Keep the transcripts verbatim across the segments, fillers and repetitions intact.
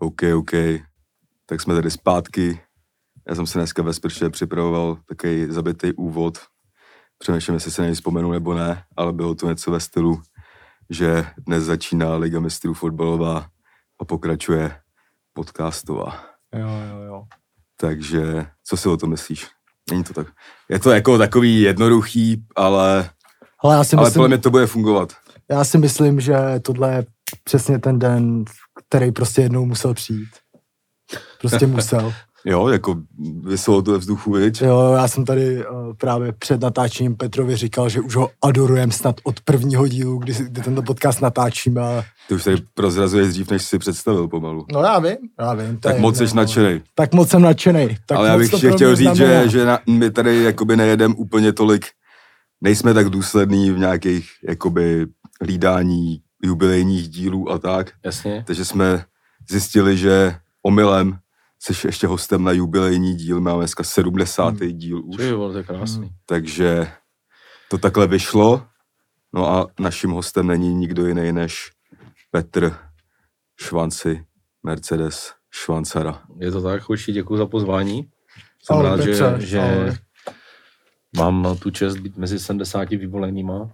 OK, OK, tak jsme tady zpátky. Já jsem se dneska ve sprše připravoval takový zabitý úvod. Přemýšlím, jestli se na něj vzpomenu nebo ne, ale bylo to něco ve stylu, že dnes začíná Liga mistrů fotbalová a pokračuje podcastová. Jo, jo, jo. Takže, co si o to myslíš? Není to tak. Je to jako takový jednoduchý, ale, ale, já si ale myslím, podle mě to bude fungovat. Já si myslím, že tohle je přesně ten den, který prostě jednou musel přijít. Prostě musel. Jo, jako vyselo to ve vzduchu, viď? Jo, já jsem tady uh, právě před natáčením Petrovi říkal, že už ho adorujem snad od prvního dílu, kdy, kdy tento podcast natáčíme. A... Ty už tady prozrazuješ dřív, než jsi představil pomalu. No já vím, já vím. Tak moc jsi nadšenej. Tak moc jsem nadšenej. Tak ale já bych ještě chtěl říct, že, že na, my tady jakoby nejedem úplně tolik, nejsme tak důslední v nějakých jakoby hlídání jubilejních dílů a tak. Jasně. Takže jsme zjistili, že omylem jsi ještě hostem na jubilejní díl, máme dneska sedmdesátý Hmm. díl už. Jo, to je krásný. Hmm. Takže to takhle vyšlo. No a naším hostem není nikdo jiný než Petr Švanci, Mercedes Švancara. Je to tak, Choši, děkuji za pozvání. Jsem ahoj, rád, Petře, že, že mám tu čest být mezi sedmdesáti vyvolenýma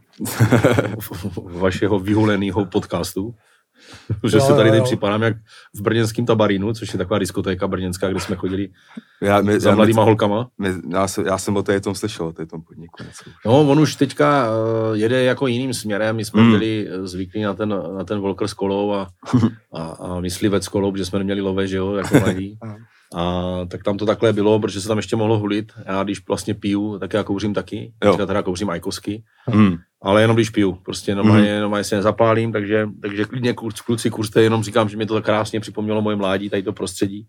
vašeho vyvolenýho podcastu. Že se tady teď připadám jak v brněnském Tabarínu, což je taková diskotéka brněnská, kde jsme chodili já, my, za já, mladýma my, holkama. My, já, jsem, já jsem o té tom slyšel, o té tom podniku. Něco. No, on už teďka uh, jede jako jiným směrem. My jsme mm. byli zvyklí na ten, na ten Volker s kolou a, a, a myslivec s kolou, protože jsme neměli love, že jo, jako mladí. A tak tam to takhle bylo, protože se tam ještě mohlo hulit. Já když vlastně piju, tak já kouřím taky. Teďka teda kouřím ajkosky. Mm. Ale jenom když piju, prostě normálně, mm. normálně se nezapálím, takže, takže klidně kluci kuřte, jenom říkám, že mi to tak krásně připomnělo moje mládí, tady to prostředí.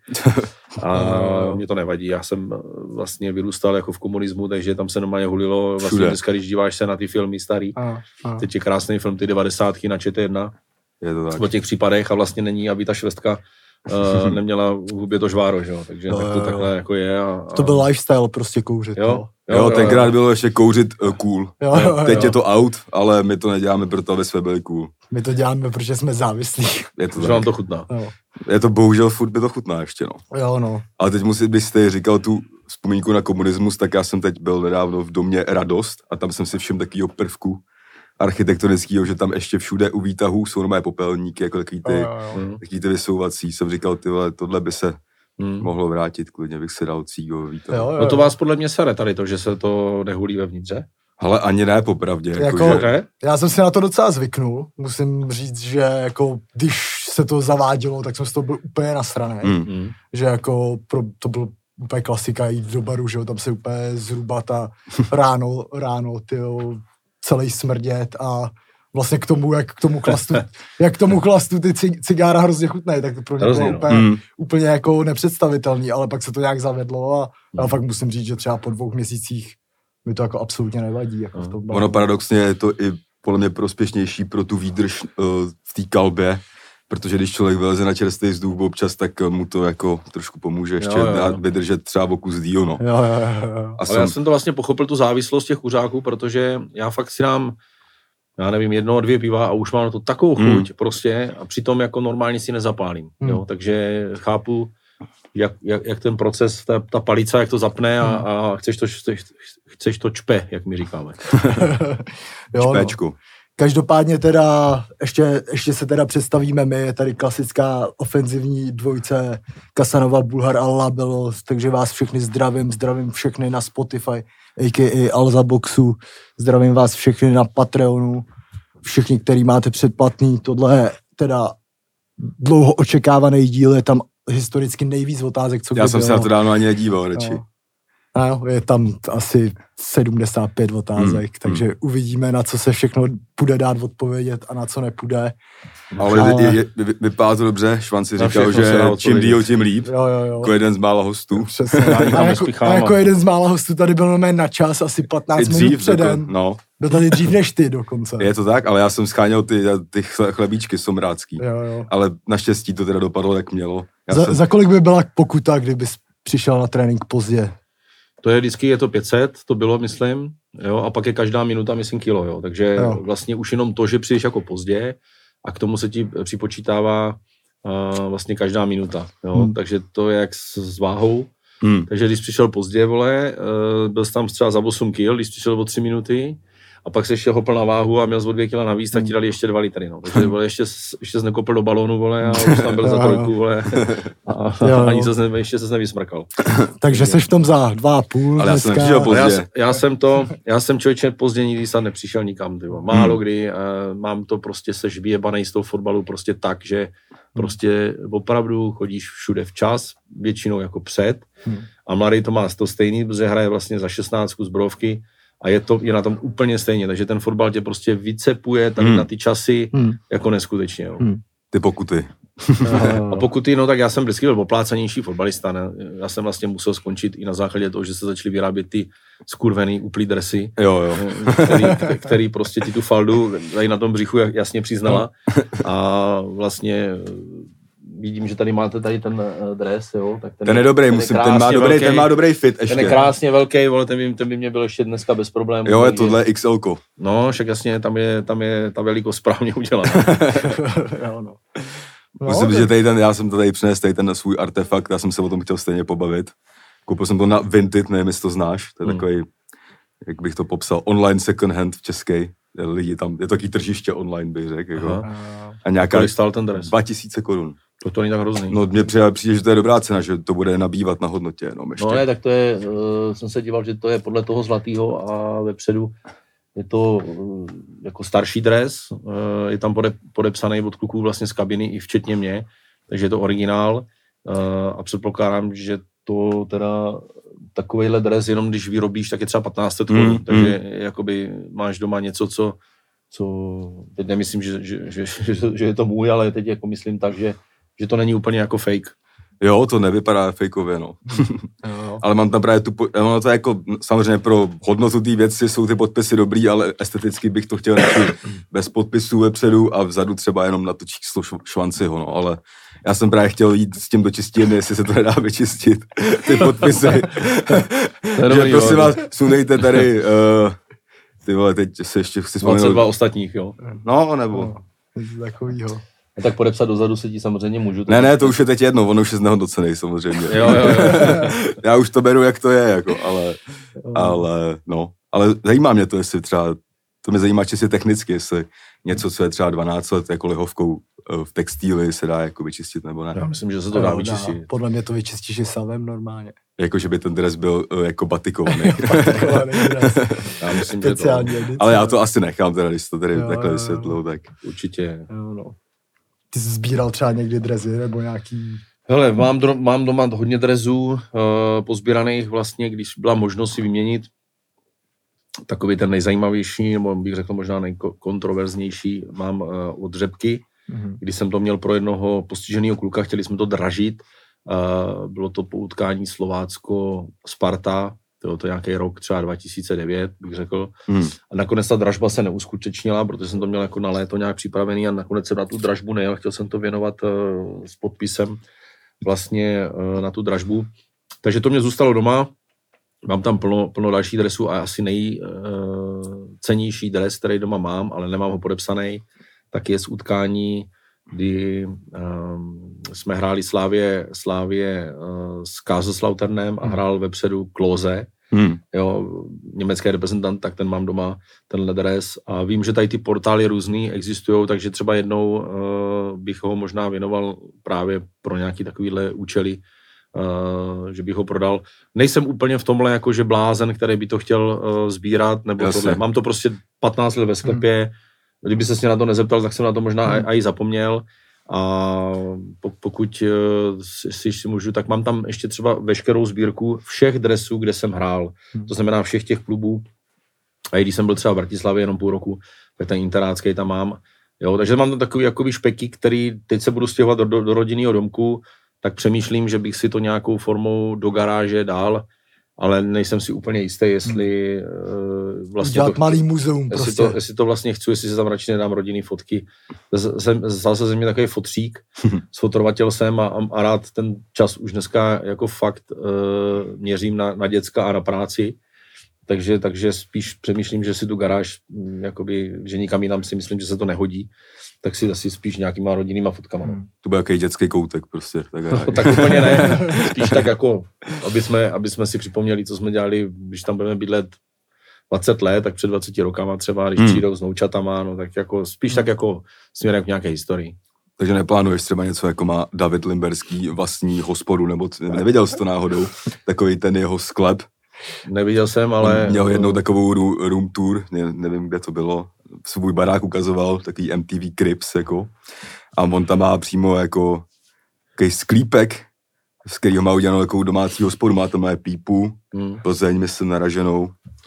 A mě to nevadí, já jsem vlastně vyrůstal jako v komunismu, takže tam se normálně hulilo, vlastně všude. Dneska, když díváš se na ty filmy starý, a, a. teď je krásný film, ty devadesátky na Č T jedna, je to tak. O těch případech a vlastně není, aby ta švestka Uh, neměla v hubě to žváro, že jo, takže no, tak to jo, takhle jo. jako je. A, a... To byl lifestyle prostě kouřit. Jo, jo, jo, jo tenkrát jo. bylo ještě kouřit uh, cool. Jo, jo, jo. Teď je to out, ale my to neděláme proto, aby jsme byli cool. My to děláme, protože jsme závislí. Je to že vám to chutná. Jo. Je to bohužel furt by to chutná ještě, no. Jo, no. Ale teď musím, když jste říkal tu vzpomínku na komunismus, tak já jsem teď byl nedávno v domě Radost a tam jsem si všiml takovýho prvku architektonického, že tam ještě všude u výtahů jsou normální popelníky, jako takový ty, jo, jo. takový ty vysouvací. Jsem říkal, ty vole, tohle by se hmm. mohlo vrátit, klidně bych si dal cígo výtah. Jo, jo, jo. No to vás podle mě sere tady to, že se to nehulí vevnitře? Ale ani ne, popravdě. Jako, jako, že... Já jsem si na to docela zvyknul. Musím říct, že jako, když se to zavádělo, tak jsem z toho byl úplně nasraný. Hmm. Že jako pro, to byl úplně klasika jít do baru, že jo, tam se úplně zhruba ta ráno, ráno, tyjo, celý smrdět a vlastně k tomu, jak k tomu klastu, jak k tomu klastu ty cigára hrozně chutnají, tak to pro mě bylo úplně, mm. úplně jako nepředstavitelný, ale pak se to nějak zavedlo a já fakt musím říct, že třeba po dvou měsících mi to jako absolutně nevadí. Jako v tom ono paradoxně je to i podle mě prospěšnější pro tu výdrž uh, v té kalbě, protože když člověk vyleze na čerstvý vzduch občas, tak mu to jako trošku pomůže ještě jo, jo, jo. vydržet třeba o kus díl, no. Jo, jo, jo. Ale jsem... já jsem to vlastně pochopil, tu závislost těch kuřáků, protože já fakt si dám, já nevím, jedno, dvě piva a už mám na to takovou chuť hmm. prostě a přitom jako normálně si nezapálím, hmm. jo, takže chápu, jak, jak, jak ten proces, ta, ta palica, jak to zapne a, a chceš, to, chceš, chceš to čpe, jak my říkáme. Jo, Čpečku. No. Každopádně teda, ještě, ještě se teda představíme my, je tady klasická ofenzivní dvojce Kasanova, Bulhar a Labelo, takže vás všechny zdravím, zdravím všechny na Spotify, a k a. Alza Boxu, zdravím vás všechny na Patreonu, všichni, který máte předplatný, tohle je teda dlouho očekávaný díl, je tam historicky nejvíc otázek, co by Já jsem bylo. se na to dávno ani nedíval, radši. No. No, je tam asi sedmdesát pět otázek, hmm. takže hmm. uvidíme, na co se všechno bude dát odpovědět a na co nepůjde. Ale, Ale... Je, je, vypadá to dobře, Švanci říkal, že čím díl, tím líp, jo, jo, jo. jako jeden z mála hostů. Přesně, a, a, jako, a jako jeden z mála hostů tady byl normálně na čas, asi patnáct minut předem. No. Byl tady dřív než ty dokonce. Je to tak, ale já jsem scháněl ty, ty chlebíčky somrácký, jo, jo. ale naštěstí to teda dopadlo, jak mělo. Já za, jsem... za kolik by byla pokuta, kdybys přišel na trénink pozdě? To je vždycky, je to pět set, to bylo, myslím, jo, a pak je každá minuta, myslím, kilo, jo, takže jo. Vlastně už jenom to, že přijdeš jako pozdě a k tomu se ti připočítává uh, vlastně každá minuta, jo, Hmm. takže to je jak s, s váhou, Hmm. takže když přišel pozdě, vole, uh, byl jsi tam třeba za osm kil, když přišel o tři minuty, a pak se ještě hopl na váhu a měl z o dvě kila navíc, tak ti dali ještě dva litry, no. Takže vole, ještě, ještě jsi nekopl do balónu, vole, a už tam byl za trojku, vole, a, a ani se ne, ještě se nevysmrkal. Takže jsi v tom za dva a půl Ale já jsem dneska. nepřišel pozdě. Já, s- já jsem to, já jsem člověče pozdě nikdy snad nepřišel nikam, tyvo. Málo kdy, uh, mám to prostě, seš vyjebanej z toho fotbalu prostě tak, že prostě opravdu chodíš všude včas, většinou jako před, a mladý to má to stejný, protože hraje vlastně za šestnáctku zbrojovky, a je to je na tom úplně stejně, takže ten fotbal tě prostě vycepuje tady Hmm. na ty časy Hmm. jako neskutečně. Jo. Hmm. Ty pokuty. A pokud no, tak já jsem vždycky byl poplácanější fotbalista. Ne? Já jsem vlastně musel skončit i na základě toho, že se začaly vyrábět ty skurvený uplý dresy, Jo, jo. který, který prostě ti tu faldu tady na tom břichu jasně přiznala. A vlastně vidím, že tady máte tady ten uh, dres, jo, tak ten, Ten je dobrý, ten, musím, ten má krásně dobrý, velký, ten má dobrý fit ještě. ten je krásně velký, vole, ten by, ten by mě byl ještě dneska bez problémů. Jo, je Takže- tohle X L ko. No, však jasně, tam je, tam je ta velikost správně udělaná. Jo, no. Musím říct, že tady ten, já jsem to tady přinesl, tady ten svůj artefakt, já jsem se o tom chtěl stejně pobavit. Koupil jsem to na Vinted, nevím, jestli to znáš, to je Hmm. takový, jak bych to popsal, online second hand v české. Lidi tam, je to takový tržiště online, bych řekl. Jako. Aha. A nějaká Kolik stál ten dres? dva tisíce korun. To, to není tak hrozný. No mně přijde, přijde, že to je dobrá cena, že to bude nabývat na hodnotě jenom ještě. No ne, tak to je, uh, jsem se díval, že to je podle toho zlatého a vepředu je to uh, jako starší dres, uh, je tam pode, podepsaný od kluků vlastně z kabiny i včetně mě, takže je to originál uh, a předpokládám, že to teda takovejhle dres jenom když vyrobíš, tak je třeba patnáct set korun, Mm, takže jakoby máš doma něco, co, co teď nemyslím, že, že, že, že, že je to můj, ale teď jako myslím tak, že, že to není úplně jako fake. Jo, to nevypadá fejkově, no. Jo. Ale mám tam právě tu, po- ono to je jako, samozřejmě pro hodnotu té věci jsou ty podpisy dobrý, ale esteticky bych to chtěl radši bez podpisů vepředu a vzadu třeba jenom na to číslo š- švanciho, no, ale já jsem právě chtěl jít s tím do čistírny, jestli se to nedá vyčistit, ty podpisy. To je dobrý, že prosím jo. vás, sunejte tady, uh, ty vole, teď se ještě chci dvacet dva vzpomenout. ostatních, jo. No, nebo... No, něco takovýho. A tak podepsat dozadu se ti samozřejmě můžu. Ne, ne, to už je teď jedno, on už je znehodnocený samozřejmě. Jo, jo, jo. Já už to beru, jak to je, jako, ale, ale, no, ale zajímá mě to, jestli třeba, to mě zajímá čistě technicky, jestli něco, co je třeba dvanáct let, jako lihovkou eh, v textíli se dá jako vyčistit, nebo ne. Já myslím, že se to dá Jo, vyčistit. Podle mě to vyčistíš i savem normálně. Jako, že by ten dres byl eh, jako batikovaný. Takové dres. Já myslím, že to Speciální edice. Ale já to asi nechám teda, když to tady Jo, takhle jo, jo. vysvětlil, tak. určitě. Jo, no. Ty jsi sbíral třeba někdy dresy nebo nějaký... Hele, mám, dro- mám doma hodně drezů uh, pozbíraných vlastně, když byla možnost si vyměnit takový ten nejzajímavější, nebo bych řekl možná nejkontroverznější, mám uh, od Řepky, Mhm. když jsem to měl pro jednoho postiženého kluka, chtěli jsme to dražit. Uh, bylo to po utkání Slovácko-Sparta, to to nějaký rok, třeba dva tisíce devět, bych řekl. Hmm. A nakonec ta dražba se neuskutečnila, protože jsem to měl jako na léto nějak připravený a nakonec jsem na tu dražbu nejel. Chtěl jsem to věnovat uh, s podpisem vlastně uh, na tu dražbu. Takže to mě zůstalo doma. Mám tam plno, plno dalších dresů a asi nejcennější uh, dres, který doma mám, ale nemám ho podepsaný, tak je z utkání, kdy um, jsme hráli Slávě, Slávě uh, s Kaiserslauternem a hrál vepředu Klose, Hmm. jo, německý reprezentant, tak ten mám doma, tenhle dres. A vím, že tady ty portály různý existují, takže třeba jednou uh, bych ho možná věnoval právě pro nějaký takovýhle účely, uh, že bych ho prodal. Nejsem úplně v tomhle jakože blázen, který by to chtěl uh, sbírat, nebo Jasně. tohle. Mám to prostě patnáct let ve sklepě, hmm. kdyby se mě na to nezeptal, tak jsem na to možná hmm. i zapomněl. A pokud si, si můžu, tak mám tam ještě třeba veškerou sbírku všech dresů, kde jsem hrál. To znamená všech těch klubů. A i když jsem byl třeba v Bratislavě jenom půl roku, tak ten interátský tam mám. Jo, takže mám tam takový jakoby špeky, který teď se budu stěhovat do, do, do rodinného domku, tak přemýšlím, že bych si to nějakou formou do garáže dal, ale nejsem si úplně jistý, jestli uh, vlastně Dělat to, malý muzeum jestli, prostě. to, jestli to vlastně chci, jestli si tam radši nedám rodinný fotky. Zdal se ze mě takový fotřík, sfotovatel jsem a, a rád ten čas už dneska jako fakt uh, měřím na, na děcka a na práci. takže, takže spíš přemýšlím, že si tu garáž, jakoby, že nikam jinam si myslím, že se to nehodí, tak si asi spíš nějakýma rodinnýma fotkama. No. To byl jaký dětský koutek prostě. Tak, no, tak úplně ne, spíš tak jako, aby jsme, aby jsme si připomněli, co jsme dělali, když tam budeme bydlet dvacet let, tak před dvaceti rokama třeba, když hmm. přijdou s noučatama, no tak jako, spíš tak jako směrem k nějaké historii. Takže neplánuješ třeba něco, jako má David Limberský vlastní hospodu, nebo t- neviděl jsi to náhodou, takový ten jeho sklep? Neviděl jsem, ale... Měl jednou takovou room tour, ne, nevím, kde to bylo, svůj barák ukazoval, takový M T V Crips, jako, a on tam má přímo jako takový sklípek, z kterého má udělanou takovou domácí hospodu, má tam má pípu, hmm. Plzeň, myslím, naraženou,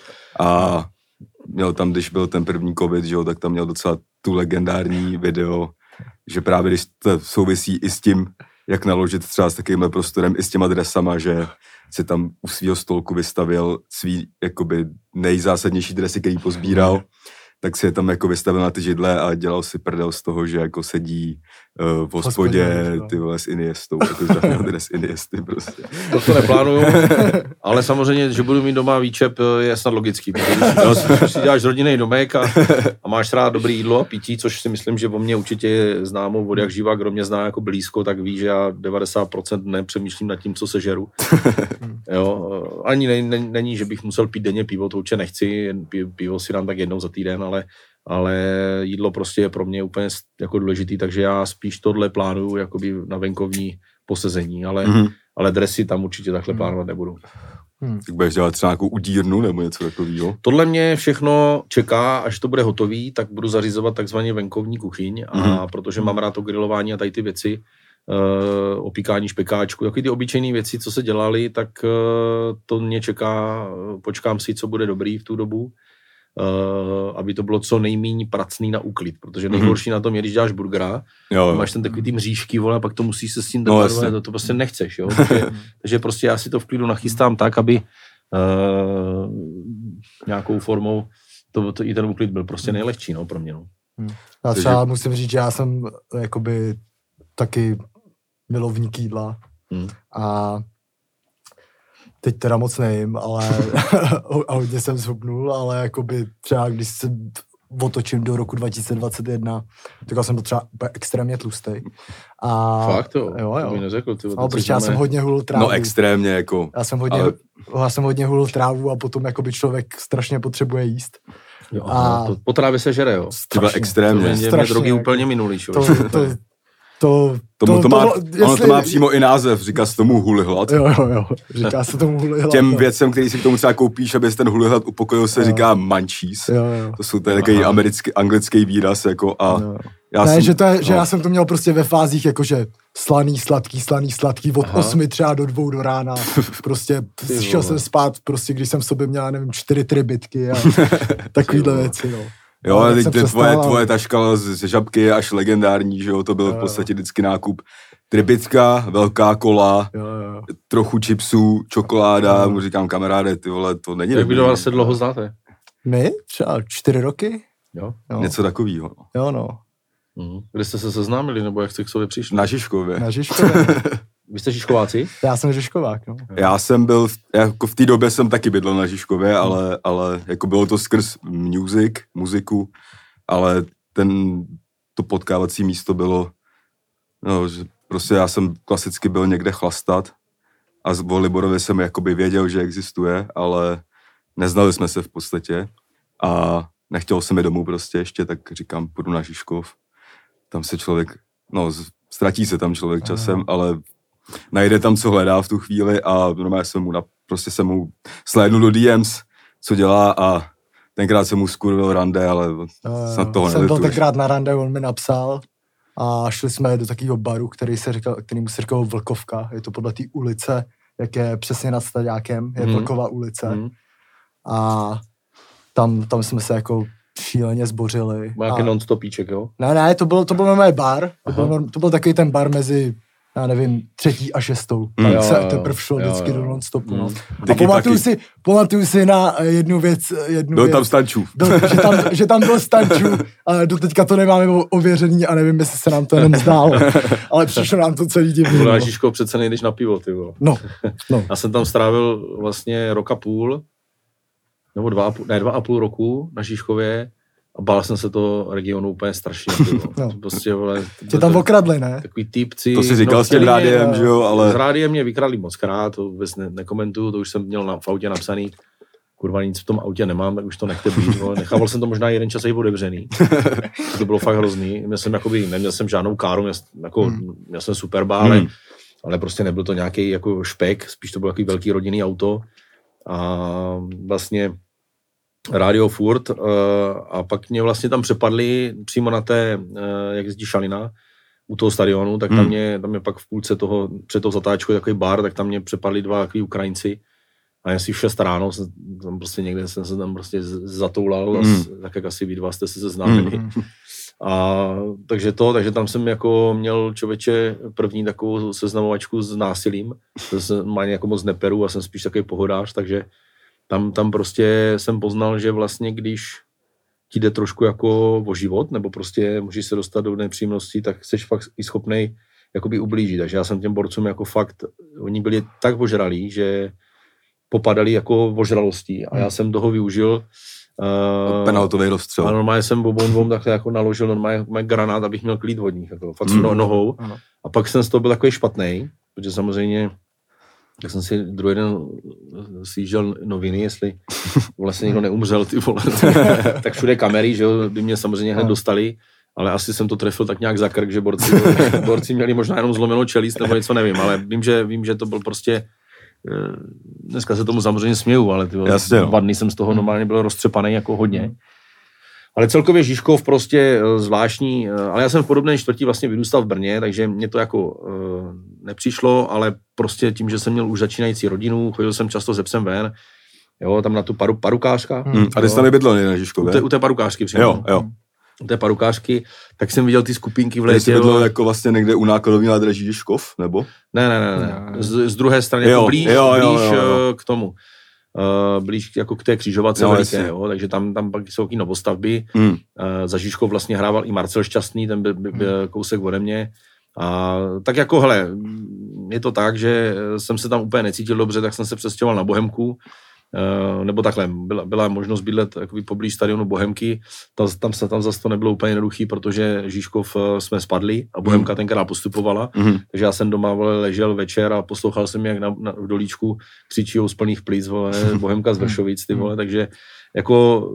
a měl tam, když byl ten první covid, že jo, tak tam měl docela tu legendární video, že právě když to souvisí i s tím, jak naložit třeba s takovýmhle prostorem, i s těma dresama, že si tam u svého stolku vystavil svý jakoby nejzásadnější dresy, který pozbíral, tak si je tam jako vystavil na ty židle a dělal si prdel z toho, že jako sedí uh, v hospodě, ty vole, s Iniestou, protože tam měl dres Iniesty prostě. To to neplánuju, ale samozřejmě, že budu mít doma výčep, je snad logický, protože když si děláš rodinný domek a, a máš rád dobré jídlo a pití, což si myslím, že o mě určitě je známo, od jak živá, kdo mě zná jako blízko, tak ví, že já devadesát procent nepřemýšlím nad tím, co se žeru. Jo, ani ne, ne, není, že bych musel pít denně pivo, to určitě nechci, pivo si dám tak jednou za týden, ale ale jídlo prostě je pro mě úplně jako důležitý, takže já spíš tohle plánuju jakoby na venkovní posezení, ale, mm-hmm. ale dresy tam určitě takhle mm. plánovat nebudu. Hmm. Tak budeš dělat třeba nějakou udírnu nebo něco takového? Tohle mě všechno čeká, až to bude hotový, tak budu zařizovat takzvaně venkovní kuchyň, a mm-hmm. protože mám rád to grilování a tady ty věci, uh, opíkání špekáčku, takový ty obyčejné věci, co se dělali, tak uh, to mě čeká, počkám si, co bude dobrý v tu dobu. Uh, aby to bylo co nejméně pracný na úklid, protože nejhorší mm-hmm. na tom je, když děláš burgera, jo, jo. máš ten takový ty mřížky, vole, a pak to musíš se s tím no, dopadovat, to, to prostě nechceš, jo. Takže, takže prostě já si to v klidu nachystám tak, aby uh, nějakou formou to, to, i ten úklid byl prostě nejlehčí, no, pro mě, no. Já třeba musím říct, že já jsem jakoby taky milovník jídla hmm. a teď teda moc nejím, ale a hodně jsem zhubnul, ale jakoby třeba když se otočím do roku dva tisíce dvacet jedna, tak já jsem byl třeba extrémně tlustej. A fakt to? Jo, jo. To mi neřekl, ty, no, protože já jsem hodně hulil trávu. No extrémně jako. Já jsem hodně, ale... já jsem hodně hulil trávu a potom jakoby člověk strašně potřebuje jíst. Jo, a to po trávě se žere, jo. Strašně, extrémně. To strašně, mě drogy jako, úplně minulý, čo? To, to, To, Tomu to, to má, to, jestli... Ono to má přímo i název, říká se tomu hulihlad. Jo, jo, jo, říká se tomu hulihlad. Těm no. věcem, který si k tomu třeba koupíš, aby ten hulihlad upokojil, se jo. říká munchies. Jo, jo. To jsou takový americký, anglický výraz, jako a... Jo. Já ne, jsem, že, to je, no. že já jsem to měl prostě ve fázích, jakože slaný, sladký, slaný, sladký, od Aha. osmi třeba do dvou do rána. Prostě šel jsem spát, prostě když jsem v sobě měl, nevím, čtyři trybitky a takovýhle věci, no. Jo, ale teď tvoje, tvoje taška z žabky je až legendární, že jo, to byl jo, v podstatě vždycky nákup. Tribitka, velká kola, jo, jo. trochu chipsů, čokoláda, jo. mu říkám, kamaráde, ty vole, to není... Jak by do vás se dlouho znáte? My? Třeba čtyři roky? Jo. jo. Něco takovýho. Jo, no. Mhm. Kde jste se seznámili, nebo jak jste k sobě přišli? Na Žižkově. Na Žižkově. Vy jste Žižkováci? Já jsem Žižkovák, no. Já jsem byl, jako v té době jsem taky bydlel na Žižkově, ale, ale jako bylo to skrz music, muziku, ale ten, to potkávací místo bylo, no, že prostě já jsem klasicky byl někde chlastat a o Liborovi jsem jakoby věděl, že existuje, ale neznali jsme se v podstatě a nechtěl jsem je domů prostě ještě, tak říkám, půjdu na Žižkov. Tam se člověk, no, ztratí se tam člověk časem, ale najde tam, co hledá v tu chvíli a normálně jsem mu, na, prostě jsem mu slédnul do D Ms, co dělá a tenkrát jsem mu skurvil rande, ale no, snad toho jsem byl tenkrát na rande, on mi napsal a šli jsme do takového baru, který se říkal, kterýmu se říkal Vlkovka, je to podle té ulice, jak je přesně nad Staďákem, je hmm. Vlkova ulice hmm. a tam, tam jsme se jako šíleně zbořili. Má nějaký non-stopíček, jo? Ne, ne, to byl, to byl normální bar, to byl, to byl takový ten bar mezi já nevím, třetí a šestou. Tam mm. se teprve šlo vždycky do non-stopu. Mm. No. A pamatuju si, pamatuju si na jednu věc. Jednu byl věc, tam Stančů. Byl, že, tam, že tam byl Stančů, ale doteďka to nemáme ověřený a nevím, jestli se nám to jenom zdálo. Ale přišlo nám to celý divný. Na Žižko přece nejdeš na pivo, ty vole. No, no. Já jsem tam strávil vlastně rok a půl nebo dva, ne, dva a půl roku na Žižkově a bál jsem se toho regionu úplně strašně. No. Prostě, vole, tě tam okradli, ne? Takový týpci. To si říkal no, s tím rádiem, že jo, ale... S rádiem mě vykradli moc krát, to vůbec ne, nekomentuju, to už jsem měl na, v autě napsaný. Kurva, nic v tom autě nemám, tak už to nechte být. Vole. Nechával jsem to možná jeden čas i otevřený. To bylo fakt hrozný. Měl jsem, jakoby, neměl jsem žádnou káru, měl, jako, hmm. měl jsem Superba, ale, hmm. ale prostě nebyl to nějaký jako špek, spíš to bylo takový velký rodinný auto. A vlastně rádio furt uh, a pak mě vlastně tam přepadli přímo na té, uh, jak jezdí Šalina, u toho stadionu, tak tam, hmm. mě, tam mě pak v půlce toho, před tou zatáčkou takový bar, tak tam mě přepadli dva takový Ukrajinci a já si v šest ráno, jsem, tam prostě někde jsem se tam prostě zatoulal, hmm. a, tak jak asi vy dva jste se seznámili. Hmm. A takže to, takže tam jsem jako měl člověče první takovou seznamovačku s násilím, to jsem má jako moc neperu a jsem spíš takový pohodář, takže tam, tam prostě jsem poznal, že vlastně když ti jde trošku jako o život, nebo prostě můžeš se dostat do nepříjemností, tak jsi fakt i schopnej jakoby ublížit. Takže já jsem těm borcům jako fakt, oni byli tak ožralí, že popadali jako ožralostí a já jsem toho využil. Uh, Penaltový rozstřel. A normálně jsem obou dvou takhle jako naložil normálně granát, abych měl klid od nich, jako fakt mm. nohou. Ano. A pak jsem z toho byl takový špatnej, protože samozřejmě tak jsem si druhý den sjížděl noviny, jestli vlastně někdo neumřel, ty vole. Tak všude kamery, že jo, by mě samozřejmě hned dostali, ale asi jsem to trefil tak nějak za krk, že borci, borci měli možná jenom zlomenou čelist nebo něco, nevím, ale vím, že, vím, že to byl prostě, dneska se tomu samozřejmě směju, ale ty vole, dva dny jsem z toho normálně byl roztřepaný jako hodně. Ale celkově Žižkov prostě zvláštní, ale já jsem v podobné čtvrtí vlastně vyrůstal v Brně, takže mě to jako uh, nepřišlo, ale prostě tím, že jsem měl už začínající rodinu, chodil jsem často ze psem ven, jo, tam na tu paru, parukářka. Hmm. A ty jsi tam nebydlel na Žižkově? U té, u té parukářky přímo. Jo, jo. U té parukářky, tak jsem viděl ty skupinky v létě. Jsi bydlel jako vlastně někde u nákladovní nádraží Žižkov, nebo? Ne, ne, ne, ne. Z, z druhé strany, jo, jako blíž, jo, jo, blíž jo, jo. k tomu. Uh, blíž jako k té křižovatce no, veliké, jo, takže tam, tam pak jsou taky novostavby. Mm. Uh, za Žižkov vlastně hrával i Marcel Šťastný, ten byl, byl kousek ode mě. A tak jako, hele, je to tak, že jsem se tam úplně necítil dobře, tak jsem se přestěhoval na Bohemku, uh, nebo takhle, byla, byla možnost bydlet jakoby poblíž stadionu Bohemky, tam, tam se tam zase to nebylo úplně jednoduchý, protože Žižkov uh, jsme spadli a Bohemka mm. tenkrát postupovala, mm. takže já jsem doma vole, ležel večer a poslouchal jsem, jak na, na, v dolíčku křičí z plných plíc, vole, Bohemka z Vršovic, ty vole, takže jako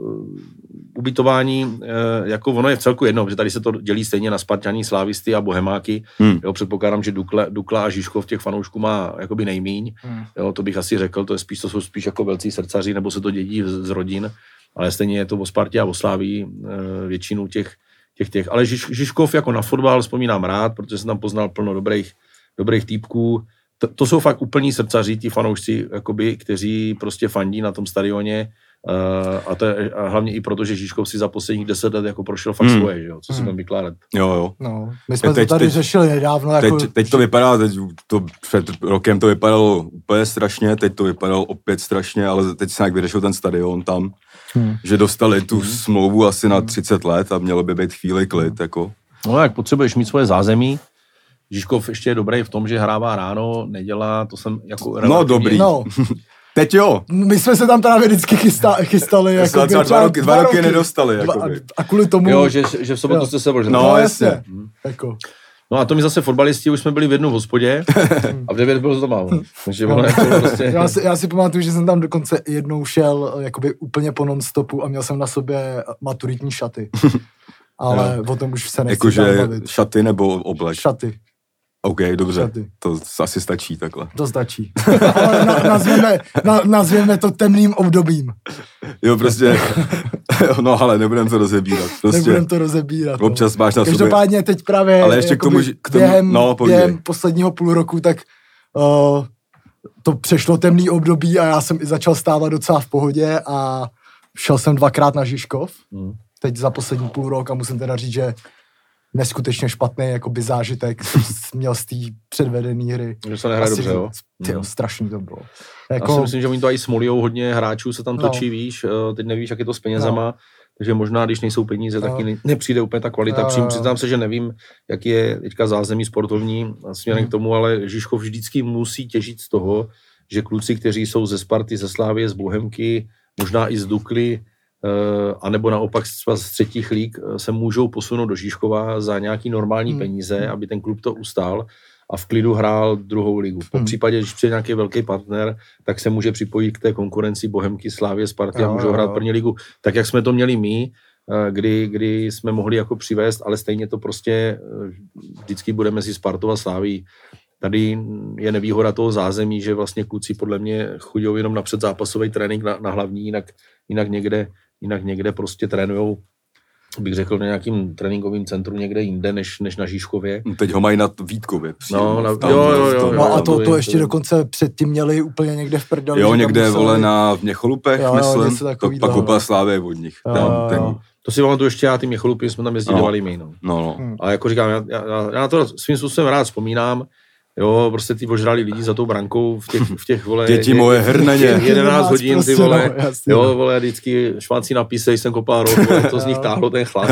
ubytování, jako ono je v celku jedno, protože tady se to dělí stejně na Sparťaní, Slávisty a Bohemáky. Hmm. Jo, předpokládám, že Dukla, Dukla a Žižkov těch fanoušků má jakoby nejmíň. Hmm. Jo, to bych asi řekl, to je spíš, to jsou spíš jako velcí srdcaři, nebo se to dědí z, z rodin, ale stejně je to o Spartě a o Slávii většinu těch, těch, těch. Ale Žiž, Žižkov jako na fotbal vzpomínám rád, protože jsem tam poznal plno dobrých, dobrých týpků. To, to jsou fakt úplní srdcaři, ti fanoušci, jakoby, kteří prostě fandí na tom stadioně. Uh, a to je a hlavně i proto, že Žižkov si za posledních deset let jako prošel fakt mm. svoje, že jo, co si mm. tam vykládat. Jo, jo. No, my jsme teď, to tady teď, řešili nedávno. Teď, jako... teď to vypadá, teď to před rokem to vypadalo úplně strašně, teď to vypadalo opět strašně, ale teď se nějak vyřešil ten stadion tam, hmm. že dostali tu hmm. smlouvu asi na třicet let a mělo by být chvíli klid, jako. No jak potřebuješ mít svoje zázemí, Žižkov ještě je dobrý v tom, že hrává ráno, nedělá, to jsem jako... Relativně... No dobrý. No. Teď jo. My jsme se tam právě vždycky chysta, chystali. Jako dva, dva, roky, dva roky nedostali. Dva, a kvůli tomu... Jo, že, že v sobotu jste se božili. No, no jasně. Hmm. Jako. No a to my zase fotbalisti, už jsme byli v jednu v hospodě a v devět bylo to doma. Takže no. prostě... já, si, já si pamatuju, že jsem tam dokonce jednou šel jakoby úplně po non-stopu a měl jsem na sobě maturitní šaty. Ale no. o tom už se nechci Jakože šaty nebo oblek? Šaty. OK, dobře, šaty. To asi stačí takhle. To stačí. Ale na, nazvěme, na, nazvěme to temným obdobím. Jo, prostě, no ale nebudem to rozebírat. Prostě nebudem to rozebírat. Občas máš na sobě. Každopádně teď právě ale ještě k tomu, k tomu, během, no, během posledního půl roku, tak uh, to přešlo temný období a já jsem i začal stávat docela v pohodě a šel jsem dvakrát na Žižkov. Hmm. Teď za poslední půl rok a musím teda říct, že neskutečně špatný jakoby zážitek měl z té předvedené hry. Že se nehraje dobře, jo? Tyjo, mm. strašný to bylo. Jako... Já si myslím, že oni to i smolujou, hodně hráčů se tam točí, no. víš, teď nevíš, jak je to s penězama, no. takže možná, když nejsou peníze, no. taky nepřijde úplně ta kvalita. No. Přiznám se, že nevím, jak je teďka zázemí sportovní směrem mm. k tomu, ale Žižkov vždycky musí těžit z toho, že kluci, kteří jsou ze Sparty, ze Slávie, z Bohemky, možná i z Dukly, anebo naopak z třetích líg se můžou posunout do Žižkova za nějaký normální hmm. peníze, aby ten klub to ustál a v klidu hrál druhou ligu. Po hmm. případě, když přijde nějaký velký partner, tak se může připojit k té konkurenci Bohemky, Slávie, Sparty a můžou hrát první ligu. Tak, jak jsme to měli my, kdy, kdy jsme mohli jako přivést, ale stejně to prostě vždycky bude mezi Spartou a Sláví. Tady je nevýhoda toho zázemí, že vlastně kluci podle mě chodí jenom na předzápasový trénink na, na hlavní, jinak, jinak, někde, jinak někde prostě trénujou, bych řekl, na nějakým tréninkovým centru někde jinde, než, než na Žižkově. Teď ho mají na Vítkově. No, na, tam, jo, jo, jo, no jo, a to, to, to ještě to dokonce předtím měli úplně někde v prdeli. Jo, někde, museli... vole, na Měcholupech, jo, myslím, to to pak koupila Slávě od nich. Jo, tam, jo, ten... jo. To si pamatuju ještě já, ty Měcholupy jsme tam jezdívali no. my, no. No, no. Hmm. A jako říkám, já, já, já na to svým způsobem rád vzpomínám, jo, prostě ty ožrali lidi za tou brankou v těch, v těch vole... Děti moje hrneně. jedenáct hodin, ty vole, prostě, jo, vole, vždycky švancí na píse, jsem kopal rok, vole, to z nich táhlo ten chlad.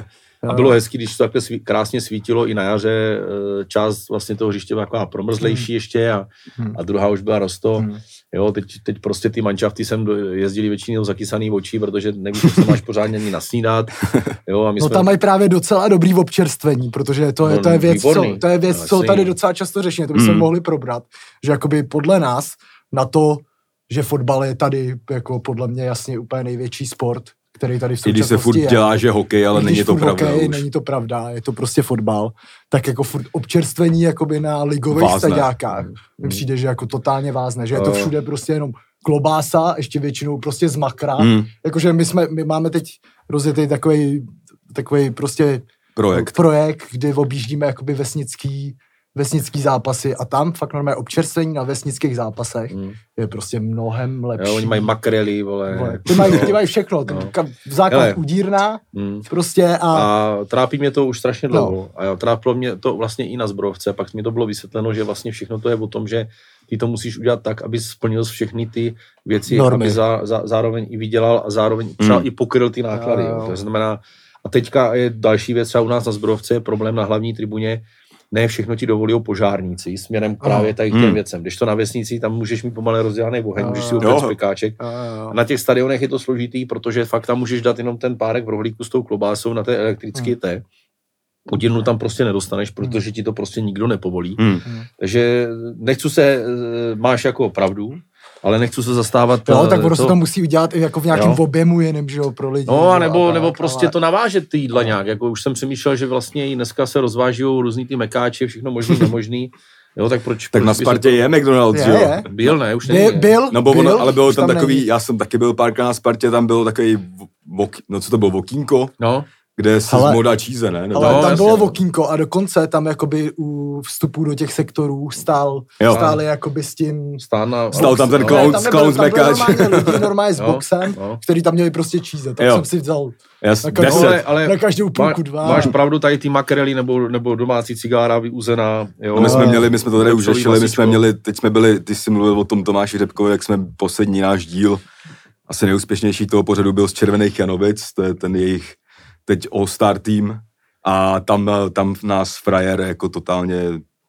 A bylo hezký, když to takhle sví, krásně svítilo i na jaře, část vlastně toho hřiště byla taková promrzlejší ještě a, a druhá už byla rosto. Jo, teď, teď prostě ty manšafty sem jezdili většinou zakysaný očí, protože nevíš, co máš pořádně ani nasnídat. Jo, a my no jsme... tam mají právě docela dobrý občerstvení, protože to je, to je věc, co, to je věc, co tady docela často řešíme, to bychom mm. mohli probrat, že jakoby podle nás na to, že fotbal je tady jako podle mě jasně úplně největší sport, který tady v současnosti je. Když se furt dělá, že hokej, ale není to pravda. Hokej, není to pravda, je to prostě fotbal. Tak jako furt občerstvení jakoby na ligových staďákách. Mi přijde, že jako totálně vázne, že je to všude prostě jenom klobása, ještě většinou prostě z makra. Hmm. Jakože my jsme, my máme teď rozjetý takový, takový prostě projekt. projekt, kdy objíždíme jakoby vesnický vesnický zápasy a tam fakt normálně občerstvení na vesnických zápasech mm. je prostě mnohem lepší. Jo, oni mají makrely, vole. vole. Ty mají, ty mají všechno, no. v základ Hele. udírná mm. prostě a... A trápí mě to už strašně dlouho. No. A jo, trápilo mě to vlastně i na Zbrojovce, pak mi to bylo vysvětleno, že vlastně všechno to je o tom, že ty to musíš udělat tak, aby splnil všechny ty věci, normy. Aby za, za, zároveň i vydělal a zároveň třeba mm. i pokryl ty náklady. Jo, jo. To znamená, a teďka je další věc, třeba u nás na Zbrojovce je problém na hlavní tribuně, ne všechno ti dovolí požárníci směrem právě tady k těm hmm. věcem. Když to na vesnici, tam můžeš mít pomalé rozdělaný oheň, můžeš si udělat spikáček. A na těch stadionech je to složitý, protože fakt tam můžeš dát jenom ten párek v rohlíku s tou klobásou na té elektrické hmm. té. Udírnu tam prostě nedostaneš, protože ti to prostě nikdo nepovolí. Hmm. Takže nechci se, máš jako pravdu, ale nechci se zastávat. Jo, tak prostě to, to musí udělat i jako v nějakém jo. objemu jiném, že jo, pro lidi. No, a nebo, a nebo prostě ale... to navážet ty jídla nějak. Jako už jsem přemýšlel, že vlastně i dneska se rozvážují různý ty mekáče, všechno možný, nemožný. Jo, tak proč? Tak proč na Spartě to... je McDonald's, je, jo? Je. Byl, ne, už není. Byl, no, bo byl, ono, ale bylo tam, tam takový, není. já jsem taky byl párkrát na Spartě, tam byl takový, vok, no co to bylo, vokínko? No. Kde se zmodá číze, ne? Nebo ale tam jasně, bylo vokínko a dokonce tam jakoby u vstupů do těch sektorů stál, stáli jakoby s tím... Stál, na, stál tam ten clown, tam clown z mekáč. Tam byli lidi normálně s boxem, no. který tam měli prostě číze, tak jo. jsem si vzal Jas, na, každou, ale, ale na každou půlku dva. Máš pravdu, tady ty makrely nebo, nebo domácí cigára vyuzená. Jo. No my jsme měli, my jsme to tady už řešili, my jsme měli, teď jsme byli, ty jsi mluvil o tom Tomáši Řepkovi, jak jsme poslední náš díl, asi nejúspěšnější toho pořadu byl z Červených Janovic, to je ten jejich teď All-Star tým a tam, tam nás frajer jako totálně,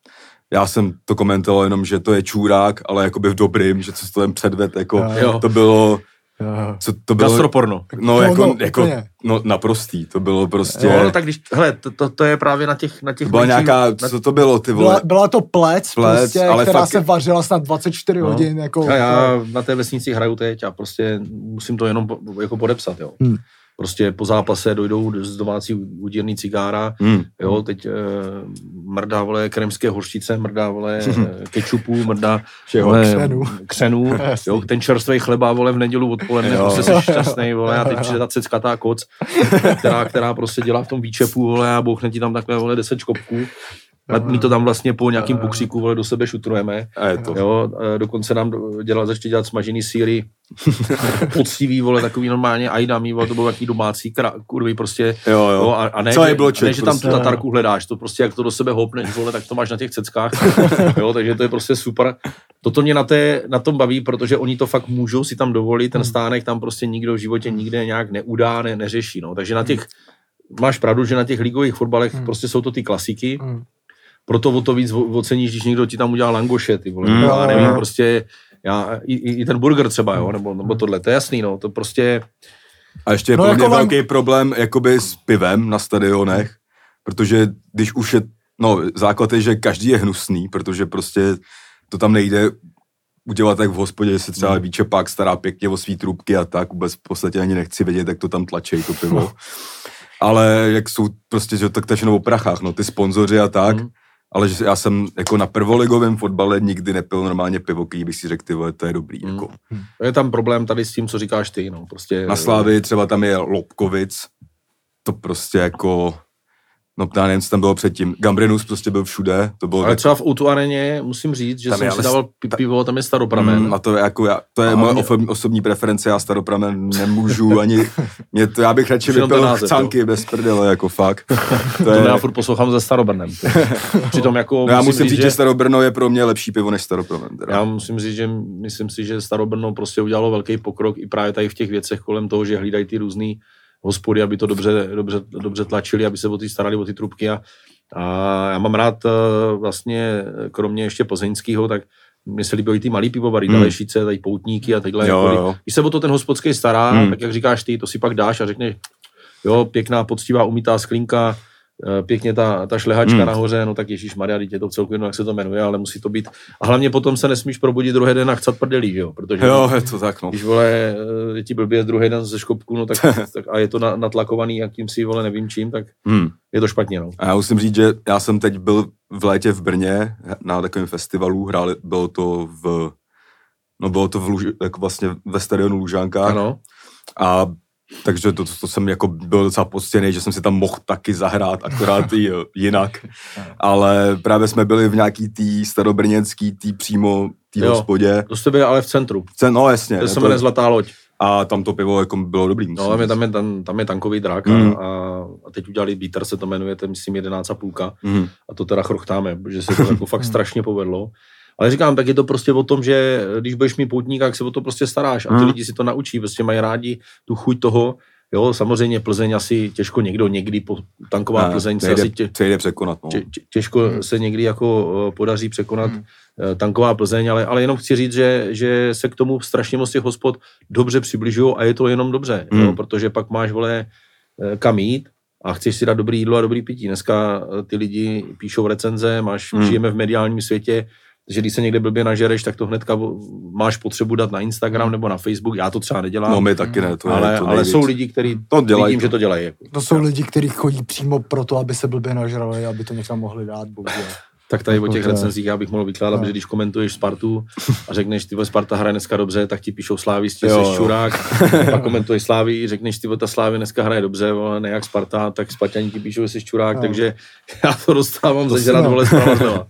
já jsem to komentoval jenom, že to je čůrák, ale jakoby v dobrým, že co to ten předved, jako jo. to bylo, co to bylo... Gastroporno. No, jako, no, jako no, naprostý, to bylo prostě... No, no tak když, hele, to, to, to je právě na těch... Na těch byla menších, nějaká, co to bylo, ty vole? Byla, byla to plec, plec prostě, ale která fakt... se vařila snad dvacet čtyři no. hodin, jako... A já na té vesnici hraju teď a prostě musím to jenom jako podepsat, jo. Hmm. Prostě po zápase dojdou z domácí udírný cigára, mm. jo, teď e, mrdá, vole, kremské hořčice, mrdá, vole, kečupu, mrdá, vole, křenů, křenů jo, ten čerstvej chleba, vole, v nedělu odpoledne, jo. Prostě jsi šťastnej, vole, a teď přijde ta ceckatá koc, která, která prostě dělá v tom výčepu, vole, a bouchne ti tam takhle, vole, deset škopků. A my to tam vlastně po nějakým pokříku, vole, do sebe šutrujeme. A je to. Jo, dokonce nám dělal, začali dělat smažený sýry, poctivý, vole, takový normálně ajdamí, vole, to bylo takový domácí, kurvy, prostě. Jo, jo. Jo, a, a ne, že, bloček, a ne, že tam prostě. Tu tatarku hledáš, to prostě, jak to do sebe houpneš, vole, tak to máš na těch ceckách. Jo, takže to je prostě super. Toto mě na, té, na tom baví, protože oni to fakt můžou si tam dovolit, ten stánek tam prostě nikdo v životě nikde nějak neudá, ne, neřeší, no. Takže na těch, máš pravdu, že na těch ligových fotbalech hmm. prostě jsou to ty klasiky. Hmm. Proto o to víc oceníš, když někdo ti tam udělá langoše, ty vole, mm. já nevím, prostě, Já, i, i ten burger třeba, jo, nebo, nebo tohle, to je jasný, no, to prostě... A ještě je no pro mě jako velký vám... problém jakoby s pivem na stadionech, protože když už je, no základ je, že každý je hnusný, protože prostě to tam nejde udělat tak v hospodě, že si třeba hmm. Víčepák stará pěkně o svý trubky a tak, vůbec v podstatě ani nechci vědět, jak to tam tlačí, to pivo. Ale jak jsou prostě, že tak taženou o prachách, no ty sponzoři a tak, hmm. ale že já jsem jako na prvoligovém fotbale nikdy nepil normálně pivo, který bych si řekl, ty vole, to je dobrý. Hmm. Jako. Je tam problém tady s tím, co říkáš ty, no prostě. Na Slávii třeba tam je Lobkovic, to prostě jako... No, já nevím, co tam bylo předtím. Gambrinus prostě byl všude. To bylo ale tak... třeba v Outu areně musím říct, že tam jsem si dával pivo, tam je Staropramen. Mm, a to je, jako já, to je moje mě... osobní, osobní preference, já Staropramen nemůžu ani, mě to, já bych radši vypil chcánky bez prdele, jako fakt. To, to je... já furt poslouchám ze Starobrnem. Přitom jako no, já musím říct, říct, že Starobrno je pro mě lepší pivo než Staropramen. Teda. Já musím říct, že myslím si, že Starobrno prostě udělalo velký pokrok i právě tady v těch věcech kolem toho, že hlídají ty různý hospody, aby to dobře, dobře, dobře tlačili, aby se o ty starali, o ty trubky a, a já mám rád vlastně, kromě ještě plzeňskýho, tak mně se líbí ty malý pivovary, hmm. Dalešice, tady Poutníky a takhle. Jo, jako, jo. Když se o to ten hospodský stará, hmm. tak jak říkáš ty, to si pak dáš a řekneš, jo, pěkná, poctivá, umytá sklinka, pěkně ta, ta šlehačka hmm. nahoře, no tak ježišmarja, teď je to celku jedno, jak se to jmenuje, ale musí to být. A hlavně potom se nesmíš probudit druhý den a chcat prdelí, jo, protože jo, je to tak, no. Když vole, je ti blbě druhý den ze škopku, no tak, tak a je to na, natlakovaný jakýmsi, vole, nevím čím, tak hmm. je to špatně, no. A já musím říct, že já jsem teď byl v létě v Brně na takovém festivalu, hráli, bylo to v, no bylo to v Luž, jako vlastně ve stadionu Lužánka. Ano. A takže to, to, to jsem jako byl docela poctěný, že jsem si tam mohl taky zahrát, akorát i jinak. Ale právě jsme byli v nějaký tý starobrněnský, tý přímo tý jo, hospodě. To jste byli ale v centru. Cen, no jasně. To se jmenuje Zlatá loď. A tam to pivo jako bylo dobrý. No tam je, tam, je, tam, tam je tankový drak mm. a, a teď udělali Bítr, se to jmenuje, to myslím jedenáct a půlka. Mm. A to teda chrochtáme, protože se to jako fakt strašně povedlo. Ale říkám, tak je to prostě o tom, že když budeš mít poutníka, tak se o to prostě staráš a ty hmm. lidi si to naučí, prostě mají rádi tu chuť toho, jo, samozřejmě Plzeň asi těžko někdo někdy, po, tanková ne, Plzeň se asi tě, jde překonat, no. tě, tě, těžko hmm. se někdy jako podaří překonat hmm. tanková Plzeň, ale, ale jenom chci říct, že, že se k tomu strašně moc těch hospod dobře přibližují a je to jenom dobře, hmm. jo, protože pak máš, vole, kam jít a chceš si dát dobrý jídlo a dobrý pití. Dneska ty lidi píšou recenze, máš, hmm. žijeme v mediálním světě, že když se někde blbě nažereš, tak to hnedka máš potřebu dát na Instagram nebo na Facebook. Já to třeba nedělám. No my taky ne. To ale, je, to ale jsou lidi, kteří to dělají. Vidím, že to dělají. Jako. To jsou lidi, kteří chodí přímo proto, aby se blbě nažrali, aby to někam mohli dát. Bohužel. Tak tady o těch recenzích já bych mohl vykládat, no. Že když komentuješ Spartu a řekneš, ty Sparta hraje dneska dobře, tak ti píšou Slávisti, jsi čurák. A komentuješ Slávy, řekneš, ty ta Slávy dneska hraje dobře, ale ne jak Sparta, tak Sparťani ti píšou, že jsi čurák, no. Takže já to dostávám to zežrat, vole, zprava.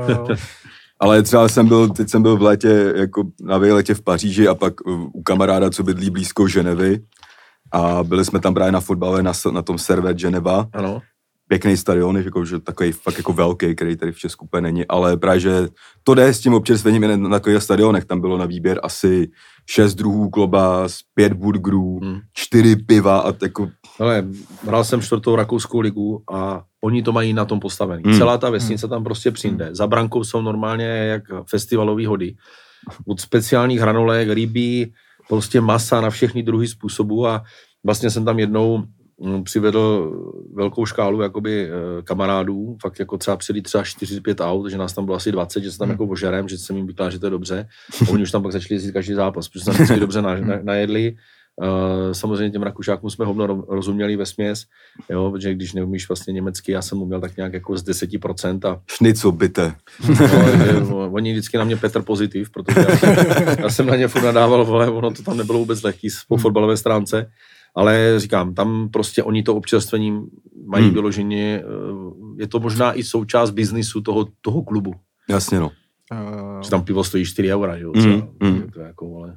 Ale třeba jsem byl, teď jsem byl v létě, jako na výletě v Paříži a pak u kamaráda, co bydlí blízko Ženevy a byli jsme tam právě na fotbale na, na tom Servette Geneva. Ano. Pěkný stadion, jako, že takový fakt jako velký, který tady v Česku úplně není, ale právě, že to jde s tím občerstvením na, na takových stadionech, tam bylo na výběr asi šest druhů klobás, pět burgerů, hmm. čtyři piva a jako... Ale hrál jsem čtvrtou rakouskou ligu a oni to mají na tom postavený. Hmm. Celá ta vesnice tam prostě přijde. Za brankou jsou normálně jak festivalový hody. Od speciálních hranolek, rybí, prostě masa na všechny druhy způsobů a vlastně jsem tam jednou přivedl velkou škálu jakoby kamarádů, fakt jako třeba přijeli třeba čtyři pět aut, že nás tam bylo asi dvacet, že se tam jako ožerem, že jsem jim vykládal, že to je dobře. A oni už tam pak začali jezdit každý zápas, protože se tam vždycky dobře na, na, najedli. Uh, samozřejmě těm Rakušákům jsme hovno rozuměli vesměs, jo, protože když neumíš vlastně německy, já jsem uměl tak nějak jako z deset procent a... Šnico, byte. No, že, oni vždycky na mě Petr pozitiv, protože já jsem, já jsem na ně furt nadával, vole, ono to tam nebylo vůbec lehký po fotbalové stránce. Ale říkám, tam prostě oni to občerstvením mají hmm. vyloženě, je to možná i součást biznisu toho, toho klubu. Jasně, no. Že tam pivo stojí čtyři eura, jo. Hmm. Hmm. To, jako, ale...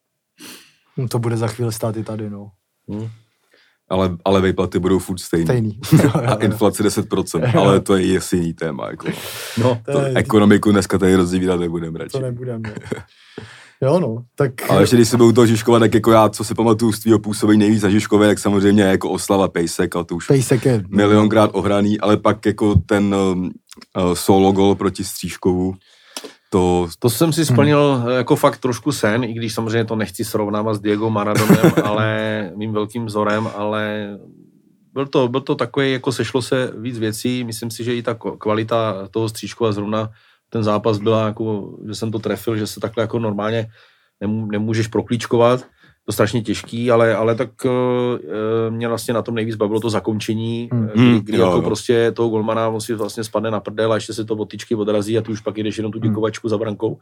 no to bude za chvíli stát i tady, no. Hmm. Ale, ale výplaty budou furt stejný. Stejný. A inflace deset procent, ale to je jiný téma. Jako. No, to je... Ekonomiku dneska tady rozvírat nebudeme radši. To nebudeme. Jo, no, tak... Ale ještě když se budou toho Žižkova, tak jako já, co si pamatuju z tvýho působení nejvíc na Žižkově, tak samozřejmě jako oslava Pejsek, ale to už Pejsek je... milionkrát ohraný, ale pak jako ten uh, solo gol proti Stříškovu, to... To jsem si splnil hmm. jako fakt trošku sen, i když samozřejmě to nechci srovnávat s Diego Maradonem, ale mým velkým vzorem, ale byl to, byl to takový, jako sešlo se víc věcí, myslím si, že i ta kvalita toho stříčku a zrovna ten zápas byla jako, že jsem to trefil, že se takhle jako normálně nemůžeš proklíčkovat, to strašně těžký, ale, ale tak uh, mě vlastně na tom nejvíc bavilo to zakončení, hmm. kdy, kdy jo, jako jo. prostě toho golmana on si vlastně spadne na prdel a ještě se to od tyčky odrazí a ty už pak jdeš jenom tu děkovačku za brankou.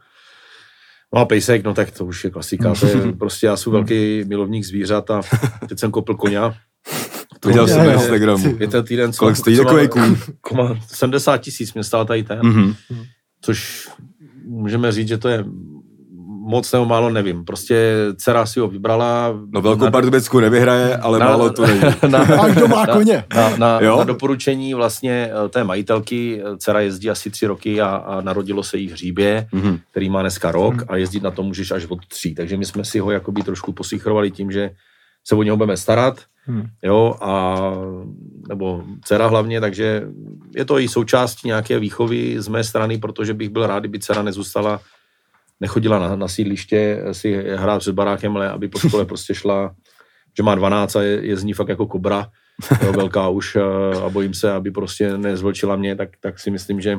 No a pejsek, no tak to už je klasika, to je prostě, já jsem velký milovník zvířat a teď jsem kopl koňa. To viděl jsem na Instagramu. Je ten týden, co, kolik stojí takový kůň? sedmdesát tisíc mě stál tady ten, mm-hmm. což můžeme říct, že to je moc nebo málo, nevím. Prostě dcera si ho vybrala. No Velkou Pardubicku nevyhraje, ale na, málo to není. Na, a kdo má koně? Na, na, na, na doporučení vlastně té majitelky, dcera jezdí asi tři roky a, a narodilo se jí v Hříbě, mm-hmm. který má dneska rok mm. a jezdit na to můžeš až od tří. Takže my jsme si ho jakoby trošku posichrovali tím, že se o něho budeme starat, mm. jo, a nebo dcera hlavně, takže je to i součástí nějaké výchovy z mé strany, protože bych byl rád, kdyby dcera nezůstala nechodila na, na sídliště si hrát před barákem, ale aby po škole prostě šla, že má dvanáct a je, je z ní fakt jako kobra, jo, velká už a bojím se, aby prostě nezvlčila mě, tak, tak si myslím, že,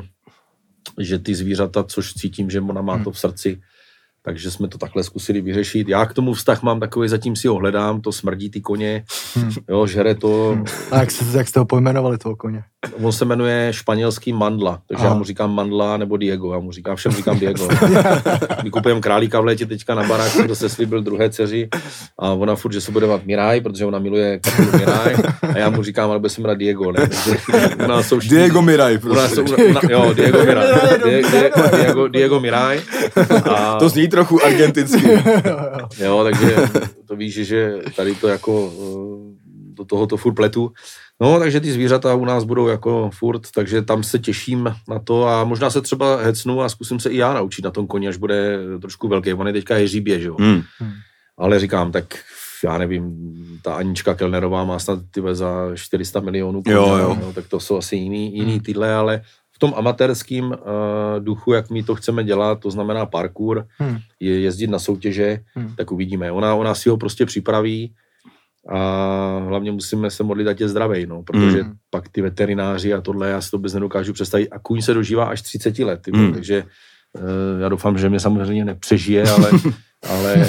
že ty zvířata, což cítím, že ona má to v srdci, takže jsme to takhle zkusili vyřešit. Já k tomu vztah mám takový, zatím si ho hledám, to smrdí ty koně, hmm. jo, žere to. Hmm. A jak, se, jak jste ho pojmenovali, toho koně? On se jmenuje španělský Mandla, takže Aha. já mu říkám Mandla nebo Diego, já mu říkám, všem říkám Diego. My kupujeme králíka v létě teďka na barák, kdo se slíbil druhé dceři a ona furt, že se bude jmenovat Miraj, protože ona miluje kapelu Miraj a já mu říkám, ale bude se jmenovat Diego, ne? U nás jsou čtyři, Diego Miraj, prostě. Jsou, una, jo, Diego Miraj. Diego, Diego, Diego Miraj. A... To zní trochu argentinsky. Jo, takže to víš, že tady to jako do toho to furt pletu. No, takže ty zvířata u nás budou jako furt, takže tam se těším na to a možná se třeba hecnu a zkusím se i já naučit na tom koni, až bude trošku velký. On je teďka Ježíbě, že jo. Hmm. Ale říkám, tak já nevím, ta Anička Kellnerová má snad tyhle za čtyři sta milionů. Koně, jo, jo. No, tak to jsou asi jiný, jiný hmm. tyhle, ale v tom amatérským uh, duchu, jak my to chceme dělat, to znamená parkour, hmm. je jezdit na soutěže, hmm. tak uvidíme. Ona, ona si ho prostě připraví, a hlavně musíme se modlit, ať je zdravej, no, protože mm. pak ty veterináři a tohle, já si to vůbec nedokážu představit. A kůň se dožívá až třicet let, typu, mm. takže uh, já doufám, že mě samozřejmě nepřežije, ale, ale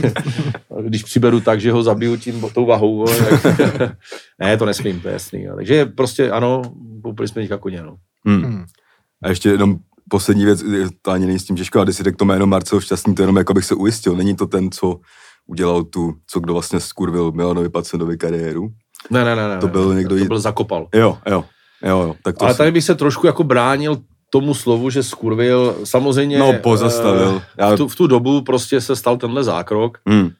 když přiberu tak, že ho zabiju tím tou vahou, tak, ne, to nesmím, to je jasný. No. Takže prostě ano, koupili jsme teďka koně, no. Mm. A ještě jenom poslední věc, to ani není s tím těžko, a když si řekl to jméno Marcel Šťastný, to jenom jako bych se ujistil, není to ten, co udělal tu, co kdo vlastně skurvil Milanovi Pacendovi kariéru. Ne, ne, ne, ne. To byl někdo... To byl Zakopal. Jo, jo, jo, jo. Tak to ale si... tady bych se trošku jako bránil tomu slovu, že skurvil. Samozřejmě... No, pozastavil. Já... V, tu, v tu dobu prostě se stal tenhle zákrok. Hmm.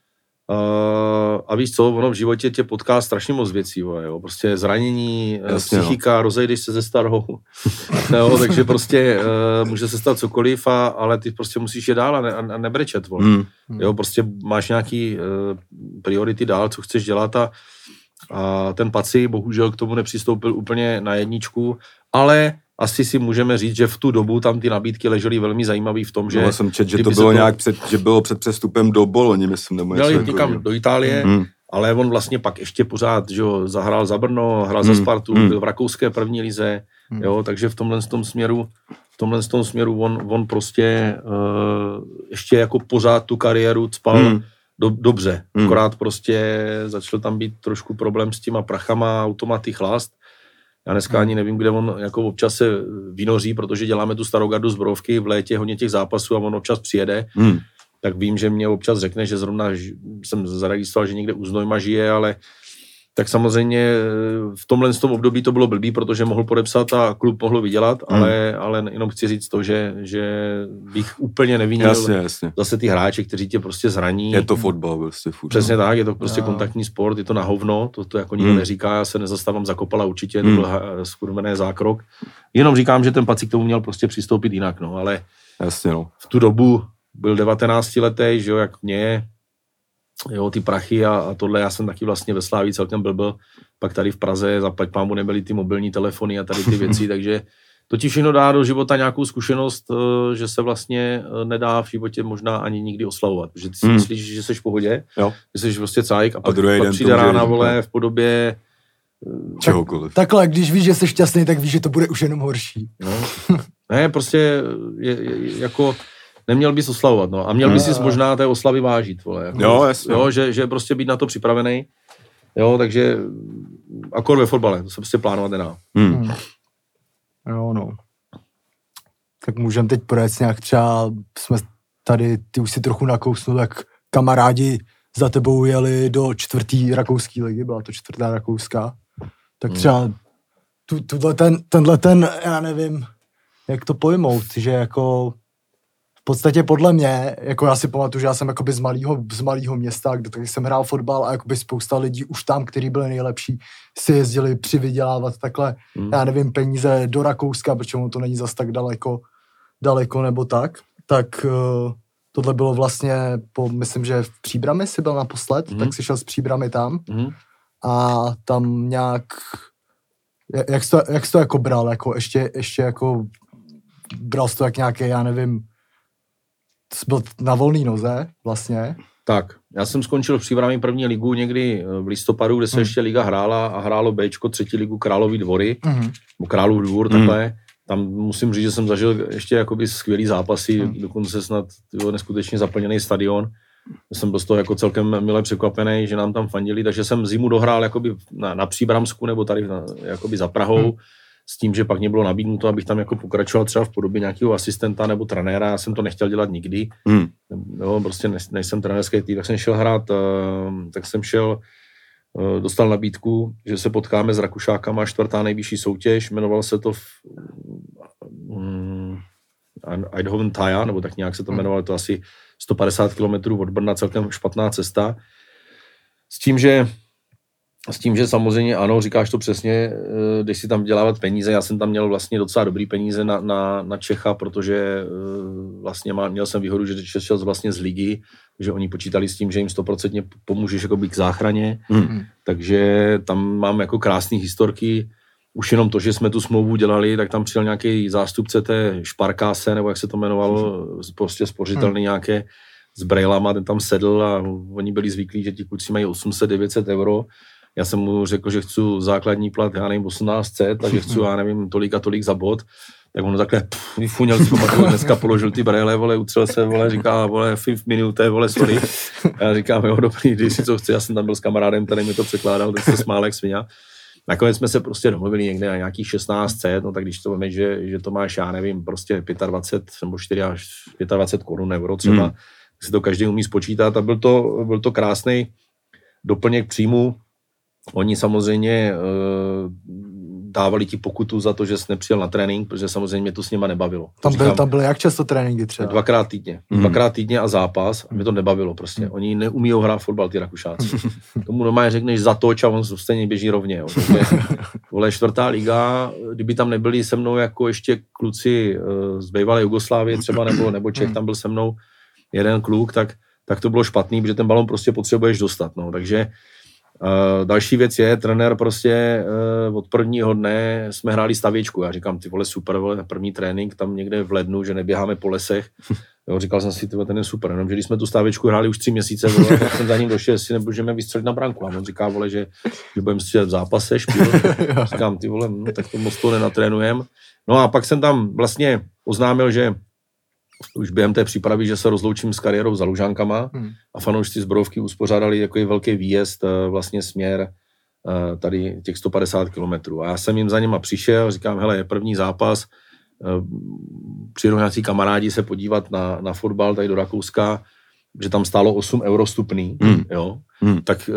Uh, a víš co, ono v životě tě potká strašně moc věcí, jo. Prostě zranění, jasně, psychika, no. Rozejdeš se ze starou, no, takže prostě uh, může se stát cokoliv, a, ale ty prostě musíš je dál a, ne, a nebrečet, hmm. jo, prostě máš nějaký uh, priority dál, co chceš dělat a, a ten Paci bohužel k tomu nepřistoupil úplně na jedničku, ale asi si můžeme říct, že v tu dobu tam ty nabídky ležely velmi zajímavý v tom, že... No, jsem čet, že to bylo to... nějak před, že bylo před přestupem do Boloni, myslím, nebo něco. Měl jít někam jako... do Itálie, mm. ale on vlastně pak ještě pořád, že jo, zahrál za Brno, hrál mm. za Spartu, mm. byl v rakouské první lize, mm. jo, takže v tomhle tom směru, v tomhle tom směru on, on prostě uh, ještě jako pořád tu kariéru cpal mm. do, dobře, mm. akorát prostě začal tam být trošku problém s těma prachama, automaty, chlast. Já dneska ani nevím, kde on jako občas se vynoří, protože děláme tu starou gardu Zbrojovky v létě, hodně těch zápasů a on občas přijede. Hmm. Tak vím, že mě občas řekne, že zrovna jsem zaregistroval, že někde u Znojma žije, ale tak samozřejmě v tomhle z tom období to bylo blbý, protože mohl podepsat a klub mohl vydělat, hmm. ale, ale jenom chci říct to, že, že bych úplně nevinil jasně, jasně. zase ty hráče, kteří tě prostě zraní. Je to fotbal, prostě fotbal. Přesně tak, je to prostě no. kontaktní sport, je to na hovno, to, to jako nikdo hmm. neříká, já se nezastávám Zakopala určitě, hmm. to byl skurvený zákrok. Jenom říkám, že ten Paci k tomu měl prostě přistoupit jinak, no, ale jasně, no. v tu dobu byl devatenáctiletý, že jo, jak mě, jo, ty prachy a, a tohle, já jsem taky vlastně ve Slávii celkem blbl, pak tady v Praze, zaplať pámu nebyly ty mobilní telefony a tady ty věci, takže to ti všechno dá do života nějakou zkušenost, že se vlastně nedá v životě možná ani nikdy oslavovat, protože ty si hmm. myslíš, že jsi v pohodě, jo. že jsi prostě cajk a, a pak, pak přijde rána, vole, v podobě čehokoliv. Tak, takhle, když víš, že jsi šťastný, tak víš, že to bude už jenom horší. No. Ne, prostě je, je, jako neměl bys oslavovat, no. A měl bys si možná té oslavy vážit, vole. Jako, jo, jasně. Jo, že, že prostě být na to připravený. Jo, takže akor ve fotbale, to se prostě plánovat nedá. Hmm. Hmm. Jo, no. Tak můžeme teď projet nějak třeba, jsme tady, ty už si trochu nakousnul, tak kamarádi za tebou jeli do čtvrtý rakouské ligy, byla to čtvrtá rakouská. Tak třeba tu, tuhle ten, tenhle ten, já nevím, jak to pojmout, že jako v podstatě podle mě, jako já si pamatuju, že já jsem jakoby z malého, z malého města, kde taky jsem hrál fotbal a jakoby spousta lidí už tam, kteří byli nejlepší, si jezdili přivydělávat takhle, hmm. já nevím, peníze do Rakouska, protože to není zas tak daleko, daleko nebo tak, tak uh, tohle bylo vlastně, po, myslím, že v Příbrami si byl naposled, hmm. tak si šel z Příbrami tam hmm. a tam nějak, jak jsi to, jak jsi to jako bral, jako ještě, ještě jako bral jsi to jak nějaké, já nevím, jsi byl na volný noze vlastně. Tak, já jsem skončil v Příbrami první ligu někdy v listopadu, kde se hmm. ještě liga hrála a hrálo Bčko, třetí ligu Královy Dvory, hmm. Králův dvůr, hmm. takhle. Tam musím říct, že jsem zažil ještě jakoby skvělý zápasy, hmm. dokonce snad tyho, neskutečně zaplněný stadion. Jsem byl z toho jako celkem mile překvapený, že nám tam fandili, takže jsem zimu dohrál jakoby na, na Příbramsku nebo tady na, jakoby za Prahou, hmm. s tím, že pak mě bylo nabídnuto, abych tam jako pokračoval třeba v podobě nějakého asistenta nebo trenéra. Já jsem to nechtěl dělat nikdy. Hmm. Jo, prostě než, než jsem trenérský tým, tak jsem šel hrát, tak jsem šel, dostal nabídku, že se potkáme s Rakušákama, čtvrtá nejvyšší soutěž, jmenoval se to v, um, Eindhoven Thaya, nebo tak nějak se to jmenovalo, to asi sto padesát kilometrů od Brna, celkem špatná cesta. S tím, že S tím, že samozřejmě ano, říkáš to přesně, když si tam vydělávat peníze, já jsem tam měl vlastně docela dobrý peníze na, na, na Čecha, protože vlastně má, měl jsem výhodu, že šel vlastně z ligy, že oni počítali s tím, že jim stoprocentně pomůžeš jakoby k záchraně, mm. takže tam mám jako krásné historky. Už jenom to, že jsme tu smlouvu dělali, tak tam přijel nějaký zástupce té Šparkáse, nebo jak se to jmenovalo, prostě spořitelný mm. nějaké s brejlama, ten tam sedl a oni byli zvyklí, že ti kluci mají osm set devět set euro. Já jsem mu řekl, že chci základní plat, já nevím, osmnáct set, takže chci, já nevím, tolik a tolik za bod. Tak on takhle pff, vyfuněl, si pamatuju, dneska položil ty brejle, vole, utřel se, vole, říká, vole, pět minuty, vole, sorry. A já říkám, jo, dobrý, když si co chci, já jsem tam byl s kamarádem, který mi to překládal, tak se smál jak svině. Nakonec jsme se prostě domluvili někde na nějakých šestnáct set, no tak když to víme, že, že to máš, já nevím, prostě dvacet pět nebo čtyři až dvacet pět korun euro třeba, hmm. si to každý umí spočítat a byl to, byl to krásný doplněk příjmu. Oni samozřejmě uh, dávali ti pokutu za to, že jsi nepřijel na trénink, protože samozřejmě mě to s nima nebavilo. Tam, byl, tam byly jak často tréninky třeba? Dvakrát týdně. Mm. Dvakrát týdně a zápas. A mě to nebavilo prostě. Mm. Oni neumíjou hrát fotbal, ty Rakušáci. Tomu normálně řekneš zatoč a on stejně běží rovně. Jo. Takže, vole, čtvrtá liga, kdyby tam nebyli se mnou jako ještě kluci uh, z bývalé Jugoslávie třeba, nebo, nebo Čech tam byl se mnou jeden kluk, tak, tak to bylo špatný, protože ten balon prostě potřebuješ dostat. No. Takže Uh, další věc je, trenér prostě uh, od prvního dne jsme hráli stavěčku. Já říkám, ty vole, super, vole, první trénink tam někde v lednu, že neběháme po lesech. Jo, říkal jsem si, ty vole, ten je super. Jenom, že když jsme tu stavěčku hráli už tři měsíce, vole, tak jsem za ním došel, jestli nebudeme vystřelit na branku. A on říká, vole, že, že budeme střílet v zápase, špíl. Říkám, ty vole, no, tak to moc to nenatrénujeme. No a pak jsem tam vlastně oznámil, že už během té přípravy, že se rozloučím s kariérou za Lužánkama hmm. a fanoušci Zbrojovky uspořádali takový velký výjezd vlastně směr tady těch sto padesát kilometrů. A já jsem jim za nima přišel, říkám, hele, je první zápas, přijedou nějací kamarádi se podívat na, na fotbal tady do Rakouska, že tam stálo osm euro vstupný, hmm. jo, hmm. tak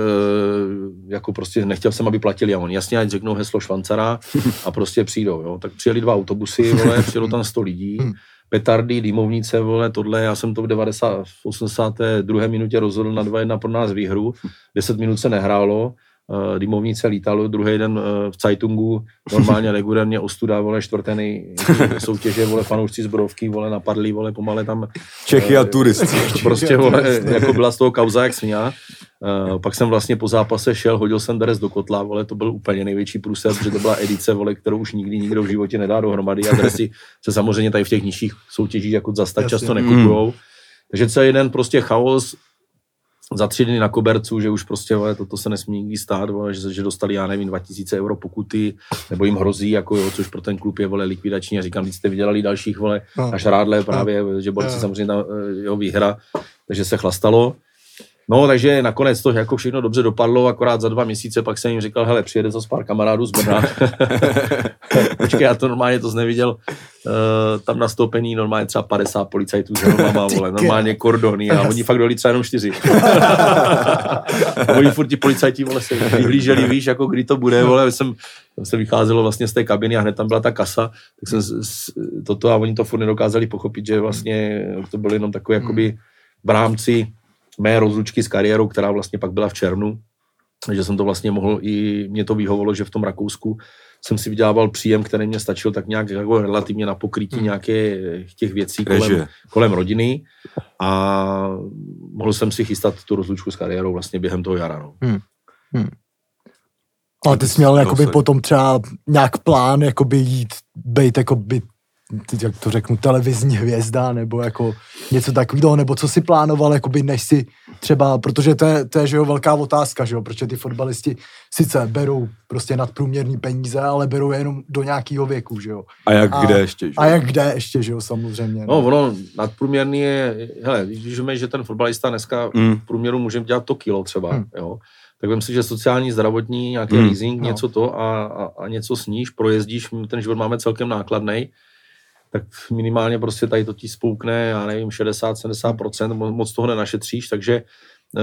jako prostě nechtěl jsem, aby platili a oni jasně, ať řeknou heslo Švancara a prostě přijdou, jo. Tak přijeli dva autobusy, vole, přijelo tam sto lidí, hmm. petardy, dýmovnice, vole, tohle, já jsem to v devadesát, v osmdesáté druhé minutě rozhodl na dva jedna pro nás výhru, deset minut se nehrálo, dýmovnice lítalo, druhý den v Zeitungu, normálně regulérně ostuda, vole, čtvrté nej soutěže, vole, fanoušci Zbrojovky, vole, napadli, vole, pomale tam. Čechy a turisti. Prostě, vole, jako byla z toho kauza jak svině. Uh, pak jsem vlastně po zápase šel, hodil jsem dres do kotla, vole, to byl úplně největší průser, protože to byla edice, vole, kterou už nikdy nikdo v životě nedá dohromady a dresy se samozřejmě tady v těch nižších soutěžích jako zas tak často nekupujou. Mm. Takže celý den prostě chaos, za tři dny na kobercu, že už prostě, vole, toto se nesmí nikdy stát, vole, že, že dostali, já nevím, dva tisíce euro pokuty, nebo jim hrozí, jako jo, což pro ten klub je, vole, likvidační. A říkám, když jste vydělali dalších, vole, až rádle právě, že borci samozřejmě ta jeho výhra, takže se chlastalo. No, takže nakonec to jako všechno dobře dopadlo, akorát za dva měsíce pak jsem jim říkal, hele, přijede zase pár kamarádů z Brna. Počkej, já to normálně to neviděl, uh, tam nastoupení normálně třeba padesát policajtů s helmama, vole, normálně kordony a oni fakt dali třeba jenom čtyři. Oni furt ti policajti, vole, se vyhlíželi, víš, jako kdy to bude, vole, jsem, se vycházelo vlastně z té kabiny a hned tam byla ta kasa, tak jsem z, z, toto a oni to furt nedokázali pochopit, že vlastně to bylo jenom takové jakoby v rámci mé rozlučky s kariérou, která vlastně pak byla v červnu, že jsem to vlastně mohl i, mě to vyhovovalo, že v tom Rakousku jsem si vydělával příjem, který mě stačil tak nějak jako relativně na pokrytí hmm. nějakých těch věcí kolem, kolem rodiny a mohl jsem si chystat tu rozlučku s kariérou vlastně během toho jara. No. Hmm. Hmm. Ale ty jsi měl jakoby potom třeba nějak plán jakoby jít, bejt jakoby, jak to řeknu, televizní hvězda, nebo jako něco takového, nebo co si plánoval, jakoby než si třeba, protože to je, to je že jo, velká otázka, že jo, protože ty fotbalisti sice berou prostě nadprůměrný peníze, ale berou je jenom do nějakého věku, že jo. A jak a, kde ještě, že jo. A jak kde ještě, že jo, samozřejmě. No, no ono, nadprůměrný je, hele, když víme, že ten fotbalista dneska mm. v průměru může dělat to kilo třeba, mm. jo, tak vem si, že sociální, zdravotní, nějaký mm. leasing, no. něco to a, a, a něco sníš, projezdíš, ten život máme celkem nákladnej, tak minimálně prostě tady to ti spoukne, já nevím, šedesát sedmdesát procent, moc toho nenašetříš, takže e,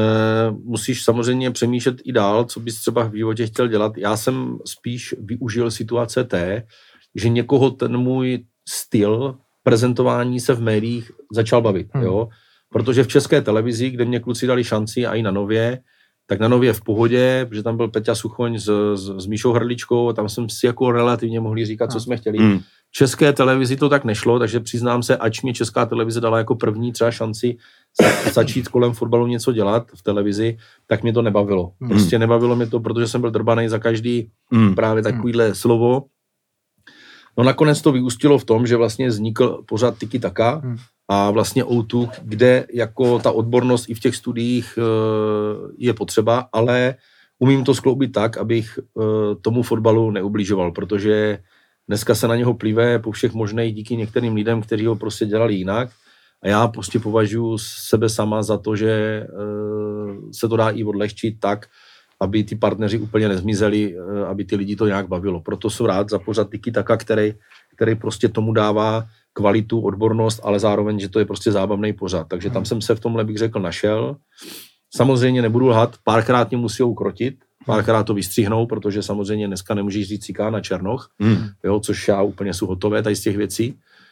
musíš samozřejmě přemýšlet i dál, co bys třeba v životě chtěl dělat. Já jsem spíš využil situace té, že někoho ten můj styl prezentování se v médiích začal bavit, hmm. jo, protože v České televizi, kde mě kluci dali šanci a i na Nově, tak na Nově v pohodě, protože tam byl Peťa Suchoň s, s, s Míšou Hrdličkou a tam jsem si jako relativně mohli říkat, co jsme chtěli. Hmm. České televizi to tak nešlo, takže přiznám se, ač mě Česká televize dala jako první třeba šanci začít kolem fotbalu něco dělat v televizi, tak mě to nebavilo. Hmm. Prostě nebavilo mě to, protože jsem byl drbanej za každý hmm. právě takovýhle slovo. No nakonec to vyústilo v tom, že vlastně vznikl pořád Tiki Taka hmm. a vlastně O dva, kde jako ta odbornost i v těch studiích je potřeba, ale umím to skloubit tak, abych tomu fotbalu neubližoval, protože dneska se na něho plive po všech možných díky některým lidem, kteří ho prostě dělali jinak. A já prostě považuji sebe sama za to, že se to dá i odlehčit tak, aby ty partneři úplně nezmizeli, aby ty lidi to nějak bavilo. Proto jsem rád za pořad Tiki Taka, který, který prostě tomu dává kvalitu, odbornost, ale zároveň, že to je prostě zábavný pořad. Takže tam jsem se v tomhle, bych řekl, našel. Samozřejmě nebudu lhat, párkrát mě musí ukrotit, párkrát to vystřihnou, protože samozřejmě dneska nemůžeš říct ciká na černoch, mm. jo, což já úplně jsou hotové tady z těch věcí.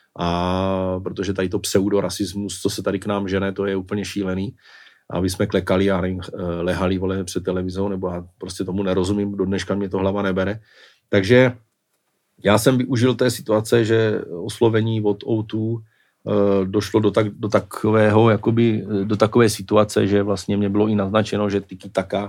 A protože tady to pseudorasismus, co se tady k nám žene, to je úplně šílený. Aby jsme klekali a lehali, vole, před televizou, nebo já prostě tomu nerozumím, do dneška mě to hlava nebere. Takže já jsem využil té situace, že oslovení od O dva došlo do, tak, do takového, jakoby, do takové situace, že vlastně mě bylo i naznačeno, že Tiki Taka,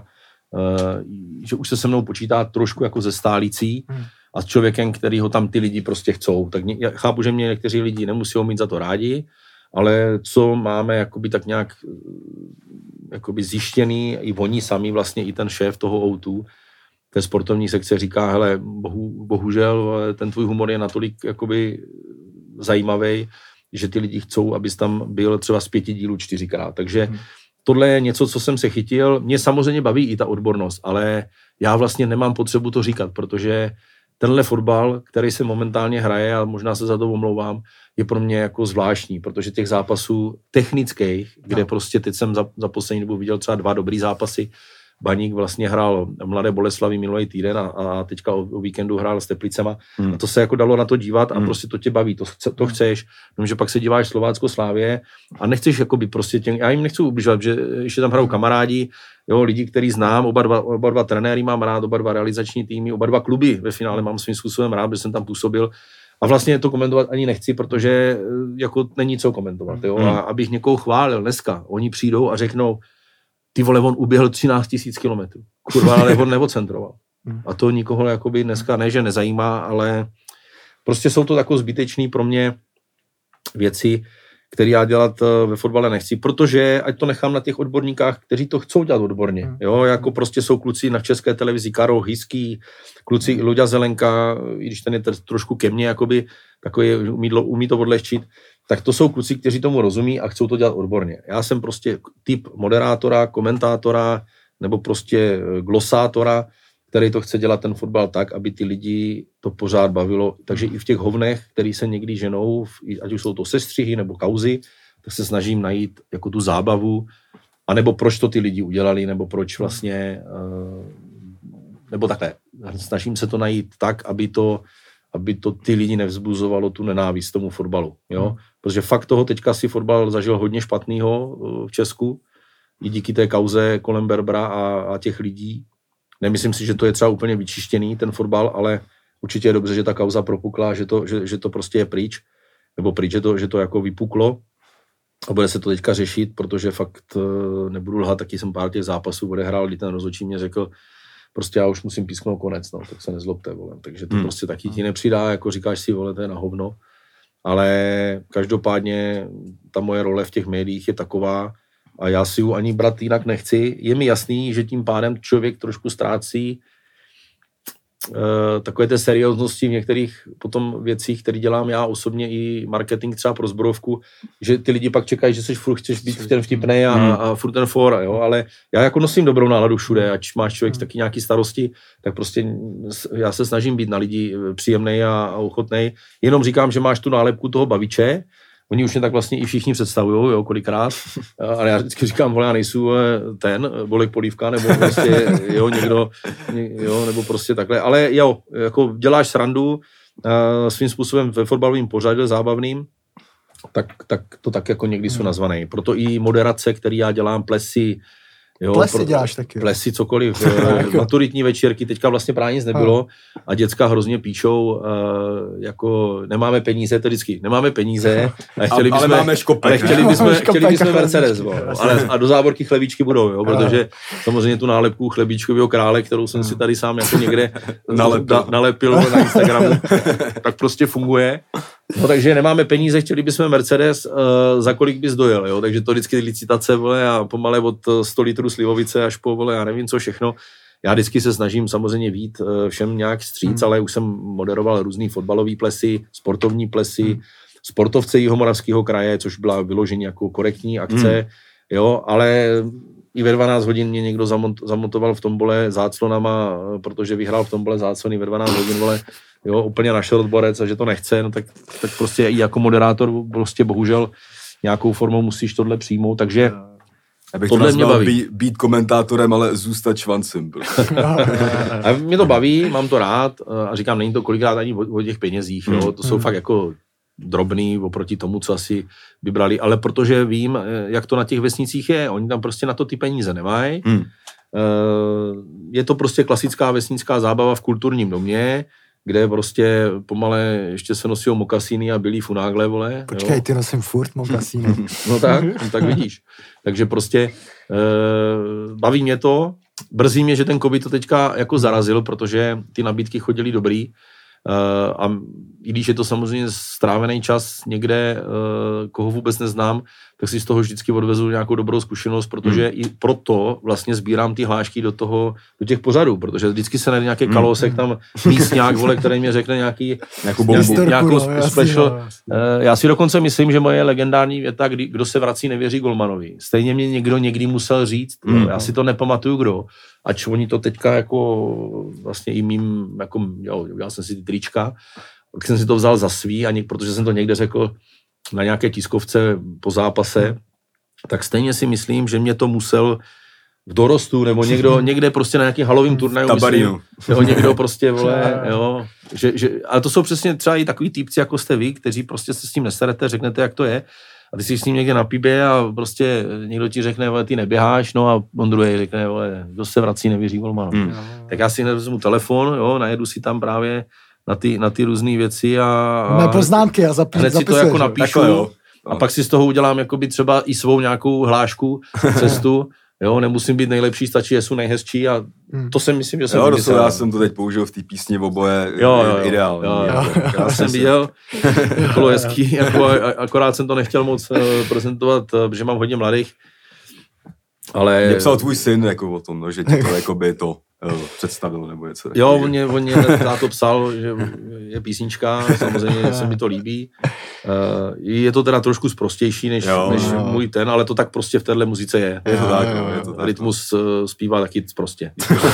že už se se mnou počítá trošku jako ze stálicí a s člověkem, který ho tam ty lidi prostě chcou. Tak já chápu, že mě někteří lidi nemusí mít za to rádi, ale co máme jakoby tak nějak jakoby zjištěný, i oni sami vlastně, i ten šéf toho O dva, té sportovní sekce říká, hele, bohu, bohužel ten tvůj humor je natolik jakoby zajímavý, že ty lidi chcou, abys tam byl třeba z pěti dílů čtyřikrát. Takže hmm. tohle je něco, co jsem se chytil. Mě samozřejmě baví i ta odbornost, ale já vlastně nemám potřebu to říkat, protože tenhle fotbal, který se momentálně hraje, a možná se za to omlouvám, je pro mě jako zvláštní, protože těch zápasů technických, kde no. prostě teď jsem za, za poslední dobu viděl třeba dva dobrý zápasy. Baník vlastně hrál Mladé Boleslavi minulý týden a, a teďka o, o víkendu hrál s Teplicema. Hmm. A to se jako dalo na to dívat a hmm. prostě to tě baví, to, to chceš. Protože pak se díváš Slovácko Slávě a nechceš jakoby prostě tě, já jim nechci ubližovat, že ještě tam hrajou kamarádi, jo, lidi, který znám, oba dva, oba dva trenéry mám rád, oba dva realizační týmy, oba dva kluby ve finále mám svým způsobem rád, protože jsem tam působil. A vlastně to komentovat ani nechci, protože jako není co komentovat. Jo? A abych někoho chválil dneska, oni přijdou a řeknou, ty vole, on uběhl třináct tisíc kilometrů. Kurva, ale on neocentroval. A to nikoho jakoby dneska ne, že nezajímá, ale prostě jsou to takové zbytečné pro mě věci, které já dělat ve fotbale nechci, protože ať to nechám na těch odborníkách, kteří to chcou dělat odborně. Jo, jako prostě jsou kluci na České televizi, Karol Hyský, kluci Luďa Zelenka, i když ten je trošku ke mně, jakoby, takový umí, umí to odlehčit, tak to jsou kluci, kteří tomu rozumí a chcou to dělat odborně. Já jsem prostě typ moderátora, komentátora nebo prostě glosátora, který to chce dělat ten fotbal tak, aby ty lidi to pořád bavilo. Takže i v těch hovnech, který se někdy ženou, ať už jsou to sestřihy nebo kauzy, tak se snažím najít jako tu zábavu, anebo proč to ty lidi udělali, nebo proč vlastně, nebo takhle. Snažím se to najít tak, aby to, aby to ty lidi nevzbuzovalo tu nenávist tomu fotbalu. Jo? Protože fakt toho teďka si fotbal zažil hodně špatného v Česku, i díky té kauze kolem Berbera a, a těch lidí. Nemyslím si, že to je třeba úplně vyčištěný, ten fotbal, ale určitě je dobře, že ta kauza propukla, že to, že, že to prostě je pryč, nebo pryč, že to, že to jako vypuklo a bude se to teďka řešit, protože fakt nebudu lhat, taky jsem pár těch zápasů odehrál, kdy ten rozhodčí mě řekl, prostě já už musím písknout konec, no, tak se nezlobte, vole. Takže to hmm. prostě taky ti nepřidá, jako říkáš si, vole, to je na hovno, ale každopádně ta moje role v těch médiích je taková, a já si ju ani brát jinak nechci. Je mi jasný, že tím pádem člověk trošku ztrácí uh, takové té serióznosti v některých potom věcích, které dělám já osobně i marketing třeba pro zbrojovku, že ty lidi pak čekají, že seš furt chceš být ten vtipnej a, hmm. a furt ten for, jo, ale já jako nosím dobrou náladu všude, ať máš člověk hmm. taky nějaký starosti, tak prostě já se snažím být na lidi příjemnej a, a ochotnej. Jenom říkám, že máš tu nálepku toho baviče. Oni už mě tak vlastně i všichni představují, jo, kolikrát, ale já vždycky říkám, vole, já nejsou ten, Bolek Polívka, nebo prostě, jo, někdo, jo, nebo prostě takhle, ale jo, jako děláš srandu uh, svým způsobem ve fotbalovém pořadu, zábavným, tak, tak to tak jako někdy jsou nazvané. Proto i moderace, který já dělám, plesy, jo, plesy pro, děláš taky. Plesy, cokoliv. Maturitní večírky, teďka vlastně právě nic nebylo a děcka hrozně píšou, uh, jako nemáme peníze, to vždycky nemáme peníze, ale chtěli bychom, ale máme škopek, ale chtěli bychom, chtěli bychom Mercedes, bo, ale a do závorky chlebíčky budou, jo, protože samozřejmě tu nálepku chlebíčkového krále, kterou jsem si tady sám jako někde nalepil, nalepil na Instagramu, tak prostě funguje. No takže nemáme peníze, chtěli bychom Mercedes, uh, za kolik bys dojel, jo, takže to vždycky licitace, vole, a pomale od sto litrů slivovice až po, vole, já nevím co všechno. Já vždycky se snažím samozřejmě vít uh, všem nějak stříc, hmm. ale už jsem moderoval různý fotbalový plesy, sportovní plesy, hmm. sportovce Jihomoravského kraje, což byla vyloženě jako korektní akce, hmm. jo, ale i ve dvanáct hodin mě někdo zamont, zamontoval v tombole záclonama, protože vyhrál v tombole záclony ve dvanáct hodin, vole, jo, úplně našel odborec a že to nechce, no tak, tak prostě i jako moderátor prostě bohužel nějakou formou musíš tohle přijmout, takže abych to nazval být, být komentátorem, ale zůstat švancem. A mě to baví, mám to rád a říkám, není to kolikrát ani o, o těch penězích, jo, to jsou hmm. fakt jako drobný oproti tomu, co asi vybrali, ale protože vím, jak to na těch vesnicích je, oni tam prostě na to ty peníze nemají. Hmm. Je to prostě klasická vesnická zábava v kulturním domě, kde prostě pomale ještě se nosí mokasíny a bílý funágle, vole. Počkej, jo. Ty nosím furt mokasíny. No tak, no tak vidíš. Takže prostě e, baví mě to. Brzí mě, že ten covid to teďka jako zarazil, protože ty nabídky chodily dobrý. E, a i když je to samozřejmě strávený čas někde, e, koho vůbec neznám, tak si z toho vždycky odvezu nějakou dobrou zkušenost, protože hmm. i proto vlastně sbírám ty hlášky do toho, do těch pořadů, protože vždycky se najde nějaký hmm. kalosek tam místňák, vole, který mě řekne nějaký, nějakou, nějakou, nějakou special. E, já si dokonce myslím, že moje legendární věta, kdy, kdo se vrací, nevěří golmanovi. Stejně mě někdo někdy musel říct, hmm. já si to nepamatuju kdo, ač oni to teďka jako vlastně i mým, jako, jo, já jsem si ty trička, tak jsem si to vzal za svý, a něk, protože jsem to někde řekl na nějaké tiskovce po zápase, tak stejně si myslím, že mě to musel v dorostu, nebo někdo, někde prostě na nějaký halovým turnaju, myslím, jo, někdo prostě, vole, jo, že, že, ale to jsou přesně třeba i takový týpci, jako jste vy, kteří prostě se s tím neserete, řeknete, jak to je, a ty jsi s ním někde na píbě a prostě někdo ti řekne, vole, ty neběháš, no a on druhý řekne, vole, kdo se vrací, nevěří golmanu. Hmm. Tak já si hned vezmu telefon, jo, najedu si tam právě na ty, na ty různé věci a, a poznámky a zapis, hned si to jako napíšu a pak si z toho udělám jakoby třeba i svou nějakou hlášku, cestu Jo, nemusím být nejlepší, stačí, že jsou nejhezčí a to si myslím, že jsem jo, dosud, já jsem to teď použil v té písni v oboje, jo, jo, ideální. Jo, jo, jo. Já jsem viděl, bylo hezký, jako, akorát jsem to nechtěl moc prezentovat, protože mám hodně mladých, ale... Mě psal tvůj syn jako o tom, no, že ti to jako by to jo, představil nebo něco. Jo, on mě, on mě to psal, že je písnička, samozřejmě se mi to líbí. Je to teda trošku sprostější než, jo, než jo. můj ten, ale to tak prostě v téhle muzice je. Je to tak, jo, je to tak. Rytmus zpívá taky prostě.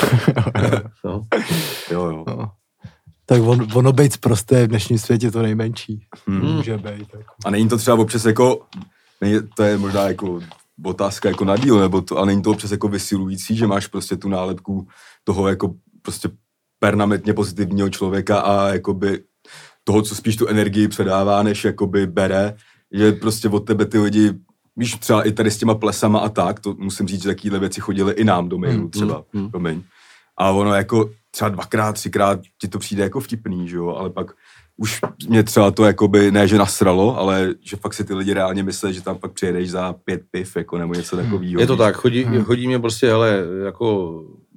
jo, jo. jo. Tak on, ono být prosté v dnešním světě to nejmenší. Hmm. Může být. Jako. A není to třeba občas jako, není, to je možná jako otázka jako na díl, nebo to, a není to občas jako vysilující, že máš prostě tu nálepku toho jako prostě permanentně pozitivního člověka a jakoby toho, co spíš tu energii předává, než jakoby bere, že prostě od tebe ty lidi, víš, třeba i tady s těma plesama a tak, to musím říct, že takovýhle věci chodily i nám do mailu třeba, mm, mm. promiň. A ono jako třeba dvakrát, třikrát ti to přijde jako vtipný, že jo, ale pak už mě třeba to jakoby, ne že nasralo, ale že fakt si ty lidi reálně myslí, že tam pak přijedeš za pět piv, jako nebo něco takového. Je to tak, chodí, hmm. chodí mě prostě, hele, jako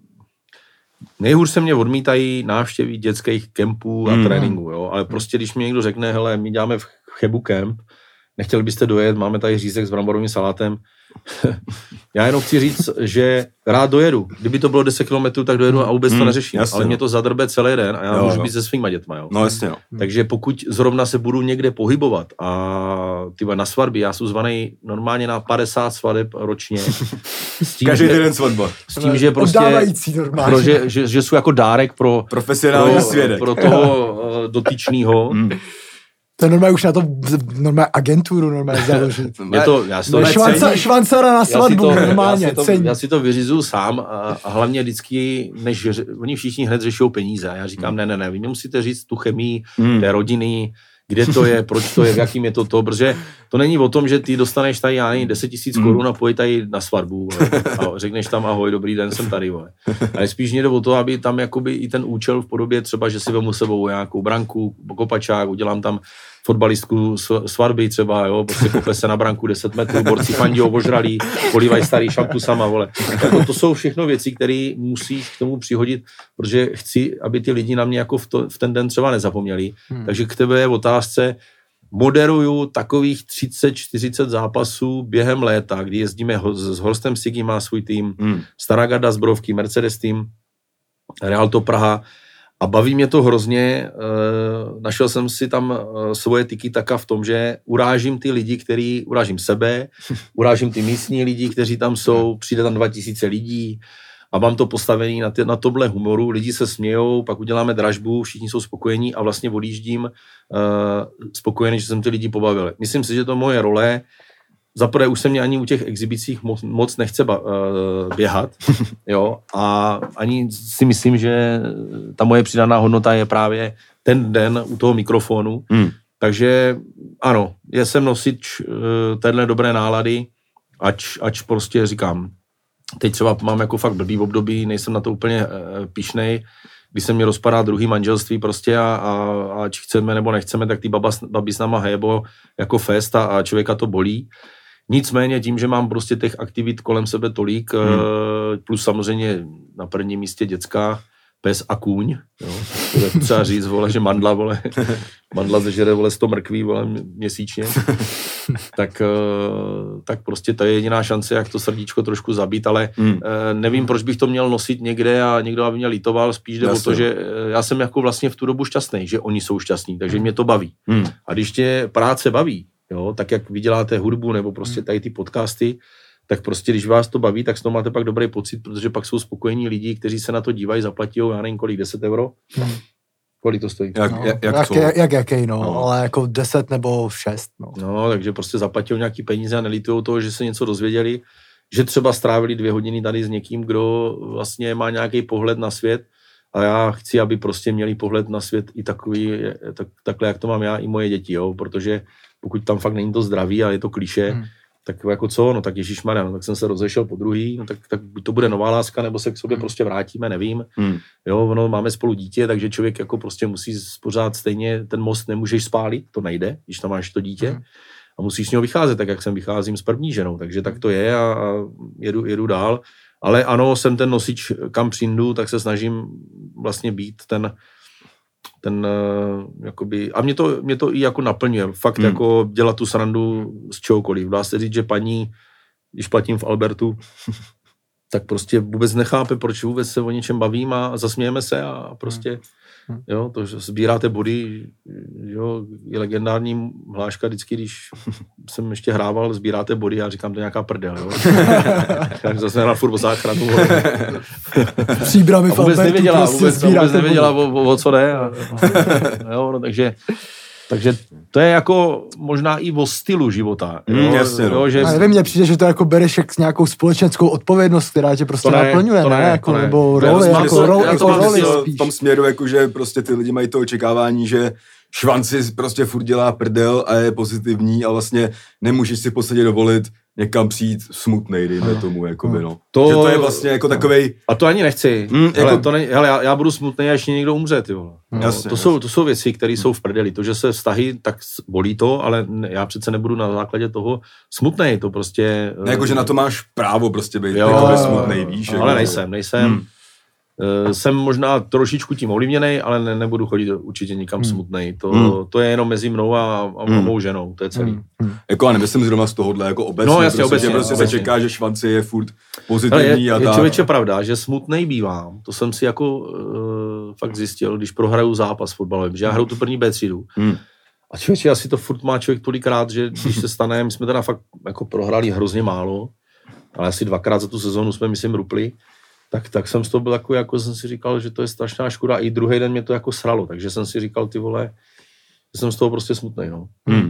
nejhůř se mě odmítají návštěvy dětských kempů a hmm. tréninků, jo, ale prostě když mi někdo řekne, hele, my děláme v Chebu kemp, nechtěli byste dojet, máme tady řízek s bramborovým salátem. Já jenom chci říct, že rád dojedu. Kdyby to bylo deset kilometrů, tak dojedu a vůbec to neřeším. Jasně, ale mě to zadrbe celý den a já jo, můžu jo. být se svýma dětma. Jo. No jasně, no. Takže pokud zrovna se budu někde pohybovat a tyba na svatby, já jsem zvaný normálně na padesát svadeb ročně. Tím, každý den svatba. S tím, že prostě, pro, že, že, že jsou jako dárek pro, profesionální pro, svědek. pro toho uh, dotyčného. Mm. To je normálně už na to normálně agenturu normálně založit. Je to, já si to Švanca, švancara na svatbu, já to, normálně, já si, to, já si to vyřizuju sám a, a hlavně vždycky, než oni všichni hned řešou peníze. Já říkám, hmm. ne, ne, ne, vy mě musíte říct tu chemii hmm. té rodiny, kde to je, proč to je, v jakým je to to, protože to není o tom, že ty dostaneš tady, já nevím, deset tisíc korun a pojď tady na svatbu a řekneš tam ahoj, dobrý den, jsem tady, vole. Ale spíš jde o to, aby tam jakoby i ten účel v podobě třeba, že si vemu sebou nějakou branku, kopačák, udělám tam fotbalistku svatby třeba, jo, prostě kope se na branku deset metrů, borci fandijou, ožralí, polívají starý šampusama, vole. Jako to jsou všechno věci, které musíš k tomu přihodit, protože chci, aby ty lidi na mě jako v, to, v ten den třeba nezapomněli. Hmm. Takže k tebe je v otázce, moderuju takových třicet čtyřicet zápasů během léta, kdy jezdíme ho, s Horstem Sigi, má svůj tým, hmm. Stará Garda z Brovky, Mercedes tým, Realto Praha, a baví mě to hrozně, našel jsem si tam svoje tiki-taka v tom, že urážím ty lidi, který, urážím sebe, urážím ty místní lidi, kteří tam jsou, přijde tam dva tisíce lidí a mám to postavený na, ty, na tohle humoru, lidi se smějou, pak uděláme dražbu, všichni jsou spokojení a vlastně odjíždím uh, spokojený, že jsem ty lidi pobavil. Myslím si, že to moje role. Zaprvé už se mě ani u těch exhibicích moc, moc nechce ba, uh, běhat, jo, a ani si myslím, že ta moje přidaná hodnota je právě ten den u toho mikrofonu. Hmm. Takže ano, já jsem nosič uh, téhle dobré nálady, ač, ač prostě říkám, teď třeba mám jako fakt blbý období, nejsem na to úplně uh, pyšnej, když se mě rozpadá druhý manželství prostě a, a, a ať chceme nebo nechceme, tak ty baba, babi s náma hejbo jako fest a, a člověka to bolí. Nicméně tím, že mám prostě těch aktivit kolem sebe tolik, hmm. plus samozřejmě na prvním místě dětská, pes a kůň, jo, to je třeba říct, vole, že mandla, vole, mandla zežere, vole, sto mrkví, vole, měsíčně, tak, tak prostě to je jediná šance, jak to srdíčko trošku zabít, ale hmm. nevím, proč bych to měl nosit někde a někdo aby mě lítoval, spíš jde o to, že já jsem jako vlastně v tu dobu šťastný, že oni jsou šťastní, takže mě to baví. Hmm. A když tě práce baví, jo, tak jak vy děláte hudbu nebo prostě tady ty podcasty, tak prostě když vás to baví, tak z toho máte pak dobrý pocit, protože pak jsou spokojení lidi, kteří se na to dívají, zaplatí, já nevím kolik, deset euro. Hmm. Kolik to stojí? Jak, no, jak, jak, jak, jak jaký, no, no, ale jako deset nebo šest, no. No, takže prostě zaplatí nějaký peníze a nelitujou toho, že se něco dozvěděli, že třeba strávili dvě hodiny tady s někým, kdo vlastně má nějaký pohled na svět a já chci, aby prostě měli pohled na svět i takový, tak, takhle, jak to mám já i moje děti, jo, protože pokud tam fakt není to zdraví a je to klišé, hmm. tak jako co, no tak ježišmarja, no tak jsem se rozešel po druhý, no tak, tak to bude nová láska, nebo se k sobě prostě vrátíme, nevím. Hmm. Jo, ono, máme spolu dítě, takže člověk jako prostě musí pořád stejně, ten most nemůžeš spálit, to nejde, když tam máš to dítě. Hmm. a musíš s něho vycházet, tak jak jsem vycházím s první ženou, takže tak to je a, a jedu, jedu dál. Ale ano, jsem ten nosič, kam přijdu, tak se snažím vlastně být ten, ten jakoby, a mě to, mě to i jako naplňuje, fakt hmm. jako dělat tu srandu z čehokoliv. Dá se říct, že paní, když platím v Albertu, tak prostě vůbec nechápe, proč vůbec se o něčem bavím a zasmějeme se a prostě, jo, to, že sbíráte body, jo, je legendární hláška vždycky, když jsem ještě hrával, sbíráte body, já říkám, to je nějaká prdel, jo. Takže zase hrál furt o záchranu. Příbramy v vůbec Albertu, nevěděla, prostě vůbec, vůbec nevěděla, o, o, o co jde. A, a, jo, no, takže Takže to je jako možná i o stylu života. Mm, jo, jasně, jo, že... A nevím, mně přijde, že to jako bereš jak s nějakou společenskou odpovědnost, která tě prostě to ne, naplňuje, to ne, ne? Jako, to ne. nebo Já roli, to jako, myslím, roli, já jako to roli myslím spíš. v tom směru, jako, že prostě ty lidi mají to očekávání, že Švanci prostě furt dělá prdel a je pozitivní a vlastně nemůžeš si v podstatě dovolit někam přijít smutnej, dejme tomu, jakoby, no. To, že to je vlastně jako takovej... A to ani nechci. Mm, hele, jako... to ne, hele, já, já budu smutný, až někdo umře, ty vole. No, jasně, to, jsou, to jsou věci, které jsou v prdeli. To, že se vztahy, tak bolí to, ale já přece nebudu na základě toho smutnej, to prostě... Ne, jako, že na to máš právo prostě být jo, jako smutnej, víš. Ale jako, nejsem, nejsem. Hmm. Uh, jsem možná trošičku tím ovlivněnej, ale ne, nebudu chodit určitě nikam hmm. smutnej. To, hmm. to je jenom mezi mnou a, a hmm. mou ženou, to je celý. Hmm. Jako a nemyslím zrovna z tohohle, jako obecně, no, jasně, prostě, obecně, prostě obecně. se čeká, že Švanci je furt pozitivní. Ale je, a je tak. člověče pravda, že smutnej bývám, to jsem si jako uh, fakt zjistil, když prohraju zápas fotbalovým, že já hraju tu první bé třídu. Hmm. A člověče, asi to furt má člověk tolikrát, že když se stane, my jsme teda fakt jako prohrali hrozně málo, ale asi dvakrát za tu sezónu jsme, myslím, rupli. Tak, tak jsem z toho byl takový, jako jsem si říkal, že to je strašná škoda. I druhý den mě to jako sralo, takže jsem si říkal, ty vole, že jsem z toho prostě smutnej, no. Hmm.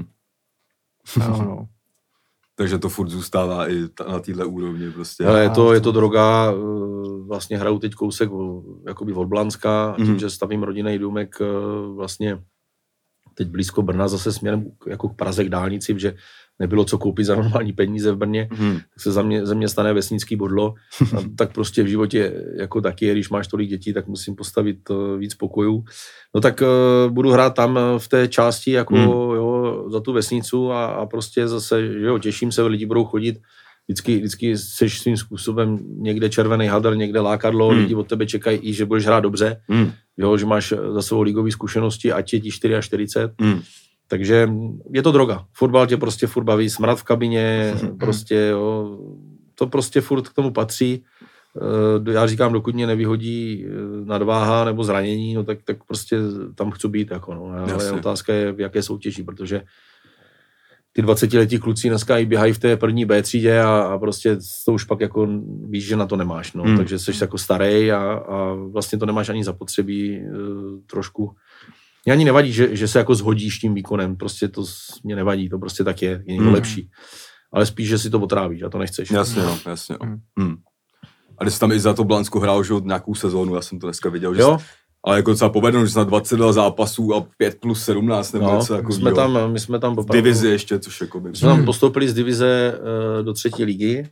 No, no. Takže to furt zůstává i ta, na téhle úrovni prostě. Ale je to, je to droga, vlastně hraju teď kousek jakoby od Blanska, tím, mm. že stavím rodinný důmek vlastně teď blízko Brna, zase směrem jako k Praze k dálnici, že nebylo co koupit za normální peníze v Brně, hmm. tak se za mě, ze mě stane vesnický bodlo. A tak prostě v životě jako taky, když máš tolik dětí, tak musím postavit uh, víc pokojů. No tak uh, budu hrát tam v té části jako hmm. jo, za tu vesnicu a, a prostě zase, že jo, těším se, lidi budou chodit. Vždycky, vždycky seš svým způsobem někde červený hadr, někde lákadlo, hmm. lidi od tebe čekají i, že budeš hrát dobře, hmm. jo, že máš za svou ligové zkušenosti, ať je ti čtyřicet čtyři. Hmm. Takže je to droga. Fotbal tě prostě furt baví, smrad v kabině, prostě jo, to prostě furt k tomu patří. Já říkám, dokud mě nevyhodí nadváha nebo zranění, no tak, tak prostě tam chci být, jako no. Ale otázka je, v jaké soutěži, protože ty dvacetiletí kluci dneska i běhají v té první bé třídě a, a prostě to už pak jako víš, že na to nemáš, no. Hmm. Takže jsi jako starý a, a vlastně to nemáš ani zapotřebí e, trošku. Mě ani nevadí, že, že se jako zhodíš tím výkonem, prostě to mě nevadí, to prostě tak je, je někdo hmm. lepší. Ale spíš, že si to otrávíš a to nechceš. Jasně, no, jasně. No. Hmm. A když jsi tam i za to Blansku hrál už nějakou sezónu, já jsem to dneska viděl, že jsi, ale jako docela povedeno, že jsi na dvacet dva zápasů a pět plus sedmnáct nebo no, něco jako my jsme tam, my jsme tam v divizi ještě, což jako by... My jsme tam postoupili z divize uh, do třetí ligy.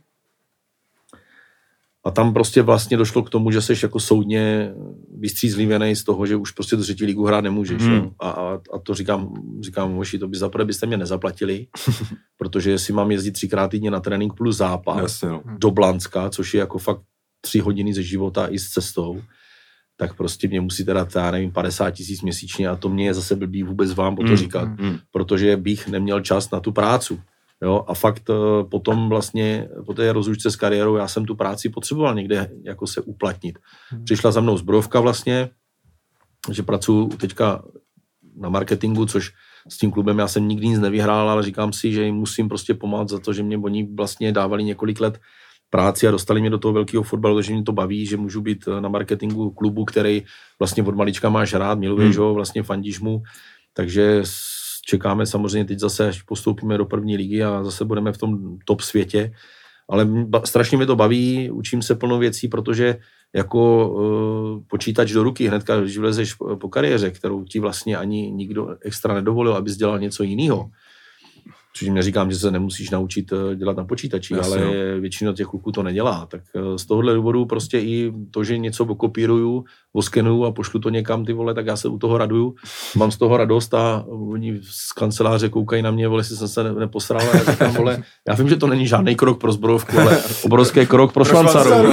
A tam prostě vlastně došlo k tomu, že seš jako soudně vystřízlivěnej z toho, že už prostě do třetí ligu hrát nemůžeš. Mm. A, a, a to říkám, říkám, moši, to by zaprvé byste mě nezaplatili, protože jestli mám jezdit třikrát týdně na trénink plus zápas Jasně, no. do Blanska, což je jako fakt tři hodiny ze života i s cestou, tak prostě mě musíte dát, já nevím, padesát tisíc měsíčně a to mě je zase blbý vůbec vám o to říkat, mm. protože bych neměl čas na tu práci. Jo, a fakt potom vlastně po té rozlučce s kariérou já jsem tu práci potřeboval někde jako se uplatnit. Přišla za mnou zbrojovka vlastně, že pracuji teďka na marketingu, což s tím klubem já jsem nikdy nic nevyhrál, ale říkám si, že jim musím prostě pomáhat za to, že mě oni vlastně dávali několik let práci a dostali mě do toho velkého fotbalu, takže mě to baví, že můžu být na marketingu klubu, který vlastně od malička máš rád, miluješ ho, vlastně fandíš mu, takže čekáme samozřejmě teď zase, až postoupíme do první ligy a zase budeme v tom top světě, ale strašně mě to baví, učím se plno věcí, protože jako uh, počítač do ruky hnedka, když vlezeš po kariéře, kterou ti vlastně ani nikdo extra nedovolil, abys dělal něco jiného, Což neříkám, že se nemusíš naučit dělat na počítači, Jasně, ale jo. většina těch kluků to nedělá. Tak z tohohle důvodu prostě i to, že něco okopíruju, oskenuju a pošlu to někam, ty vole, tak já se u toho raduju. Mám z toho radost a oni z kanceláře koukají na mě, vole, jestli jsem se neposral. A já říkám, vole, já vím, že to není žádný krok pro zbrojovku, ale obrovský krok pro švancaru.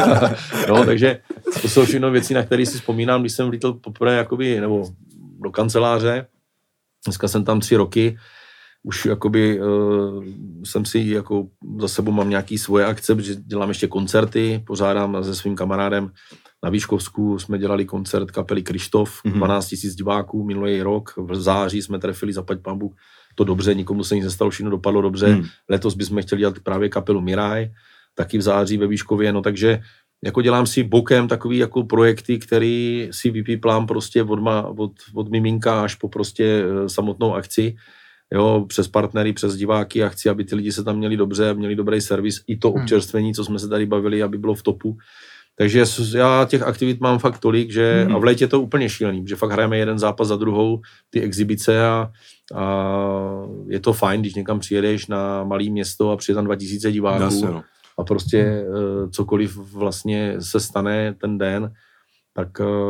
No, takže to jsou všechno věci, na které si vzpomínám, když jsem vlítl poprvé jakoby, nebo do kanceláře. Dneska jsem tam tři roky. Už jakoby uh, jsem si jako za sebou mám nějaký svoje akce, protože dělám ještě koncerty, pořádám se svým kamarádem na Výškovsku, jsme dělali koncert kapely Krištof, mm-hmm. dvanáct tisíc diváků minulý rok, v září jsme trefili zaplať pambu, to dobře, nikomu se nic nestalo, všechno dopadlo dobře, mm. letos bychom chtěli dělat právě kapelu Miraj, taky v září ve Výškově, no takže jako dělám si bokem takový jako projekty, který si vypíplám prostě od, ma, od, od miminka až po prostě samotnou akci, jo, přes partnery, přes diváky a chci, aby ty lidi se tam měli dobře, měli dobrý servis, i to občerstvení, co jsme se tady bavili, aby bylo v topu. Takže já těch aktivit mám fakt tolik, že hmm. a v létě je to úplně šílený, že fakt hrajeme jeden zápas za druhou, ty exibice a, a je to fajn, když někam přijedeš na malé město a přijde tam dva tisíce diváků Jasně, no. a prostě hmm. cokoliv vlastně se stane ten den, tak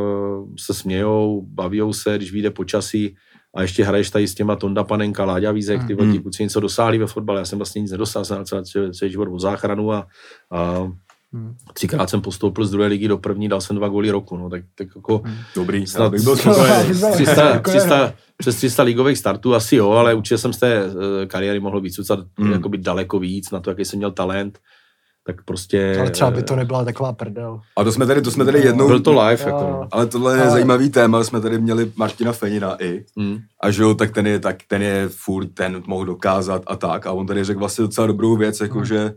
se smějou, bavíjou se, když vyjde počasí, a ještě hraješ tady s těma Tonda Panenka, Láďa Vízek, ty mm. kluci něco dosáhli ve fotbale, já jsem vlastně nic nedosáhl, jsem celý, celý život o záchranu a, a mm. třikrát jsem postoupil z druhé ligy do první, dal jsem dva góly roku, no, tak, tak jako... Mm. Dobrý, snad byl tři sta, tři sta, přes tři sta ligových startů asi jo, ale určitě jsem z té uh, kariéry mohl vycucat mm. jakoby daleko víc na to, jaký jsem měl talent. Tak prostě... Ale třeba by to nebyla taková prdel. A to jsme tady, to jsme tady jednou... Byl to live, jo. Jako. Ale tohle je ale... zajímavý téma, jsme tady měli Martina Fenina i. Mm. A že jo, tak ten je, tak ten je furt, ten mohl dokázat a tak. A on tady řekl vlastně docela dobrou věc, jako mm. že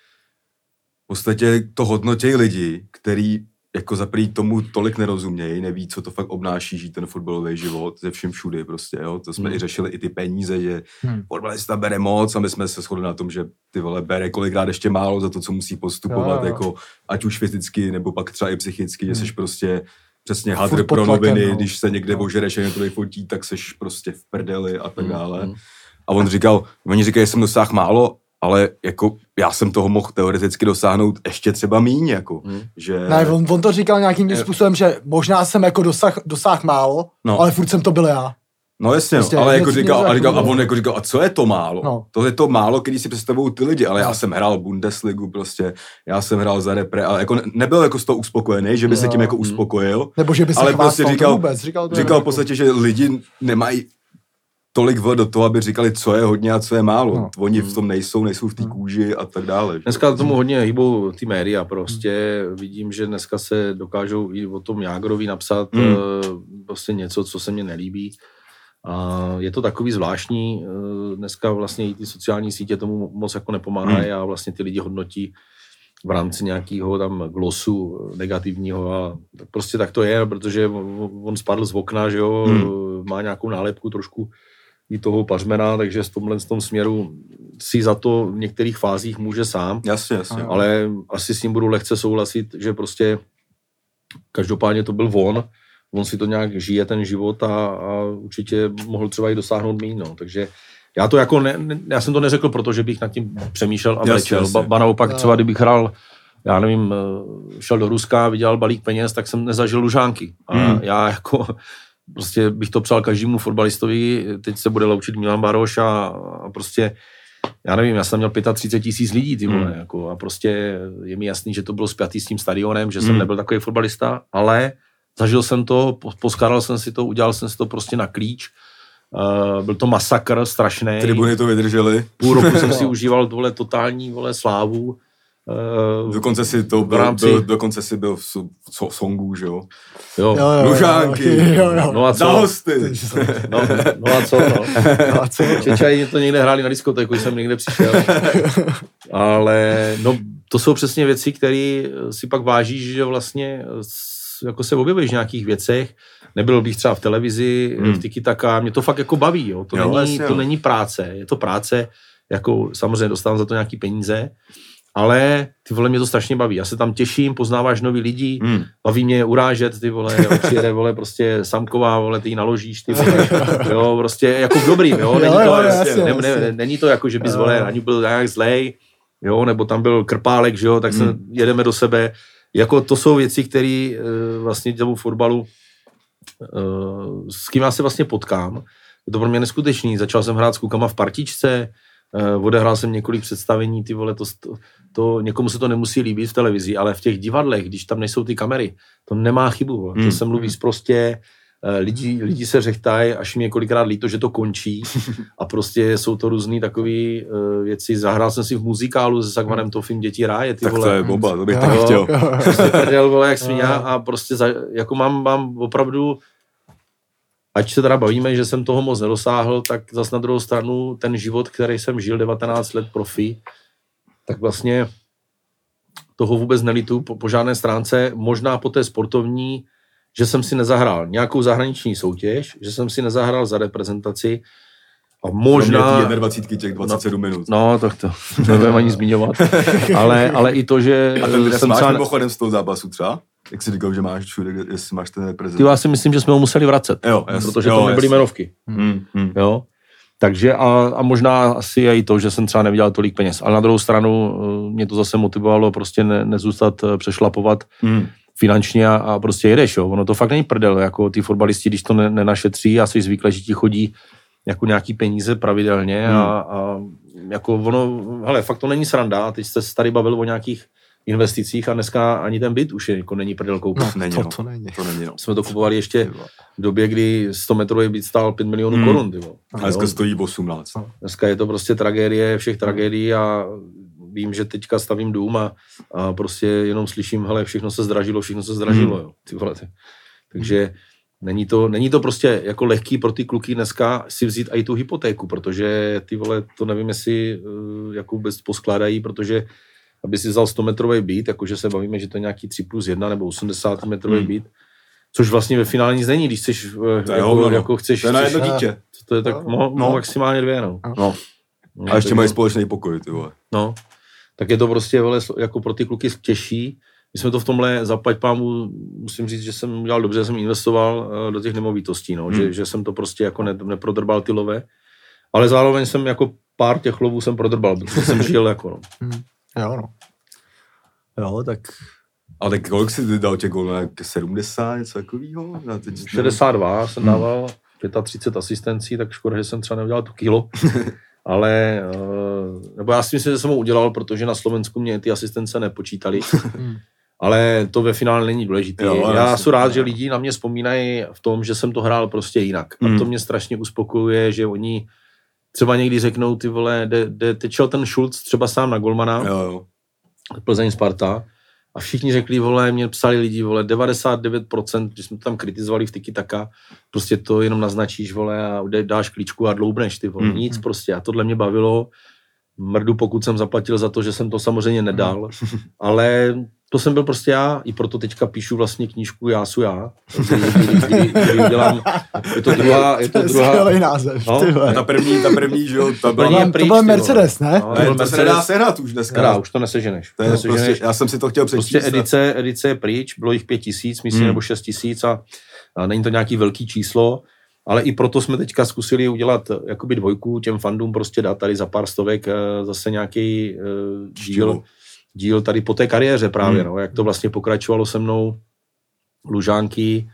v podstatě to hodnotějí lidi, který jako za prý tomu tolik nerozumějí, neví, co to fakt obnáší žít ten fotbalový život ze všem všudy prostě, jo. To jsme hmm. i řešili i ty peníze, že hmm. fotbalista bere moc a my jsme se shodli na tom, že ty vole bere kolikrát ještě málo za to, co musí postupovat, jo, jo. jako ať už fyzicky, nebo pak třeba i psychicky, hmm. že seš prostě přesně hadr pro noviny, no. když se někde no. ožereš a někdo fotí, tak seš prostě v prdeli a tak dále. Hmm. A on říkal, oni říkají, že jsem dosáhl málo, ale jako já jsem toho mohl teoreticky dosáhnout ještě třeba míň, jako, hmm. že... Ne, on, on to říkal nějakým způsobem, že možná jsem jako dosáhl dosáh málo, no. ale furt jsem to byl já. No jasně, prostě, no, ale jako říkal, a, říkal, a on jako říkal, a co je to málo? No. To je to málo, když si představují ty lidi, ale já jsem hrál Bundesligu prostě, já jsem hrál za repre, ale jako nebyl jako z toho uspokojený, že by no. se tím jako uspokojil. Nebo že by se ale prostě říkal, vůbec. Říkal, to říkal v podstatě, že lidi nemají tolik vod do toho, aby říkali, co je hodně a co je málo. No. Oni v tom nejsou, nejsou v té kůži a tak dále. Dneska tomu hodně hýbou ty média prostě. Vidím, že dneska se dokážou i o tom Jágrovi napsat hmm. prostě něco, co se mně nelíbí. A je to takový zvláštní. Dneska vlastně i ty sociální sítě tomu moc jako nepomáhají hmm. a vlastně ty lidi hodnotí v rámci nějakého tam glosu negativního a prostě tak to je, protože on spadl z okna, že jo, hmm. má nějakou nálepku trošku i toho pařmena, takže v tomhle v tom směru si za to v některých fázích může sám. Jasně, jasně. Ale asi s ním budu lehce souhlasit, že prostě každopádně to byl on, on si to nějak žije ten život a, a určitě mohl třeba i dosáhnout míň, no. Takže já to jako, ne, ne, já jsem to neřekl, protože bych nad tím přemýšlel a brečel. Ba, ba naopak třeba, kdybych hrál, já nevím, šel do Ruska, vydělal balík peněz, tak jsem nezažil lužánky. A hmm. já jako prostě bych to přál každému fotbalistovi, teď se bude loučit Milan Baroš a, a prostě, já nevím, já jsem měl třicet pět tisíc lidí, ty vole, hmm. jako, a prostě je mi jasný, že to bylo spjatý s tím stadionem, že jsem hmm. nebyl takový fotbalista, ale zažil jsem to, poskáral jsem si to, udělal jsem si to prostě na klíč, uh, byl to masakr strašný. Tribuny to vydržely. Půl roku jsem si užíval vole totální vole slávu. Uh, dokonce si to byl, rámci... byl, dokonce si byl v, v songu, že jo? Jo. Lužánky. Jo, jo. No a co? Na hosty. No, no a co? No. No a co? Čečaji to někde hráli na diskotéku, jsem někde přišel. Ale no, to jsou přesně věci, které si pak vážíš, že vlastně jako se objevíš v nějakých věcech. Nebyl bych třeba v televizi, hmm. v tiki-taka, mě to fakt jako baví, jo? To, jo, není, to není práce, je to práce, jako samozřejmě dostávám za to nějaký peníze, ale ty vole, mě to strašně baví. Já se tam těším, poznáváš nový lidi, hmm. baví mě urážet, ty vole, jo, přijede, vole, prostě Samková, vole, ty ji naložíš, ty vole, jo, prostě jako dobrý, jo, není to, jo, jasně, ne, ne, ne, není to jako, že bys, vole, ani byl nějak zlej, jo, nebo tam byl Krpálek, že jo, tak se hmm. jedeme do sebe, jako to jsou věci, které uh, vlastně tomu fotbalu, uh, s kým já se vlastně potkám, je to pro mě neskutečný, začal jsem hrát s klukama v partičce, Uh, odehrál jsem několik představení, ty vole, to, to, to, někomu se to nemusí líbit v televizi, ale v těch divadlech, když tam nejsou ty kamery, to nemá chybu, mm. to se mluví prostě, uh, lidi, lidi se řechtají, až mi je kolikrát líto, že to končí a prostě jsou to různý takový uh, věci, zahrál jsem si v muzikálu se Sagvanem Tofim Děti ráje, ty tak vole. Tak to je bomba, to bych taky chtěl. Prostě prdel, vole, jak svině a prostě za, jako mám, mám opravdu ať se teda bavíme, že jsem toho moc nedosáhl, tak zas na druhou stranu ten život, který jsem žil devatenáct let profi, tak vlastně toho vůbec nelituju po, po žádné stránce, možná po té sportovní, že jsem si nezahrál nějakou zahraniční soutěž, že jsem si nezahrál za reprezentaci a možná... dvacet těch dvacet sedm minut. No, tak to nebudeme ani zmiňovat. ale, ale i to, že... A ten jsem máš třeba... mimochodem z toho zápasu třeba? Jak jsi říkal, že máš všude, jestli máš ten reprezent. Ty, já si myslím, že jsme ho museli vracet, jo, jas, protože jo, to nebyly jmenovky. Hmm, hmm. Jo? Takže a, a možná asi je i to, že jsem třeba nevydělal tolik peněz. Ale na druhou stranu mě to zase motivovalo prostě ne, nezůstat přešlapovat hmm. finančně a, a prostě jedeš. Jo? Ono to fakt není prdel. Jako ty fotbalisti, když to ne, nenašetří a jsi zvyklý, že ti chodí jako nějaký peníze pravidelně hmm. a, a jako ono, hele, fakt to není sranda. Teď jste se tady bavil o nějakých investicích a dneska ani ten byt už je, jako není prdel koupit. No, není, to, no. to není. To není, no. Jsme to kupovali ještě v době, kdy sto metrový byt stál pět milionů hmm. korun. Tyvo. A dneska stojí osmnáct. Dneska je to prostě tragédie všech tragédií a vím, že teďka stavím dům a, a prostě jenom slyším, hele, všechno se zdražilo, všechno se zdražilo. Hmm. Jo, ty vole. Takže není to, není to prostě jako lehký pro ty kluky dneska si vzít i tu hypotéku, protože ty vole, to nevím, jestli uh, jako vůbec poskládají, protože aby si vzal sto metrový byt, jakože se bavíme, že to je nějaký tři plus jedna nebo osmdesát metrový hmm. byt, což vlastně ve finále nic není, když chceš, jako, jo, no. jako chceš... To je na jedno dítě. To je tak no, no, maximálně dvě, no. no. A ještě mají společný pokoj, ty vole. No, tak je to prostě vole, jako pro ty kluky těžší. My jsme to v tomhle zaplať pámu, musím říct, že jsem udělal dobře, že jsem investoval do těch nemovitostí, no, hmm. že, že jsem to prostě jako ne, neprodrbal ty love, ale zároveň jsem jako pár těch lovů jsem prodrbal, protože jsem žil jako, no. Hmm. Jo, no. Jo, tak... Ale tak kolik jsi dal těch gólů? sedmdesát, něco takového? šedesát dva jsem dával, třicet pět asistencí, tak škoda, že jsem třeba neudělal to kilo. Ale, nebo já si myslím, že jsem ho udělal, protože na Slovensku mě ty asistence nepočítali. Ale to ve finále není důležité. Já jsem rád, že lidi na mě vzpomínají v tom, že jsem to hrál prostě jinak. A to mě strašně uspokojuje, že oni třeba někdy řeknou, ty vole, de, de, tečel ten Schulz třeba sám na golmana, jo, jo. Plzeň Sparta, a všichni řekli, vole, mě psali lidi, vole, devadesát devět procent, když jsme to tam kritizovali v tiki taka, prostě to jenom naznačíš, vole, a dáš klíčku a dloubneš, ty vole, mm. nic prostě. A tohle mě bavilo, mrdu, pokud jsem zaplatil za to, že jsem to samozřejmě nedal, ale to jsem byl prostě já, i proto teďka píšu vlastně knížku Já su já, kdy, kdy, kdy, kdy udělám, je to druhá, je to druhá, skvělý název, no? Ty ta první, ta první, že jo, ta byla, to byl Mercedes, ne? No, ne, to Mercedes, se nedá sehnat už dneska. Nedá, už to neseženeš. To je neseženeš. Prostě, já jsem si to chtěl přečíst. Prostě edice, edice je pryč, bylo jich pět tisíc, myslím, hmm. nebo šest tisíc a, a není to nějaký velký číslo, ale i proto jsme teďka zkusili udělat jakoby dvojku, těm fandům prostě dát tady za pár stovek zase nějaký uh, díl, díl tady po té kariéře právě, hmm. no, jak to vlastně pokračovalo se mnou, Lužánky,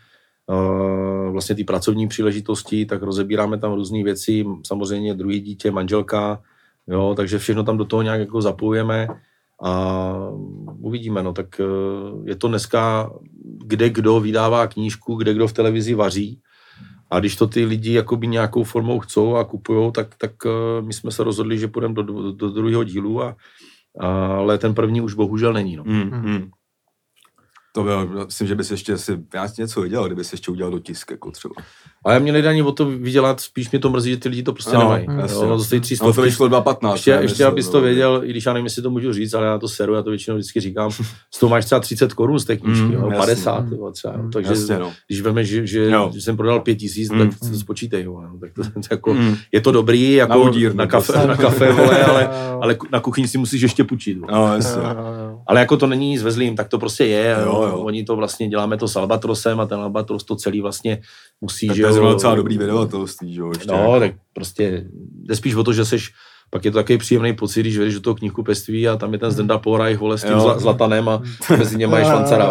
uh, vlastně ty pracovní příležitosti, tak rozebíráme tam různé věci, samozřejmě druhý dítě, manželka, jo, takže všechno tam do toho nějak jako zapojujeme a uvidíme, no, tak uh, je to dneska, kde kdo vydává knížku, kde kdo v televizi vaří. A když to ty lidi jakoby nějakou formou chcou a kupujou, tak, tak my jsme se rozhodli, že půjdeme do, do, do druhého dílu, a, a, ale ten první už bohužel není. No. Mm, mm. To bylo, myslím, že bys ještě asi něco udělal, kdyby si ještě udělal dotisk, jako třeba. Ale mě nejde ani o to vydělat, spíš mě to mrzí, že ty lidi to prostě no, nemají. Jasně. No, to stojí tři stovky. No to vyšlo dva patnáct. Ještě, ještě abys to věděl, i když já nevím, jestli to můžu říct, ale já to seru, já to většinou vždycky říkám, z toho máš třeba třicet korun z té knížky, mm, no, padesát, jo, třeba. Mm, takže jasně, no. Když vemeš, že, že, že jsem prodal pět tisíc, mm, tak to spočítej, jo, tak to, to jako, mm. je to dobrý, jako na, udír, na kafe, na kafe vole, ale, ale na kuchyni si musíš ještě půjčit. No, jasně. Ale jako to není zvezlým, tak to prostě je, jo, jo. Oni to vlastně děláme to s Albatrosem a ten Albatros to celý vlastně musí, tak že to je zrovna docela dobrý vydavatelství, že jo, ještě. No, tak prostě jde spíš o to, že seš, pak je to takový příjemný pocit, když vedeš do toho knihkupectví a tam je ten Zdenda Pohraj, vole, s tím zla, Zlatanem a mezi něma je Švancera.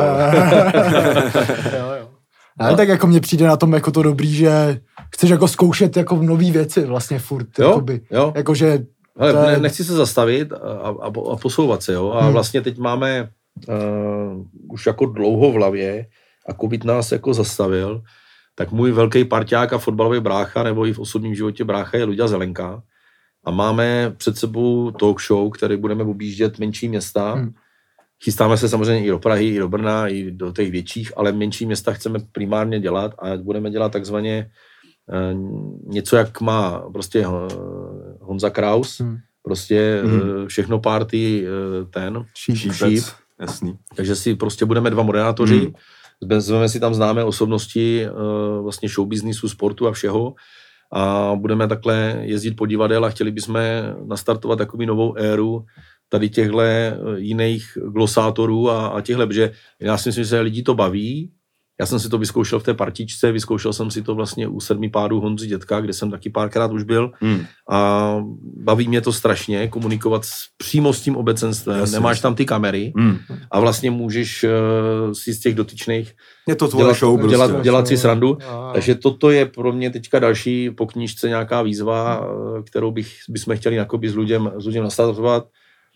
Ale tak jako mně přijde na tom jako to dobrý, že chceš jako zkoušet jako nový věci vlastně furt, jo, jakoby, jo. jakože... Hele, je... nechci se zastavit a, a, a posouvat se, jo, a hmm. vlastně teď máme uh, už jako dlouho v hlavě a covid nás jako zastavil, tak můj velký parťák a fotbalový brácha, nebo i v osobním životě brácha je Luďa Zelenka. A máme před sebou talk show, který budeme objíždět menší města. Hmm. Chystáme se samozřejmě i do Prahy, i do Brna, i do těch větších, ale menší města chceme primárně dělat a budeme dělat takzvaně eh, něco, jak má prostě Honza Kraus. Hmm. Prostě hmm. všechno party eh, ten. Šíp. Jasný. Takže si prostě budeme dva moderátoři. Hmm. Vezmeme si tam známé osobnosti vlastně showbiznisu, sportu a všeho a budeme takhle jezdit po divadel a chtěli bychom nastartovat takovou novou éru tady těchto jiných glosátorů a, a těchto, protože já si myslím, že lidi to baví. Já jsem si to vyzkoušel v té partičce, vyzkoušel jsem si to vlastně u sedmi pádů Honzy Dětka, kde jsem taky párkrát už byl hmm. a baví mě to strašně komunikovat s, přímo s tím obecenstvem. Jasně. Nemáš tam ty kamery hmm. a vlastně můžeš uh, si z těch dotyčných je to dělat, show, prostě. dělat, dělat si srandu. A, takže toto je pro mě teďka další po knížce nějaká výzva, hmm. kterou bych, bychom chtěli jakoby s lidem, s lidem nastartovat.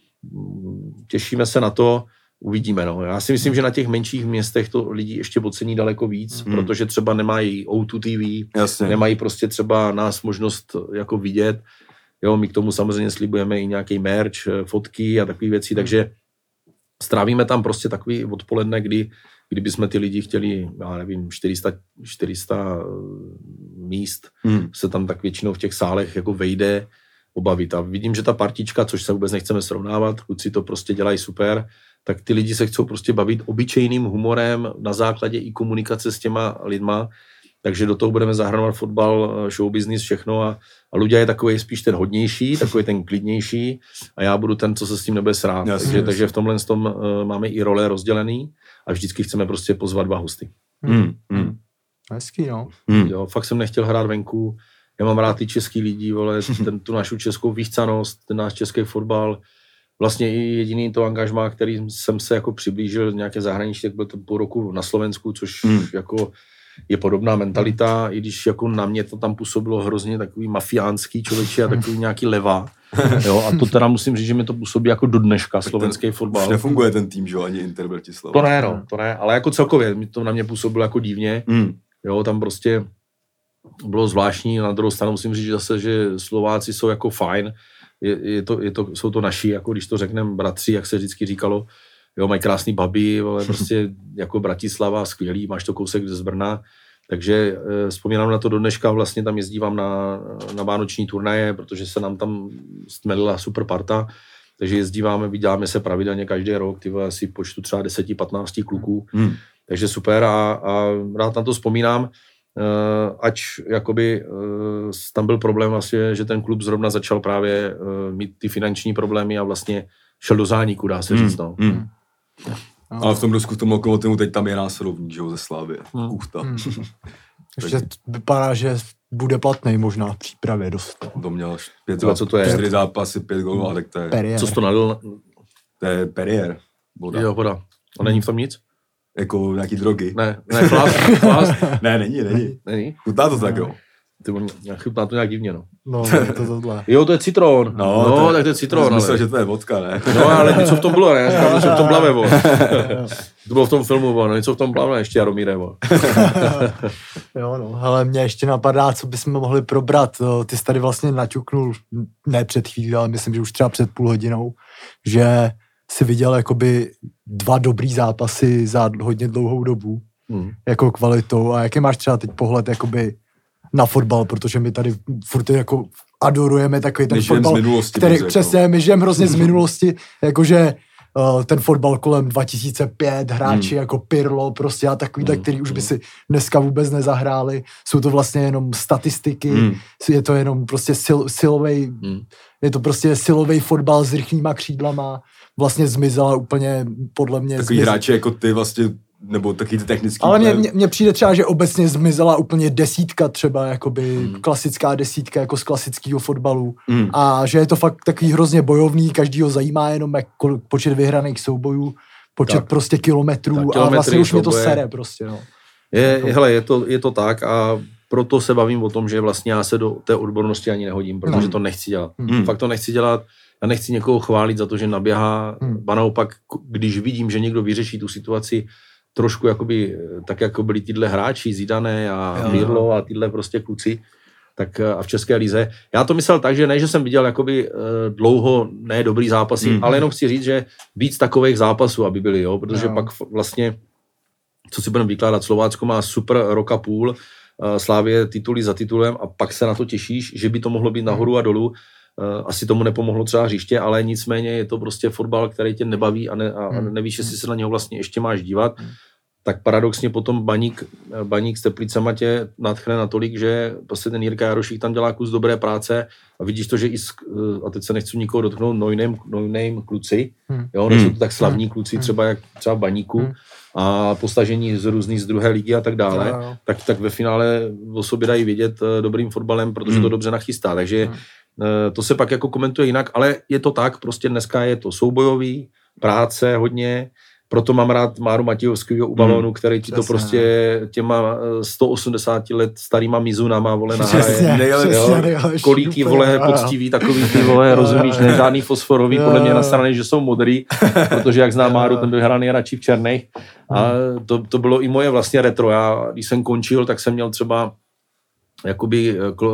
Těšíme se na to. Uvidíme, no. Já si myslím, že na těch menších městech to lidi ještě ocení daleko víc, hmm. protože třeba nemají ó dva té vé, Jasně. nemají prostě třeba nás možnost jako vidět. Jo, my k tomu samozřejmě slibujeme i nějaký merch, fotky a takové věci, hmm. takže strávíme tam prostě takový odpoledne, kdy, kdyby jsme ty lidi chtěli, já nevím, čtyři sta míst, hmm. se tam tak většinou v těch sálech jako vejde, obavit. A vidím, že ta partička, což se vůbec nechceme srovnávat, kluci to prostě dělají super, tak ty lidi se chcou prostě bavit obyčejným humorem na základě i komunikace s těma lidma, takže do toho budeme zahrnovat fotbal, show business, všechno a, a Luďa je takový spíš ten hodnější, takový ten klidnější a já budu ten, co se s tím nebude srát. Jasně, takže, jasně. takže v tomhle tom uh, máme i role rozdělený a vždycky chceme prostě pozvat dva hosty. Hmm. Hmm. Hezký, no. Hmm. Jo, fakt jsem nechtěl hrát venku, já mám rád ty český lidi, vole, ten, tu našu českou výchcanost, ten náš český fotbal. Vlastně i jediný to angažmá, který jsem se jako přiblížil nějaké zahraničí, tak byl to půl roku na Slovensku, což hmm. jako je podobná mentalita, i když jako na mě to tam působilo hrozně takový mafiánský člověče a takový nějaký leva. Jo, a to teda musím říct, že mi to působí jako do dneška slovenský fotbal. Už nefunguje ten tým, že ani Inter Bratislava. To ne, no, to ne, ale jako celkově mi to na mě působilo jako divně. Hmm. Jo, tam prostě bylo zvláštní, na druhou stranu musím říct že zase, že Slováci jsou jako fajn, je, je to, je to, jsou to naši, jako když to řekneme bratři, jak se vždycky říkalo, jo, mají krásný babi, ale prostě jako Bratislava, skvělý, máš to kousek z Brna, takže eh, vzpomínám na to do dneška, vlastně tam jezdívám na, na vánoční turnaje, protože se nám tam stmelila super parta, takže jezdíváme, vyděláme se pravidelně každý rok, ty asi počtu třeba deset patnáct kluků, hmm. takže super a, a rád na to vzpomínám. Uh, ač jakoby uh, tam byl problém vlastně, že ten klub zrovna začal právě uh, mít ty finanční problémy a vlastně šel do zániku, dá se říct, no. Mm, mm. No. Ale v tom Rusku, v tom Lokomotivu teď tam je následovník, že jo, ze Slávy. Mm. Kuchta. Mm. Ještě vypadá, že bude platnej možná v přípravě dost. To měl pět co to je? čtyři zápasy, pět gólů, tak to je... Perrier. Co jsi to nalil? To je Perrier. Voda. Jo, voda. A není v tom nic? Jako nějaký drogy. Ne, ne, flast, flast. Ne, není, není. Není? Chutná to tak, jo. Ty, chutná to nějak divně, no. No, to tohle. Jo, to je citron. No, no to je, tak to je citron, ale. Myslel, že to je vodka, ne? No, ale něco v tom bylo, ne? Já říkám, něco v tom plave, bo. To bylo v tom filmu, bo. No, něco v tom plave, ještě Jaromíre, bo. Jo, no, ale mě ještě napadá, co bychom mohli probrat. Ty jsi tady vlastně naťuknul, ne před chvílí, ale myslím, že už třeba před půl hodinou, že si viděl jakoby dva dobrý zápasy za hodně dlouhou dobu, hmm. jako kvalitou. A jaký máš třeba teď pohled jakoby na fotbal, protože my tady furt jako adorujeme takový ten fotbal, který přesně, my žijeme hrozně z minulosti, jakože uh, ten fotbal kolem dva tisíce pět, hráči hmm. jako Pirlo prostě a takovýhle, hmm. který už by si dneska vůbec nezahráli. Jsou to vlastně jenom statistiky, hmm. je to jenom prostě sil, silovej, hmm. je to prostě silovej fotbal s rychlýma křídlama, vlastně zmizela úplně podle mě. Takový zmiz... hráči jako ty vlastně, nebo taky ty technický. Ale mně, mně přijde třeba, že obecně zmizela úplně desítka třeba, jakoby hmm. klasická desítka jako z klasického fotbalu hmm. a že je to fakt takový hrozně bojovný, každýho zajímá jenom jak počet vyhraných soubojů, počet tak. prostě kilometrů tak, a vlastně už mě to sere prostě, no. Je, hele, je to, je to tak a proto se bavím o tom, že vlastně já se do té odbornosti ani nehodím, protože no. to nechci dělat. Hmm. Fakt to nechci dělat. Já nechci někoho chválit za to, že naběhá, hmm. a naopak, když vidím, že někdo vyřeší tu situaci trošku jakoby, tak jako byli tyhle hráči, Zidane a Pirlo a tyhle prostě kluci, tak a v České lize. Já to myslel tak, že ne, že jsem viděl jakoby dlouho ne dobrý zápasy, hmm. ale jenom chci říct, že víc takových zápasů, aby byly, jo, protože jo. pak vlastně, co si budeme vykládat, Slovácko má super rok a půl, Slávě tituly za titulem a pak se na to těšíš, že by to mohlo být nahoru a dolů. Asi tomu nepomohlo třeba hřiště, ale nicméně je to prostě fotbal, který tě nebaví a, ne, a nevíš, jestli se na něho vlastně ještě máš dívat. Tak paradoxně potom Baník, Baník s Teplicema tě nadchne natolik, že prostě ten Jirka Jarošík tam dělá kus dobré práce a vidíš to, že i, a teď se nechci nikoho dotknout, no-name, no-name kluci, jo, nejsou to tak slavní kluci třeba jak třeba v Baníku a postažení z různých z druhé ligy a tak dále, no, no. Tak, tak ve finále o sobě dají vědět dobrým fotbalem, protože to dobře nachystá, takže to se pak jako komentuje jinak, ale je to tak, prostě dneska je to soubojový, práce hodně, proto mám rád Máru Matějovského u balónu, který ti to prostě těma sto osmdesát let starýma Mizunama, vole, nahraje. Kolíky, vole, poctivý, takový ty, vole, rozumíš, ne žádný fosforový, podle mě nasraný, že jsou modrý, protože jak znám Máru, ten byl hraný radši v černých. A to, to bylo i moje vlastně retro. Já, když jsem končil, tak jsem měl třeba jakoby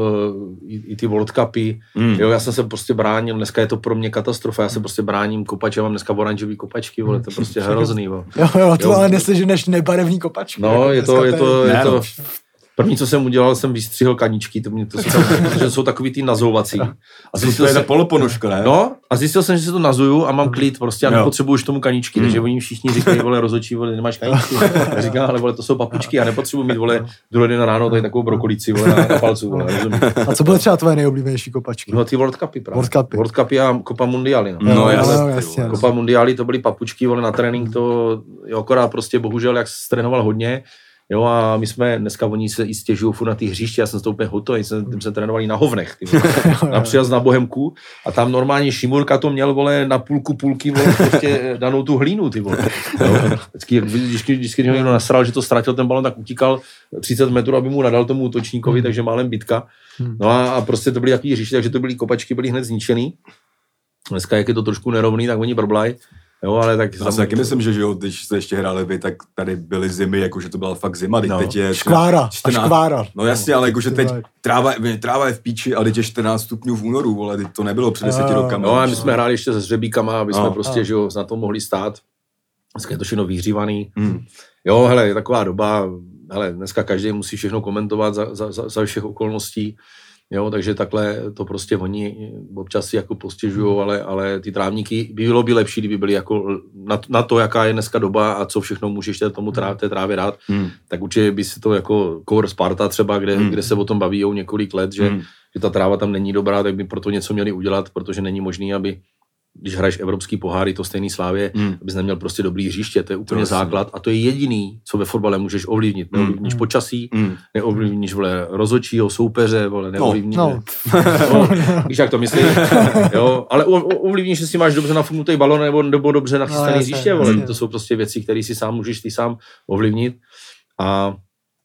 i, i ty World Cupy, mm. jo, já jsem se prostě bránil, dneska je to pro mě katastrofa, já se prostě bráním kopač, já mám dneska oranžový kopačky, vole, to je prostě hrozný, vole. Jo, jo, to jo. Ale neseženeš nebarevný kopačky. No, je to, je to, je to, první, co jsem udělal, jsem vystřihl kaničky, to, mě, to jsou, protože jsou takový ty nazouvací. A zjistil jsem, poloponožka, ne? No, a zjistil jsem, že se to nazuju a mám klid, prostě, a nepotřebuji už tomu kaničky, mm. takže oni všichni říkají, vole, rozhodčí, vole, nemáš kaničky. Já říkám, ale vole, to jsou papučky, já nepotřebuji mít, vole, druhý den ráno tady takovou brokolici, vole, na, na palcu, vole, rozumím. A co byly třeba tvoje nejoblíbenější kopačky? No, ty World Cupy, právě. World Cupy. World Cupy a Copa Mundiali, no. No, no jasně, no, jasně. Copa Mundiali, to byly papučky, vole, na trénink, to, jo, akorát prostě, bohužel, jak trénoval hodně. Jo, a my jsme, dneska oni se i stěžují furt na ty hřiště, já jsem to úplně hotový, jsem, tím se trénovali na hovnech, ty vole. Přijel na Bohemku a tam normálně Šimurka to měl, vole, na půlku půlky, vole, prostě danou tu hlínu, ty vole. Jo, vždycky, vždycky, vždycky někdo nasral, že to ztratil ten balon, tak utíkal třicet metrů, aby mu nadal tomu útočníkovi, takže málem bitka. No a, a prostě to byly takový hřiště, takže to byly kopačky, byly hned zničený. Dneska, jak je to trošku nerovný, tak oni brblaj. Jo, ale tak... Já si taky myslím, že, že jo, když jste ještě hráli vy, tak tady byly zimy, jakože to byla fakt zima, no. teď je... Škvára, čtrnáct, a škvára. No jasně, ale jakože teď tráva, tráva je v píči, ale teď je čtrnáct stupňů v únoru, vole, teď to nebylo před deseti rokama. No a my jsme hráli ještě se Hřebíkama, aby jsme no. prostě, že jo, na to mohli stát. Dneska je to všechno vyhřívaný. Hmm. Jo, hele, je taková doba, hele, dneska každý musí všechno komentovat za, za, za, za všech okolností. Jo, takže takhle to prostě oni občas si jako postěžují, ale, ale ty trávníky by bylo by lepší, kdyby byly jako na, na to, jaká je dneska doba a co všechno můžeš tomu tráv, té trávě dát, hmm. tak určitě by si to jako Core Sparta třeba, kde, hmm. kde se o tom baví několik let, že, hmm. že ta tráva tam není dobrá, tak by proto něco měli udělat, protože není možný, aby když hraješ evropský poháry, to stejný Slávě, hmm. abys neměl prostě dobrý hřiště, to je úplně to základ a to je jediný, co ve fotbale můžeš ovlivnit. Hmm. Neovlivníš počasí, hmm. neovlivníš, vole, rozhodčího, soupeře, vole, neovlivníš. No, no. no, víš, jak to myslím? Jo, ale ovlivníš, jestli máš dobře nafuknutý balon nebo, nebo dobře nachystaný no, hřiště, vole. To jsou prostě věci, které si sám můžeš ty sám ovlivnit. A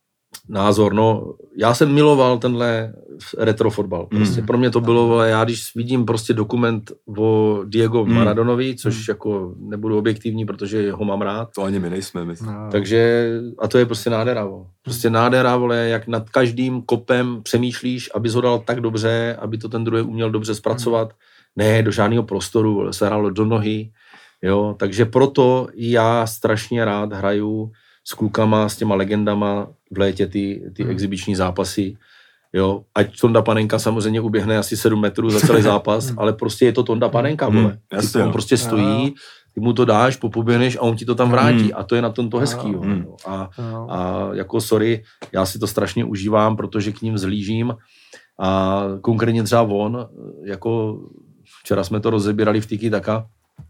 názor, no, já jsem miloval tenhle retro fotbal. Prostě mm. pro mě to bylo, vole, já když vidím prostě dokument o Diego mm. Maradonovi, což mm. jako nebudu objektivní, protože ho mám rád. To ani my nejsme. My. No. Takže, a to je prostě nádhera, vole. Prostě nádhera, vole, jak nad každým kopem přemýšlíš, abys ho dal tak dobře, aby to ten druhý uměl dobře zpracovat. Mm. Ne do žádného prostoru, vole, se hrálo do nohy. Jo, takže proto já strašně rád hraju s klukama, s těma legendama v létě ty, ty hmm. exibiční zápasy. Jo, ať Tonda Panenka samozřejmě uběhne asi sedm metrů za celý zápas, ale prostě je to Tonda Panenka, vole. Hmm, jasně, on prostě stojí, ty mu to dáš, popuběhneš a on ti to tam vrátí. Hmm. A to je na tom to hezký. Hmm. A, a jako sorry, já si to strašně užívám, protože k ním zhlížím. A konkrétně třeba on, jako včera jsme to rozebírali v Tiki Taka,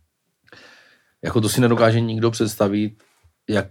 jako to si nedokáže nikdo představit, jak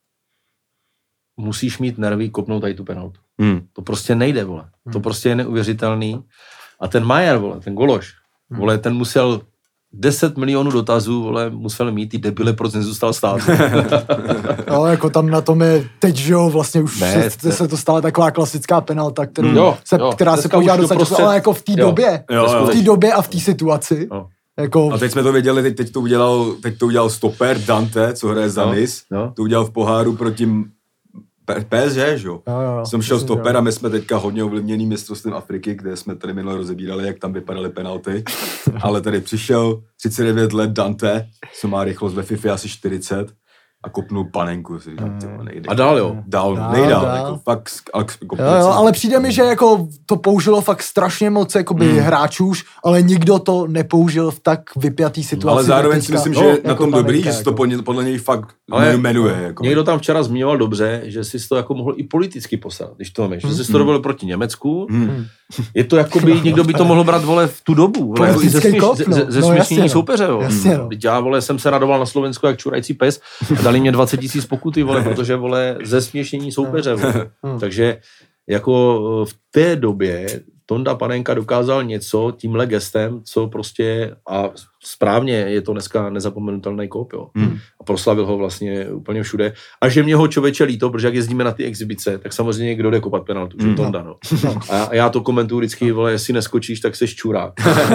musíš mít nervy kopnout tady tu penaltu. Hmm. To prostě nejde, vole. Hmm. To prostě je neuvěřitelný. A ten Majer, vole, ten Gološ, hmm. vole, ten musel deset milionů dotazů, vole, musel mít ty debile, proč nezůstal stát. No, jako tam na tom je teď, že jo, vlastně už ne, se, se to stala taková klasická penalta, kterou jo, se, jo, která se podívá docela prostě... ale jako v té době, jo, jo. v té době a v té situaci. Jo. Jako... A teď jsme to věděli, teď, teď, to udělal, teď to udělal stoper Dante, co hraje za Nice, no, no. To udělal v poháru proti P S G, že jo? Jsem šel stoper a my jsme teďka hodně ovlivněný mistrovstvím Afriky, kde jsme tady minule rozebírali, jak tam vypadaly penalty. Ale tady přišel třicet devět let Dante, co má rychlost ve FIFA asi čtyřicet a kopnul Panenku. Si říkám, tyjo, nejde. A dál jo? Dál, dál nejdál. Dál. Jako, fakt, jako, jo, jo, ale přijde mi, že jako to použilo fakt strašně moc jakoby, hmm. hráčů, ale nikdo to nepoužil v tak vypjatý situaci. Ale zároveň si myslím, že no, je na tom dobrý, že se to jako... podle něj fakt jmenuje. Jako. Někdo tam včera zmiňoval dobře, že jsi to jako mohl i politicky poslat, když to máš. Že jsi to robil proti Německu. Hmm. Je to jakoby, někdo by to mohl brát, vole, v tu dobu. Vole, jako ze směš, kop, no. ze, ze no, směšnění jasně, soupeře. Jo. Jasně, no. Já, vole, jsem se radoval na Slovensku jak čurající pes a dali mě dvacet tisíc pokuty, vole, protože, vole, ze směšnění soupeře. Vole. Takže jako v té době Tonda Panenka dokázal něco tímhle gestem, co prostě, a správně je to dneska nezapomenutelný kop, jo. Hmm. A proslavil ho vlastně úplně všude. A že mě ho člověče líto, protože jak jezdíme na ty exibice, tak samozřejmě kdo jde kopat penaltu, že hmm. Tonda, no. A já to komentuju vždycky, vole, jestli neskočíš, tak seš čurák.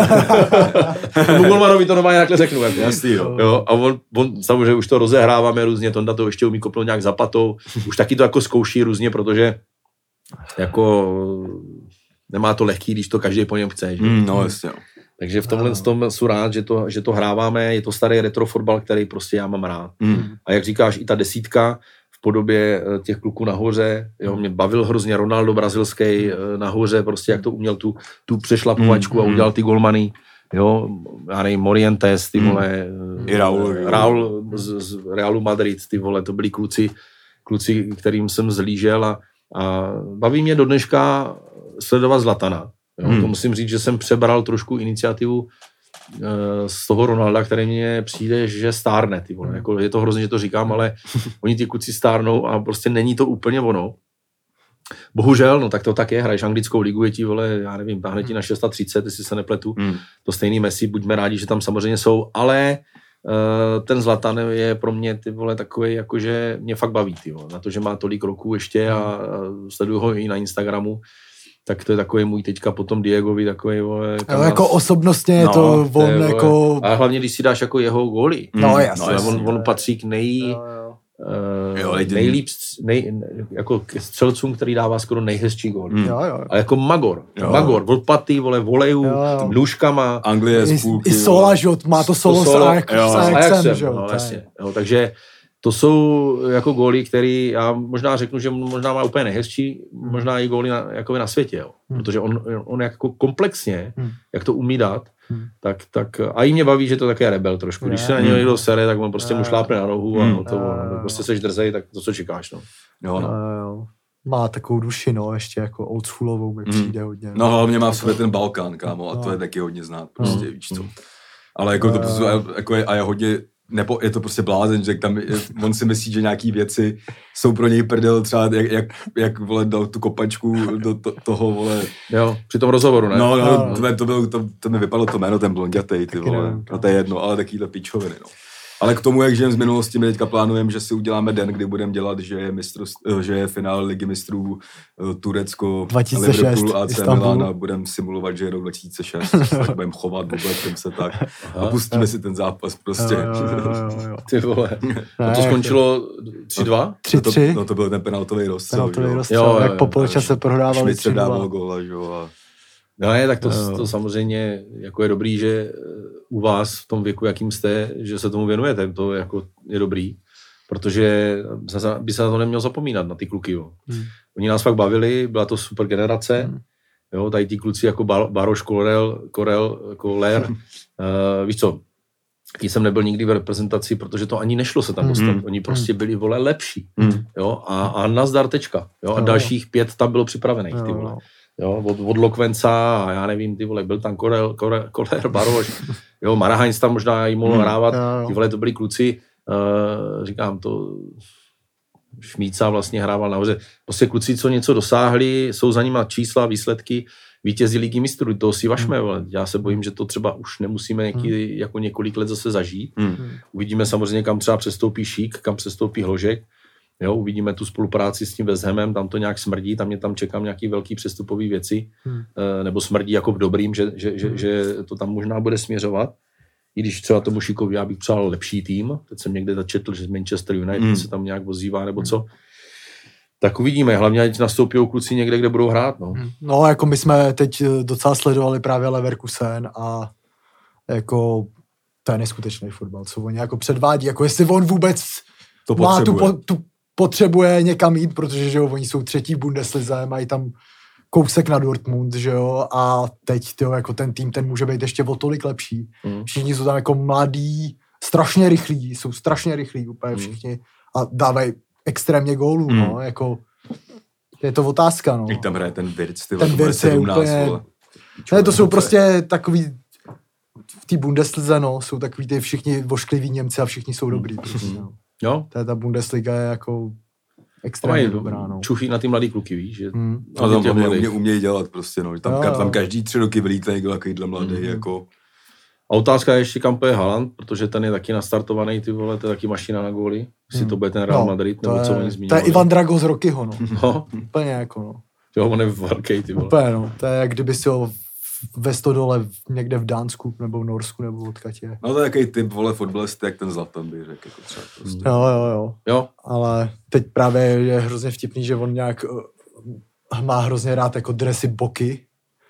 Tomu golmanovi to normálně takhle řeknu. Jako. Jasný, jo. jo. A on, on, samozřejmě už to rozehráváme různě, Tonda to ještě umí kopnout nějak za patou, už taky to jako zkouší různě, protože jako nemá to lehký, když to každý po něm chce. Že? Mm, no, jasně. Takže v tomhle tom jsem rád, že to, že to hráváme, je to starý retro fotbal, který prostě já mám rád. Mm. A jak říkáš, i ta desítka v podobě těch kluků nahoře, jo, mě bavil hrozně Ronaldo brazilský nahoře, prostě jak to uměl tu, tu přešlapovačku mm. a udělal ty golmany. Jo, já nevím, Morientes, ty vole, mm. i Raul, Raul z, z Realu Madrid, ty vole, to byli kluci, kluci, kterým jsem zlížel a, a baví mě do dneška sledovat Zlatana. Jo? Hmm. To musím říct, že jsem přebral trošku iniciativu e, z toho Ronalda, který mně přijde, že stárne. Ty vole. Jako, je to hrozně, že to říkám, ale oni ty kluci stárnou a prostě není to úplně ono. Bohužel, no tak to tak je, hraješ anglickou ligu, je ti, vole, já nevím, táhne ti na třicet šest, jestli se nepletu. Hmm. To stejný Messi, buďme rádi, že tam samozřejmě jsou, ale Uh, ten Zlatan je pro mě, ty vole, takový, jakože mě fakt baví, ty vole, na to, že má tolik roků ještě a, a sleduju ho i na Instagramu, tak to je takový můj teďka potom Diegovi, takový, vole, jo, jako osobnostně je no, to on, je, jako... A hlavně, když si dáš jako jeho góly, no, jasný, no, jasný, on, on patří k nej... Jo, jo. Uh, jo, nejlíp, nej, jako k střelcům, který dává skoro nejhezčí gól. Mm. A jako Magor. Jo. Magor, od paty, vole, voleju, nůžkama. Anglie z půlky. I Sola, že má to solo, to solo s Ajaxem, že jo. Jasně. Jo, takže to jsou jako góly, který já možná řeknu, že možná má úplně nejhezčí, možná i góly na, jako na světě, jo. Hmm. Protože on, on jako komplexně, hmm. jak to umí dát, hmm. tak, tak a i mě baví, že to také rebel trošku. Když se na něj někdo sere, tak on prostě mu šlápne na nohu a hmm. to, no, prostě seš drzej, tak to, co čekáš, no. Jo, no. no. Má takovou duši, no, ještě jako oldschoolovou mi přijde hodně. No, no hlavně má v sobě ten Balkán, kámo, a to je taky hodně znát, prostě, no. Víš co. Ale jako to prostě, jako je, a je hodně, nebo je to prostě blázen, že tam je, on si myslí, že nějaký věci jsou pro něj prdel, třeba jak, jak, jak vole, dal tu kopačku do to, toho, vole. Jo, při tom rozhovoru, ne? No, no, no. To, to, byl, to, to mi vypadlo to jméno, ten blondětej, ty vole, no to je jedno, ale takýhle pičoviny, no. Ale k tomu, jak žijem z minulosti, my teďka plánujeme, že si uděláme den, kdy budeme dělat, že je, mistrovstv, že je finál Ligy mistrů Turecko, Liverpool a A C Milan a budeme simulovat, že je rok dva tisíce šest, tak budeme chovat, vůbec se tak a pustíme si ten zápas prostě. Jo, jo, jo, jo. Ty vole. A to skončilo tři dva? tři tři? No to byl ten penaltový rozcel. Penaltový rozcel, jak po poločase prohrávali tři dva. Šmit dával góla, jo, a No je, tak to, to samozřejmě jako je dobrý, že u vás v tom věku, jakým jste, že se tomu věnujete, to jako je dobrý, protože by se na to nemělo zapomínat, na ty kluky. Jo. Hmm. Oni nás fakt bavili, byla to super generace, hmm. jo, tady ty kluci jako Baroš, Korel, Korel, Koller, uh, víš co, taky jsem nebyl nikdy v reprezentaci, protože to ani nešlo se tam dostat. Mm. Oni prostě byli, vole, lepší. Mm. Jo? A, a nazdar tečka. Jo? A dalších pět tam bylo připravených, ty vole. Jo? Od, od Lokvenca a já nevím, ty vole, byl tam Korel, Korel, Koller, Baroš, jo? Marahaňc tam možná jí mohl hrávat. Ty vole, to byli kluci, uh, říkám to, Šmíca vlastně hrával nahoře. Prostě kluci, co něco dosáhli, jsou za nima čísla, výsledky, vítězí ligy mistrů, toho si vašme, vole. Já se bojím, že to třeba už nemusíme někdy, jako několik let zase zažít. Hmm. Uvidíme samozřejmě, kam třeba přestoupí Šík, kam přestoupí Hložek. Jo, uvidíme tu spolupráci s tím West Hamem, tam to nějak smrdí, tam mě tam čekám nějaký velký přestupové věci, hmm. nebo smrdí jako v dobrým, že, že, že, že to tam možná bude směřovat. I když třeba tomu Šíkovi já bych přál lepší tým, teď jsem někde začetl, že Manchester United hmm. se tam nějak ozývá, nebo co. Tak uvidíme, hlavně ať nastoupí kluci někde, kde budou hrát. No. no, jako my jsme teď docela sledovali právě Leverkusen a jako to je neskutečný fotbal, co oni jako předvádí, jako jestli on vůbec to má tu, po, tu potřebuje někam jít, protože že jo, oni jsou třetí v Bundeslize, mají tam kousek na Dortmund, že jo, a teď tyjo, jako ten tým, ten může být ještě o tolik lepší. Mm. Všichni jsou tam jako mladí, strašně rychlí, jsou strašně rychlí úplně všichni a dávají extrémně gólů, mm. no, jako je to otázka, no. Jak tam hraje ten Wirtz, ty ten Wirtz je úplně... Ne, to jsou prostě takový v té Bundeslize, no, jsou takový ty všichni voškliví Němci a všichni jsou dobrý, prostě, no. Jo. Ta, ta Bundesliga je jako extrémně Mají dobrá, no. Čuchy na ty mladý kluky, víš, že... Hmm. A tam umějí umě dělat prostě, no. Tam, jo, jo. tam každý tři roky vylítne někdo takovýhle mladý, hmm. jako... A otázka je ještě, kam poje Haaland, protože ten je taky nastartovaný, ty vole, to je taky mašina na góly. Jestli hmm. to bude ten Real no, Madrid, nebo je, co oni zmínili. To je Ivan Drago z Rokyho, no. no. Úplně jako, no. Jo, on je velký, ty vole. Úplně, no. To je jak kdyby si ho ve Stodole někde v Dánsku, nebo v Norsku, nebo odkud je. No to je takový typ, vole, fotbalist, jak ten Zlatan by řekl, jako třeba prostě. Jo, jo, jo. Jo. Ale teď právě je hrozně vtipný, že on nějak uh, má hrozně rád jako dresy boky.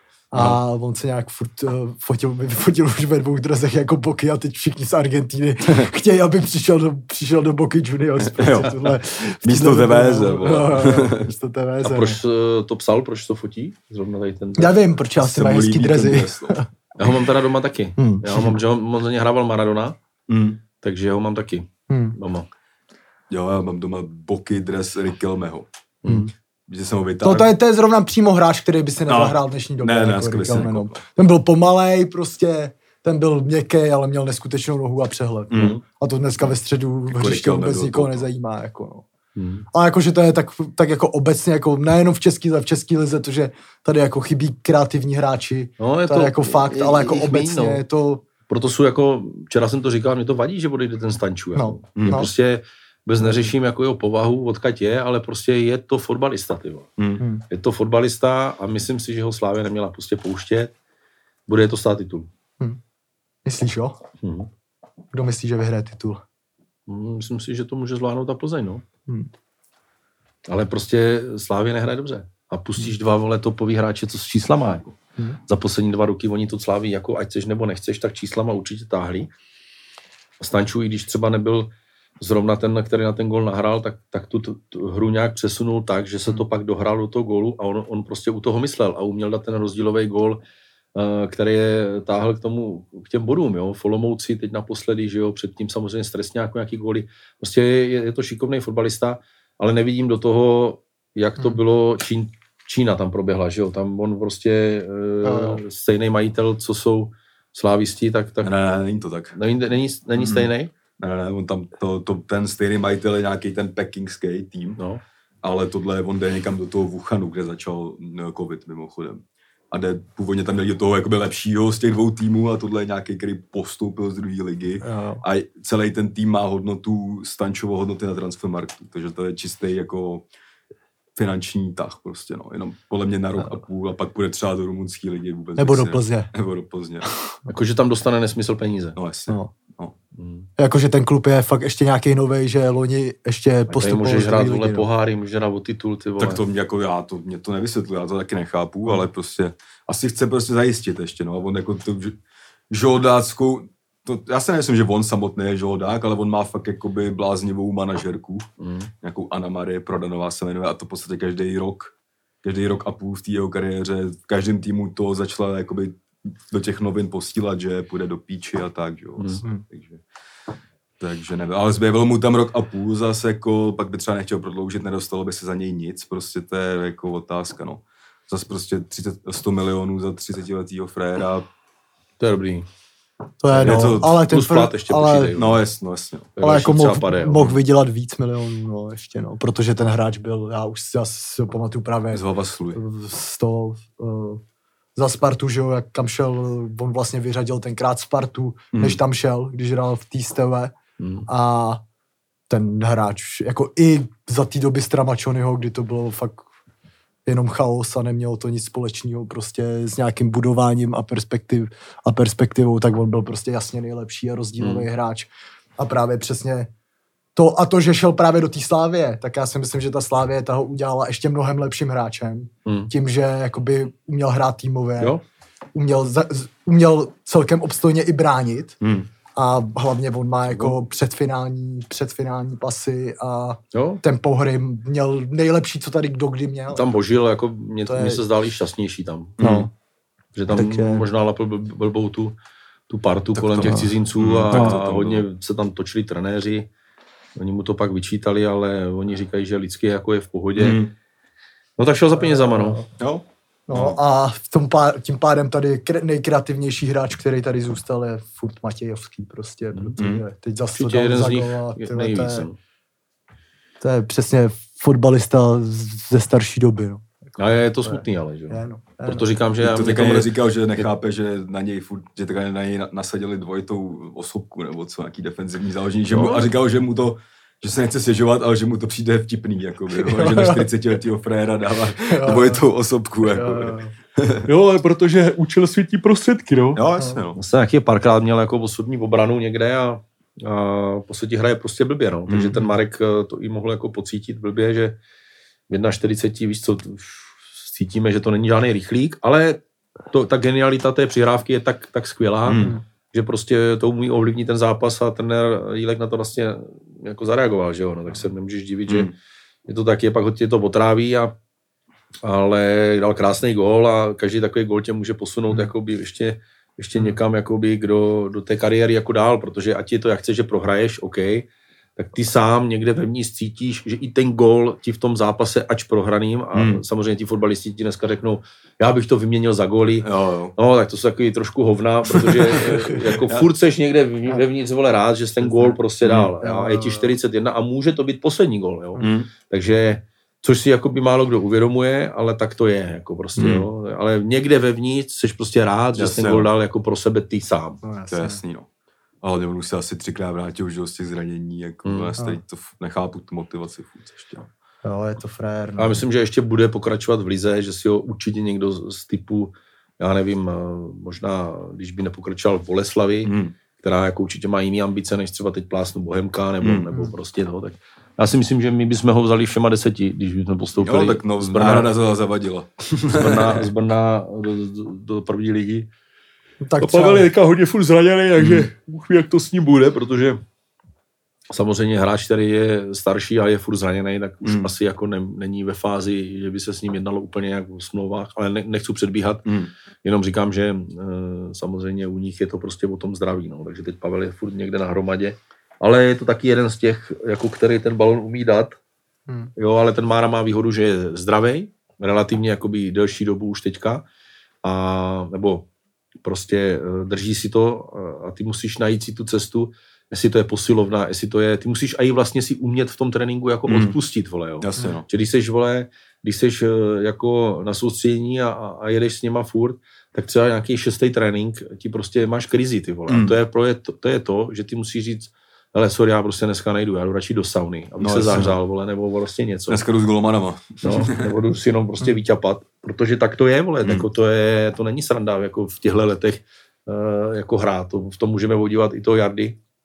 A no. on se nějak furt uh, fotil, vyfotil už ve dvou dresech jako boky a teď všichni z Argentíny chtějí, aby přišel do, přišel do Boky Juniors. Tohle, místo Tevéze. Místo Tevéze. A proč to psal, proč to fotí? Zrovna tady ten... Já vím, proč asi mají hezký dresy. Já ho mám teda doma taky. Hmm. Já ho mám, že on za ně hrával Maradona, hmm. takže ho mám taky hmm. doma. Jo, já mám doma Boky dres Riquelmeho. Hmm. Že jsem ho to, to, je, to je zrovna přímo hráč, který by si nezahrál v dnešní době. Ne, ne, jako no. Ten byl pomalej prostě, ten byl měkký, ale měl neskutečnou nohu a přehled. Mm. No. A to dneska ve středu v hřiště vůbec nikoho nezajímá. Jako, no. mm. A jakože to je tak, tak jako obecně, jako nejenom v český, v český lize, to, že tady jako chybí kreativní hráči, no, je to, to je jako fakt, je, ale jako obecně no. je to... Proto jsou jako, včera jsem to říkal, mě to vadí, že odejde ten Stančů. Jako. No. Mm. Prostě bez neřeším jako jeho povahu, odkud je, ale prostě je to fotbalista, ty vole. Hmm. Je to fotbalista a myslím si, že ho Slávia neměla prostě pouštět. Bude to stát titul. Hmm. Myslíš, jo? Hmm. Kdo myslí, že vyhraje titul? Hmm, myslím si, že to může zvládnout ta Plzeň, no. Hmm. Ale prostě Slávia nehraje dobře. A pustíš dva, vole, topový hráče, co s číslama, jako. Hmm. Za poslední dva roky oni to Sláví, jako ať chceš nebo nechceš, tak číslama určitě táhli. Stančů, i když třeba nebyl zrovna ten, který na ten gól nahrál, tak, tak tu, tu, tu hru nějak přesunul tak, že se to pak dohrál do toho gólu a on, on prostě u toho myslel a uměl dát ten rozdílový gól, uh, který je táhl k tomu, k těm bodům, jo. V Olomouci teď naposledy, že jo, předtím samozřejmě stresňák nějaký góly. Prostě je, je to šikovný fotbalista, ale nevidím do toho, jak to bylo, Čín, Čína tam proběhla, že jo. Tam on prostě uh, stejný majitel, co jsou slávisti, tak... tak ne, ne, není to tak. Není, není, není hmm. stejný? Ne, ne, on tam, to, to, ten stejný majitel je nějaký ten pekingský tým, no. ale tohle on jde někam do toho Wuhanu, kde začal covid mimochodem. A jde, původně tam měli do toho jakoby lepšího z těch dvou týmů a tohle je nějaký, který postoupil z druhé ligy. Jo. A celý ten tým má hodnotu, Stančovo hodnoty na transfermarktu, takže to je čistý jako finanční tah prostě, no. Jenom podle mě na rok no. a půl a pak půjde třeba do rumunské ligy vůbec. Nebo do Plzně. Nebo do Plzně. Jakože tam dostane nesmysl peníze. No jasně. No. No. Hmm. Jakože ten klub je fakt ještě nějaký novej, že loni ještě postupoval. Tady můžeš hrát lidi, vole no. poháry, můžeš hrát o titul, ty vole. Tak to mě jako já, to, mě to nevysvětluje, já to taky nechápu, hmm. ale prostě asi chce prostě zajistit ještě, no. A on jako tu žoldáckou, to, já si nemyslím, že on samotný je žoldák, ale on má fakt jakoby bláznivou manažerku, hmm. nějakou Anna Marie Prodanová se jmenuje a to v podstatě každý rok, každý rok a půl v té jeho kariéře, v každém týmu to začala jakoby do těch novin posílat, že půjde do píči a tak, jo. Hmm. Takže, takže nevím, ale zbývalo mu tam rok a půl zase, jako, pak by třeba nechtěl prodloužit, nedostalo by se za něj nic, prostě to je jako otázka, no. Zase prostě třicet, sto milionů za třicetiletýho fréra. To je dobrý. To je, no, to, ale ten plat ještě ale, počítej. No jasně, no jasně. Ale jako mohl moh vydělat víc milionů, no ještě, no, protože ten hráč byl, já už si, já si ho pamatuju právě z Havasluj. Z toho, uh, za Spartu, že jo, jak kam šel, on vlastně vyřadil tenkrát Spartu, hmm. než tam šel, když hrál v té Steve. Hmm. A ten hráč, jako i za té doby Stramačonyho, kdy to bylo fakt jenom chaos a nemělo to nic společného prostě s nějakým budováním a, perspektiv, a perspektivou, tak on byl prostě jasně nejlepší a rozdílový hmm. hráč. A právě přesně to, a to, že šel právě do té Slávie, tak já si myslím, že ta Slávie toho udělala ještě mnohem lepším hráčem. Hmm. Tím, že jakoby uměl hrát týmově, jo? Uměl, za, uměl celkem obstojně i bránit. Hmm. A hlavně on má jako předfinální, předfinální pasy a jo? Tempo hry měl nejlepší, co tady kdo kdy měl. Tam božil, jako mě, je... mě se zdál i šťastnější tam. No. Že tam je... možná lapl blbou tu, tu partu tak kolem těch má. cizinců mm, a, to a hodně bylo. Se tam točili trenéři. Oni mu to pak vyčítali, ale oni říkají, že lidsky jako je v pohodě. Mm. No tak šel za penězama, no. Jo. No a v tom pá, tím pádem tady nejkreativnější hráč, který tady zůstal, je furt Matějovský prostě, protože mm. teď zase to dal za gola. To je, to je přesně fotbalista ze starší doby, no. A je to smutný, ale, že? Je, no, je, Proto říkám, že... To taky někdo říkal, že nechápe, že na něj furt, že taky na něj nasadili dvojitou osobku, nebo co, nějaký defenzivní záložení, že mu, a říkal, že mu to, že se nechce stěžovat, ale že mu to přijde vtipný, jakoby, jo, že na čtyřicetiletýho fréra dává dvojitou osobku, jakoby. Jo, ale protože učil světí prostředky, no. Jo, jasně, no. Vlastně nějaký párkrát měl jako osobní obranu někde a, a po světí hraje prostě blbě, no. Takže mm. ten Marek to i mohl jako pocítit blbě, že v čtyřiceti jedna, víš co, cítíme, že to není žádný rychlík, ale to, ta genialita té přihrávky je tak, tak skvělá, mm. že prostě to umí ovlivnit ten zápas a trenér Jílek na to vlastně jako zareagoval, že jo, no, tak se nemůžeš divit, mm. že je to tak, je pak tě to otráví, a, ale dal krásný gól a každý takový gól tě může posunout mm. jakoby ještě, ještě někam jakoby kdo, do té kariéry jako dál, protože ať je to jak chceš, že prohraješ, OK, tak ty sám někde vevnitř cítíš, že i ten gól ti v tom zápase, ač prohraným, a hmm. samozřejmě ti fotbalisti ti dneska řeknou, já bych to vyměnil za góly, jo, jo. No tak to jsou takový trošku hovna, protože jako furt seš někde vevnitř vole rád, že jsi ten gól prostě dál, hmm. a je ti čtyřicet jedna a může to být poslední gól, jo. Hmm. Takže, což si jakoby málo kdo uvědomuje, ale tak to je, jako prostě, hmm. jo. Ale někde vevnitř seš prostě rád, že jsi ten gól dal jako pro sebe ty sám. No, to je jasný, no. Ale on už se asi třikrát vrátil už z těch zranění, jako mm. teď to nechápu tu motivaci furt ještě. Jo, je to frér. No. A myslím, že ještě bude pokračovat v lize, že si ho určitě někdo z typu, já nevím, možná, když by nepokračoval v Boleslavi, mm. která jako určitě má jiný ambice, než třeba teď plásnu Bohemka, nebo, mm. nebo prostě to, tak já si myslím, že my bychom ho vzali všema deseti, když bychom postoupili. Jo, tak no, z Brna zavadila. Z Brna, z Brna do, do, do první ligy. Tak to Pavel je teďka hodně furt zraněný, takže Bůh ví, jak to s ním bude, protože samozřejmě hráč, který je starší a je furt zraněný, tak už mm. asi jako ne, není ve fázi, že by se s ním jednalo úplně jak v smlouvách, ale ne, nechci předbíhat, mm. jenom říkám, že e, samozřejmě u nich je to prostě o tom zdraví, no, takže teď Pavel je furt někde na hromadě, ale je to taky jeden z těch, jako který ten balon umí dát, mm. jo, ale ten Mára má výhodu, že je zdravý, relativně jakoby delší dobu už teďka, a nebo prostě drží si to a ty musíš najít si tu cestu, jestli to je posilovna, jestli to je, ty musíš i vlastně si umět v tom tréninku jako mm. odpustit, vole, jo. Jasně, no. Že když seš, vole, když seš jako na soustředění a, a jedeš s něma furt, tak třeba nějaký šestý trénink, ti prostě máš krizi, ty vole. Mm. A to je, pro, to, to je to, že ty musíš říct, ale sorry, já prostě dneska nejdu, já jdu radši do sauny, abych no, se zahřál, vole, nebo prostě něco. Dneska jdu s golomanama. No, nebo jdu si jenom prostě vyťapat, protože tak to je, vole, mm. jako to je, to není sranda, jako v těchto letech uh, jako hrát, to, v tom můžeme podívat i toho Jardy,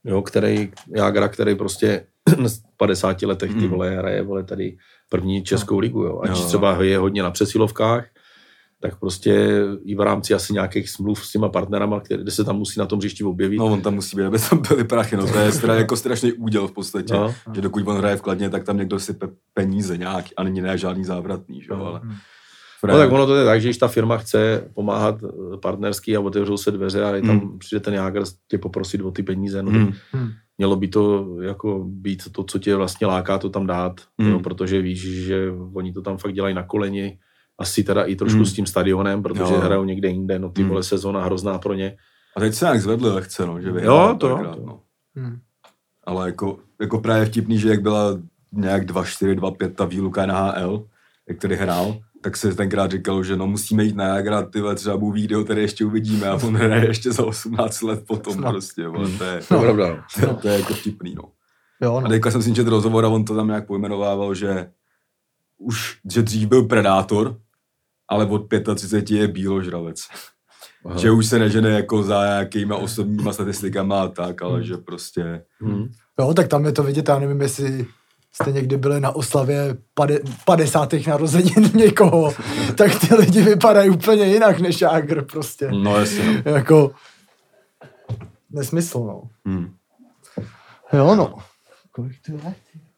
jo, který, Jágra, který prostě v padesáti letech ty vole hraje, vole, tady první českou ligu, jo. Ať třeba je hodně na přesilovkách, tak prostě i v rámci asi nějakých smluv s těma partnerama, které, kde se tam musí na tom hřišti objevit. No on tam musí být, aby tam byly prachy, no to je teda jako strašný úděl v podstatě, no. Že dokud on hraje v Kladně, tak tam někdo sype peníze nějak a není ne žádný závratný, že? Ale... No tak ono to je tak, že když ta firma chce pomáhat partnersky a otevřou se dveře a tam hmm. přijde ten Jágr tě poprosit o ty peníze, no hmm. mělo by to jako být to, co tě vlastně láká to tam dát, hmm. jo, protože víš, že oni to tam fakt dělají na koleni, asi teda i trošku hmm. s tím stadionem, protože jo. hrajou někde jinde, no ty hmm. vole sezona hrozná pro ně. A teď se nějak zvedli lehce, no, že vyhrál. Jo, to, krát, to. No. Hmm. Ale jako, jako právě vtipný, že jak byla nějak dva čtyři, dva pět ta výluka na H L, jak tady hrál, tak se tenkrát říkalo, že no musíme jít na Jágra, tyhle třeba byl video, který ještě uvidíme a on hraje ještě za osmnáct let potom no. prostě, vole, to je, no, pravda. To, to, to je jako vtipný, no. Jo, no. A teďka jsem si četl rozhovor a on to tam nějak pojmenovával, že už, že dřív byl predátor, ale od třicet pět je bíložravec. Aha. Že už se nežene jako za nějakýma osobníma statistikama a tak, ale hmm. že prostě... Hmm. Jo, tak tam je to vidět, já nevím, jestli jste někdy byli na oslavě padesátých narozenin někoho, tak ty lidi vypadají úplně jinak než Jágr prostě. No jasně. Jako nesmysl, no. Hmm. Jo, no. Kolik to je?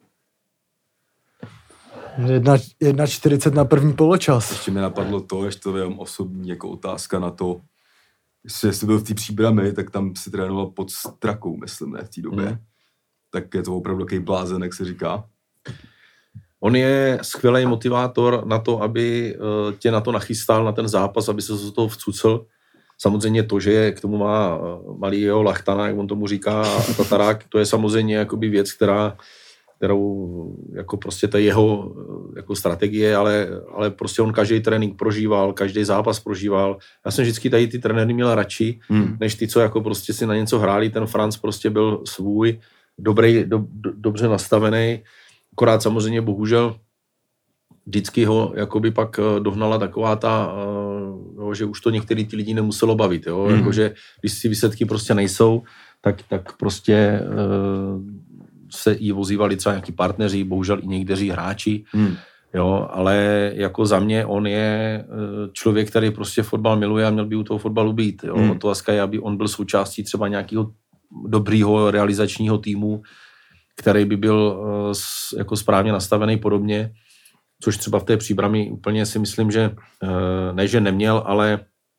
Jedna, jedna čtyřicet na první poločas. Ještě mi napadlo to, ještě to je osobní jako otázka na to, jestli byl v té Příbrami, tak tam si trénoval pod Strakou, myslím, ne, v té době. Hmm. Tak je to opravdu takový blázen, jak se říká. On je skvělý motivátor na to, aby tě na to nachystal, na ten zápas, aby se z toho vcucl. Samozřejmě to, že k tomu má malýho lachtana, jak on tomu říká, a tatarák, to je samozřejmě jakoby věc, která, kterou jako prostě to je jeho jako strategie, ale, ale prostě on každý trénink prožíval, každý zápas prožíval. Já jsem vždycky tady ty trenéry měl radši, hmm. než ty, co jako prostě si na něco hráli. Ten Franc prostě byl svůj, dobrý, do, do, dobře nastavený, akorát samozřejmě bohužel vždycky ho jakoby pak dohnala taková ta, jo, že už to některý ty lidi nemuselo bavit, jo, mm. jakože když si výsledky prostě nejsou, tak, tak prostě uh, se i vozívali třeba nějaký partneři, bohužel i někteří hráči, mm. jo, ale jako za mě on je člověk, který prostě fotbal miluje a měl by u toho fotbalu být, jo, mm. otázka je, aby on byl součástí třeba nějakého dobrýho realizačního týmu, který by byl uh, jako správně nastavený podobně, což třeba v té Příbrami úplně si myslím, že uh, ne, že neměl, ale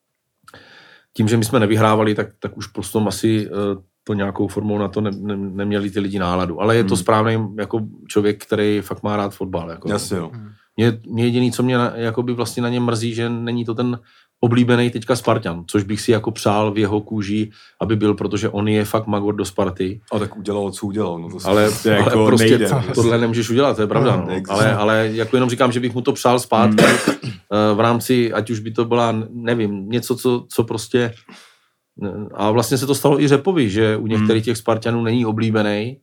tím, že my jsme nevyhrávali, tak, tak už prostě asi uh, to nějakou formou na to ne, ne, neměli ty lidi náladu. Ale je to hmm. správný jako člověk, který fakt má rád fotbal. Jako. Jasně, jo. Mě, mě jediný, co mě na, jakoby vlastně na něm mrzí, že není to ten oblíbený teďka Spartan, což bych si jako přál v jeho kůži, aby byl, protože on je fakt magor do Sparty. A tak udělal, co udělal. No to ale, to jako ale prostě nejde, tohle nemůžeš udělat, to je pravda. No, no. Ale, ale jako jenom říkám, že bych mu to přál zpátky v rámci, ať už by to byla, nevím, něco, co, co prostě... A vlastně se to stalo i Řepovi, že u některých těch Spartanů není oblíbený.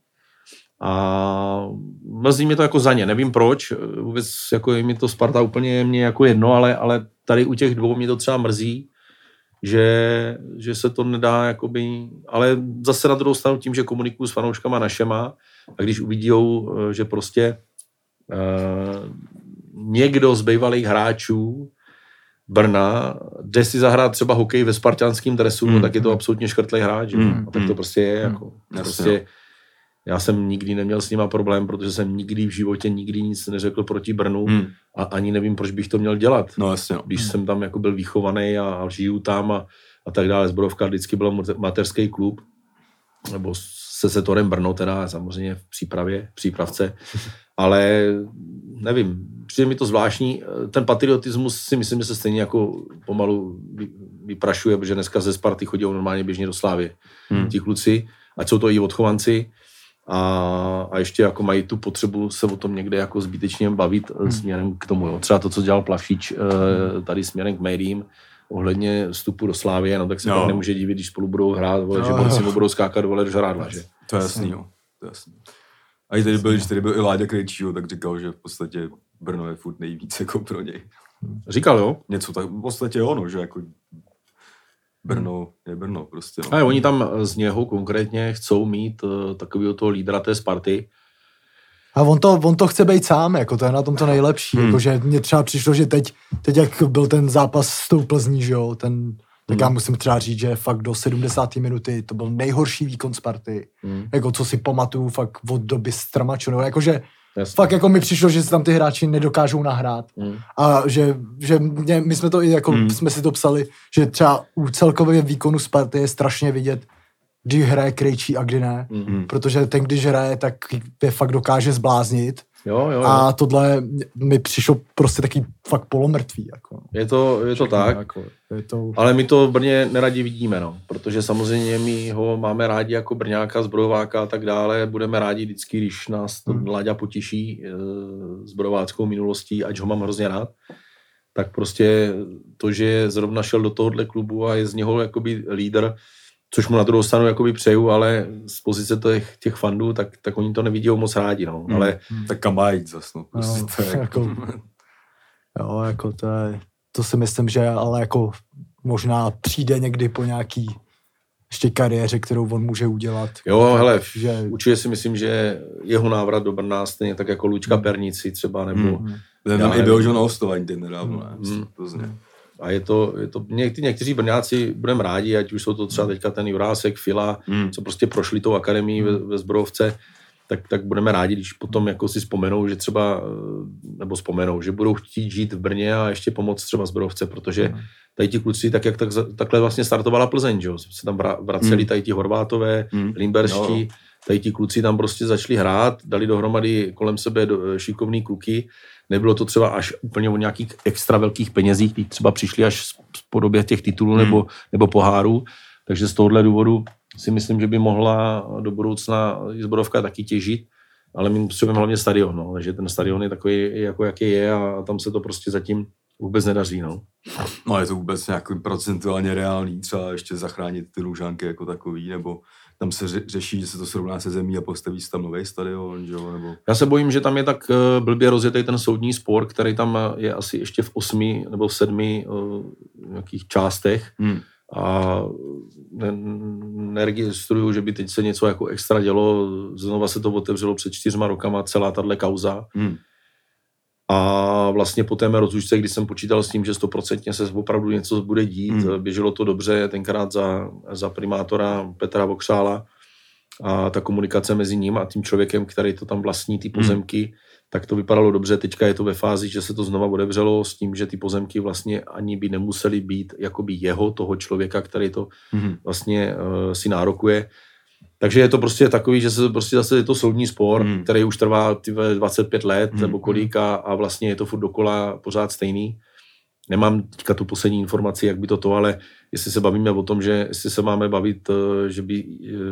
A mrzí mě to jako za ně, nevím proč, vůbec jako je mi to Sparta úplně mě jako jedno, ale, ale tady u těch dvou mě to třeba mrzí, že, že se to nedá jakoby, ale zase na druhou stranu tím, že komunikuju s fanouškama našema a když uvidíjou, že prostě uh, někdo z bývalých hráčů Brna jde si zahrát třeba hokej ve spartanském dresu, mm. tak je to absolutně škrtlej hráč, mm. a tak to prostě je, jako mm. prostě já jsem nikdy neměl s nima problém, protože jsem nikdy v životě nikdy nic neřekl proti Brnu hmm. a ani nevím, proč bych to měl dělat. No jasně. No. Když hmm. jsem tam jako byl vychovaný a, a žiju tam a, a tak dále. Zborovka vždycky byl mateřský klub, nebo se Setorem Brno teda, samozřejmě v přípravě, v přípravce, ale nevím, přijde mi to zvláštní. Ten patriotismus si myslím, že se stejně jako pomalu vyprašuje, protože dneska ze Sparty chodí normálně běžně do Slávy. Hmm. Ti kluci, ať jsou to i odchovanci, A, a ještě jako mají tu potřebu se o tom někde jako zbytečně bavit hmm. směrem k tomu. Jo. Třeba to, co dělal Plavšič tady směrem k médiím ohledně vstupu do Slávie, no tak se no. nemůže divit, když spolu budou hrát, vole, no. že borci mu budou skákat vole do žrádla, že? To je jasný, jo. To je jasný. A i tady byl, když tady byl i Láďa Krejčího, tak říkal, že v podstatě Brno je furt nejvíc jako pro něj. Říkal, jo? Něco tak, v podstatě ono, že jako Brno je Brno prostě. No. A oni tam z něho konkrétně chcou mít uh, takového toho lídra té Sparty. A on to, on to chce být sám, jako to je na tom to nejlepší. Hmm. Jakože mně třeba přišlo, že teď, teď jak byl ten zápas s tou Plzní, že jo, ten, tak hmm. já musím třeba říct, že fakt do sedmdesáté minuty to byl nejhorší výkon Sparty. Hmm. Jako co si pamatuju fakt od doby Stramačo, jakože Jasně. Fakt jako mi přišlo, že se tam ty hráči nedokážou nahrát. Mm. A že, že mě, my jsme to i jako, mm. jsme si to psali, že třeba u celkového výkonu Sparty je strašně vidět, kdy hraje Krejčí a kdy ne. Mm. Protože ten, když hraje, tak je fakt dokáže zbláznit. Jo, jo, jo. A tohle mi přišlo prostě taky fakt polomrtvý. Jako. Je to, je to tak, jako, je to... ale my to v Brně neradi vidíme, no. Protože samozřejmě my ho máme rádi jako Brňáka, zbrojováka a tak dále. Budeme rádi vždycky, když nás to hmm. Láďa potěší e, zbrojováckou minulostí, ať ho mám hrozně rád. Tak prostě to, že zrovna šel do tohohle klubu a je z něho jakoby lídr, což mu na druhou stranu jakoby přeju, ale z pozice těch, těch fandů, tak, tak oni to nevidí moc rádi, no. Hmm. Ale... Tak kam má jít zas, no. Prostě no, to je jako... jo, jako to je... To si myslím, že ale jako možná přijde někdy po nějaký ještě kariéře, kterou on může udělat. Jo, hele, že... určitě si myslím, že jeho návrat do Brna stejně tak jako Lučka hmm. Pernici třeba, nebo... Hmm. Tam i byl, že na hostování teď nedávno, ne? Hmm. Plzně. A je to, je to někdy, někteří Brňáci budeme rádi, ať už jsou to třeba teďka ten Jurásek, Fila, hmm. co prostě prošli tou akademii ve, ve Zbrojovce, tak, tak budeme rádi, když potom jako si vzpomenou, že třeba, nebo vzpomenou, že budou chtít žít v Brně a ještě pomoct třeba Zbrojovce, protože hmm. tady ti kluci, tak jak tak, takhle vlastně startovala Plzeň, že jo, se tam vraceli hmm. tady ti Horvátové, hmm. Limberští, tady ti kluci tam prostě začali hrát, dali dohromady kolem sebe do, šikovný kluky. Nebylo to třeba až úplně o nějakých extra velkých penězích, kteří třeba přišli až v podobě těch titulů nebo, hmm. nebo pohárů. Takže z tohohle důvodu si myslím, že by mohla do budoucna Zbrojovka taky těžit, ale my potřebujeme hlavně stadion, no. Takže ten stadion je takový, jako jaký je a tam se to prostě zatím vůbec nedaří. No, no je to vůbec nějaký procentuálně reálný, třeba ještě zachránit ty Lužánky jako takový, nebo tam se řeší, že se to srovná se zemí a postaví se tam nový stadion, že jo, nebo... Já se bojím, že tam je tak blbě rozjetý ten soudní spor, který tam je asi ještě v osmi nebo v sedmi uh, nějakých částech hmm. a neregistruju, že by teď se něco jako extra dělo, znova se to otevřelo před čtyřma rokama, celá tahle kauza. Hmm. A vlastně po té mé rozlučce, když jsem počítal s tím, že stoprocentně se opravdu něco bude dít, hmm. běželo to dobře, tenkrát za, za primátora Petra Vokřála a ta komunikace mezi ním a tím člověkem, který to tam vlastní, ty pozemky, hmm. tak to vypadalo dobře. Teďka je to ve fázi, že se to znova odevřelo s tím, že ty pozemky vlastně ani by nemusely být jakoby jeho, toho člověka, který to hmm. vlastně uh, si nárokuje. Takže je to prostě takový, že se prostě zase je to soudní spor, mm. který už trvá tyhle dvacet pět let mm. nebo kolik a, a vlastně je to furt dokola pořád stejný. Nemám teďka tu poslední informaci, jak by to to, ale jestli se bavíme o tom, že jestli se máme bavit, že by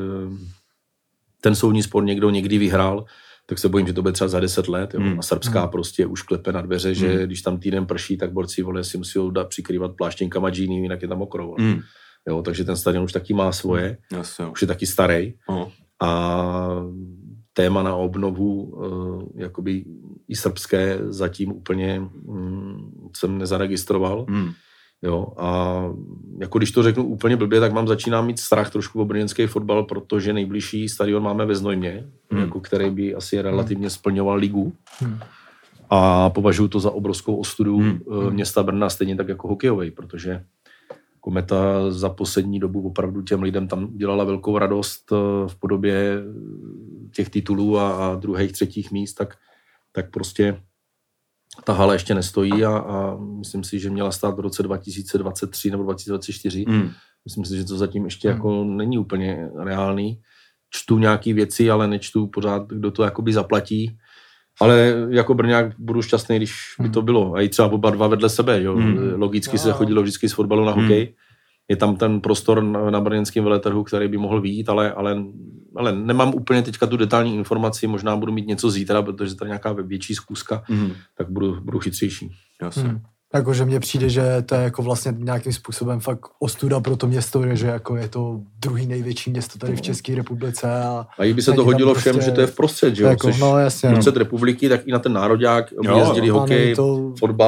ten soudní spor někdo někdy vyhrál, tak se bojím, že to bude třeba za deset let. Jo? Mm. A srbská mm. prostě už klepe na dveře, že mm. když tam týden prší, tak borci vole si musí dát přikrývat pláštěnkama džíny, jinak je tam mokro. Mm. Jo, takže ten stadion už taky má svoje, Jasně. už je taky starý. Aha. A téma na obnovu uh, jakoby i srbské zatím úplně um, jsem nezaregistroval. Hmm. Jo, a jako když to řeknu úplně blbě, tak mám začínám mít strach trošku o brněnský fotbal, protože nejbližší stadion máme ve Znojmě, hmm. jako který by asi relativně splňoval ligu. Hmm. A považuji to za obrovskou ostudu hmm. uh, města Brna, stejně tak jako hokejovej, protože Kometa za poslední dobu opravdu těm lidem tam dělala velkou radost v podobě těch titulů a, a druhých, třetích míst, tak, tak prostě ta hala ještě nestojí a, a myslím si, že měla stát v roce dva tisíce dvacet tři nebo dva tisíce dvacet čtyři. Mm. Myslím si, že to zatím ještě mm. jako není úplně reálný. Čtu nějaký věci, ale nečtu pořád, kdo to jakoby zaplatí. Ale jako Brňák budu šťastný, když by to bylo. A i třeba oba dva vedle sebe. Jo. Hmm. Logicky se chodilo vždycky z fotbalu na hokej. Hmm. Je tam ten prostor na, na brněnském veletrhu, který by mohl vyjít, ale, ale, ale nemám úplně teďka tu detailní informaci. Možná budu mít něco zítra, protože to je nějaká větší zkuska, hmm. tak budu, budu chytřejší. Jasně. Hmm. Jakože mně přijde, že to je jako vlastně nějakým způsobem fakt ostuda pro to město, že jako je to druhý největší město tady v České republice. A, a i by se to hodilo všem, prostě, že to je v prostřed, že jo? Jako, no, jasně, prostřed republiky, tak i na ten nároďák, jezdili hokej, to... fotbal.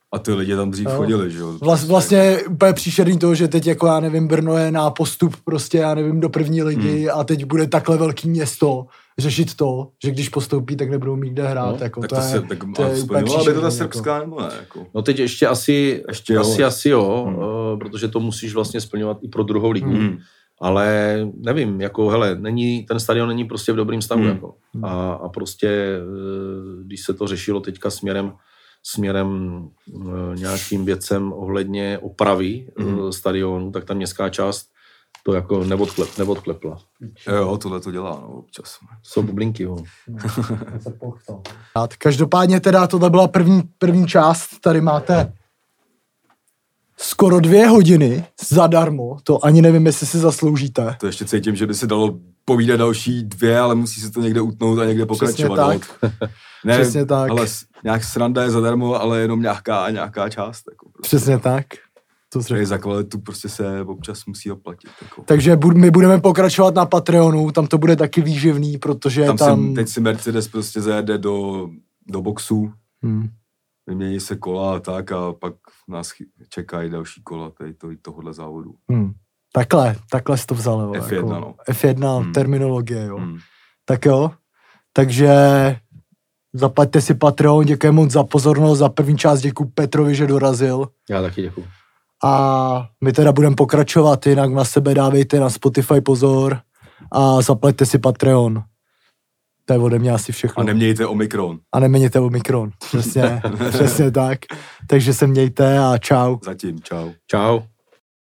A ty lidi tam dřív Jo. chodili, že jo? Vlast, vlastně úplně příšerný to, že teď jako já nevím, Brno je na postup prostě, já nevím, do první ligy Hmm. a teď bude takhle velký město řešit to, že když postoupí, tak nebudou mít kde hrát. No, jako, Tak to, to, je, se, tak to je úplně splňovala by to ta příšerný, srbská, nebo ne? Jako. No teď ještě asi, Ještě jo. asi, asi jo, Hmm. uh, protože to musíš vlastně splňovat i pro druhou ligu. Hmm. Ale nevím, jako hele, není, ten stadion není prostě v dobrým stavu. Hmm. Jako. A, a prostě, eh, když se to řešilo teďka směrem, směrem eh, nějakým věcem ohledně opravy Hmm. eh, stadionu, tak ta městská část to jako neodklep, neodklepla. Jo, tohle to dělá, no, občas. Jsou bublinky, jo. Každopádně teda tohle byla první, první část, tady máte skoro dvě hodiny zadarmo, to ani nevím, jestli si zasloužíte. To ještě cítím, že by se dalo povídat další dvě, ale musí se to někde utnout a někde pokračovat. tak. no. Ne, Přesně tak. Ale s- nějak sranda je zadarmo, ale jenom nějaká nějaká část. Jako, prostě. Přesně tak. To Tady za kvalitu prostě se občas musí oplatit. Jako. Takže bud- my budeme pokračovat na Patreonu, tam to bude taky výživný, protože Tam, tam... tam... tam... Si, teď si Mercedes prostě zajede do, do boxu, Hmm. vymění se kola a tak a pak nás chy- čekají další kola tady to, tohohle závodu. Hmm. Takhle, takhle jsi to vzal. Jo, F jedna, no. F jedna Hmm. terminologie, jo. Hmm. Tak jo, takže zaplaťte si Patreon, děkuji moc za pozornost, za první část děkuji Petrovi, že dorazil. Já taky děkuju. A my teda budeme pokračovat, jinak na sebe dávejte na Spotify pozor a zaplaťte si Patreon. To je ode mě asi všechno. A nemějte Omikron. A neměněte Omikron. Přesně, přesně tak. Takže se mějte a čau. Zatím, čau. Čau.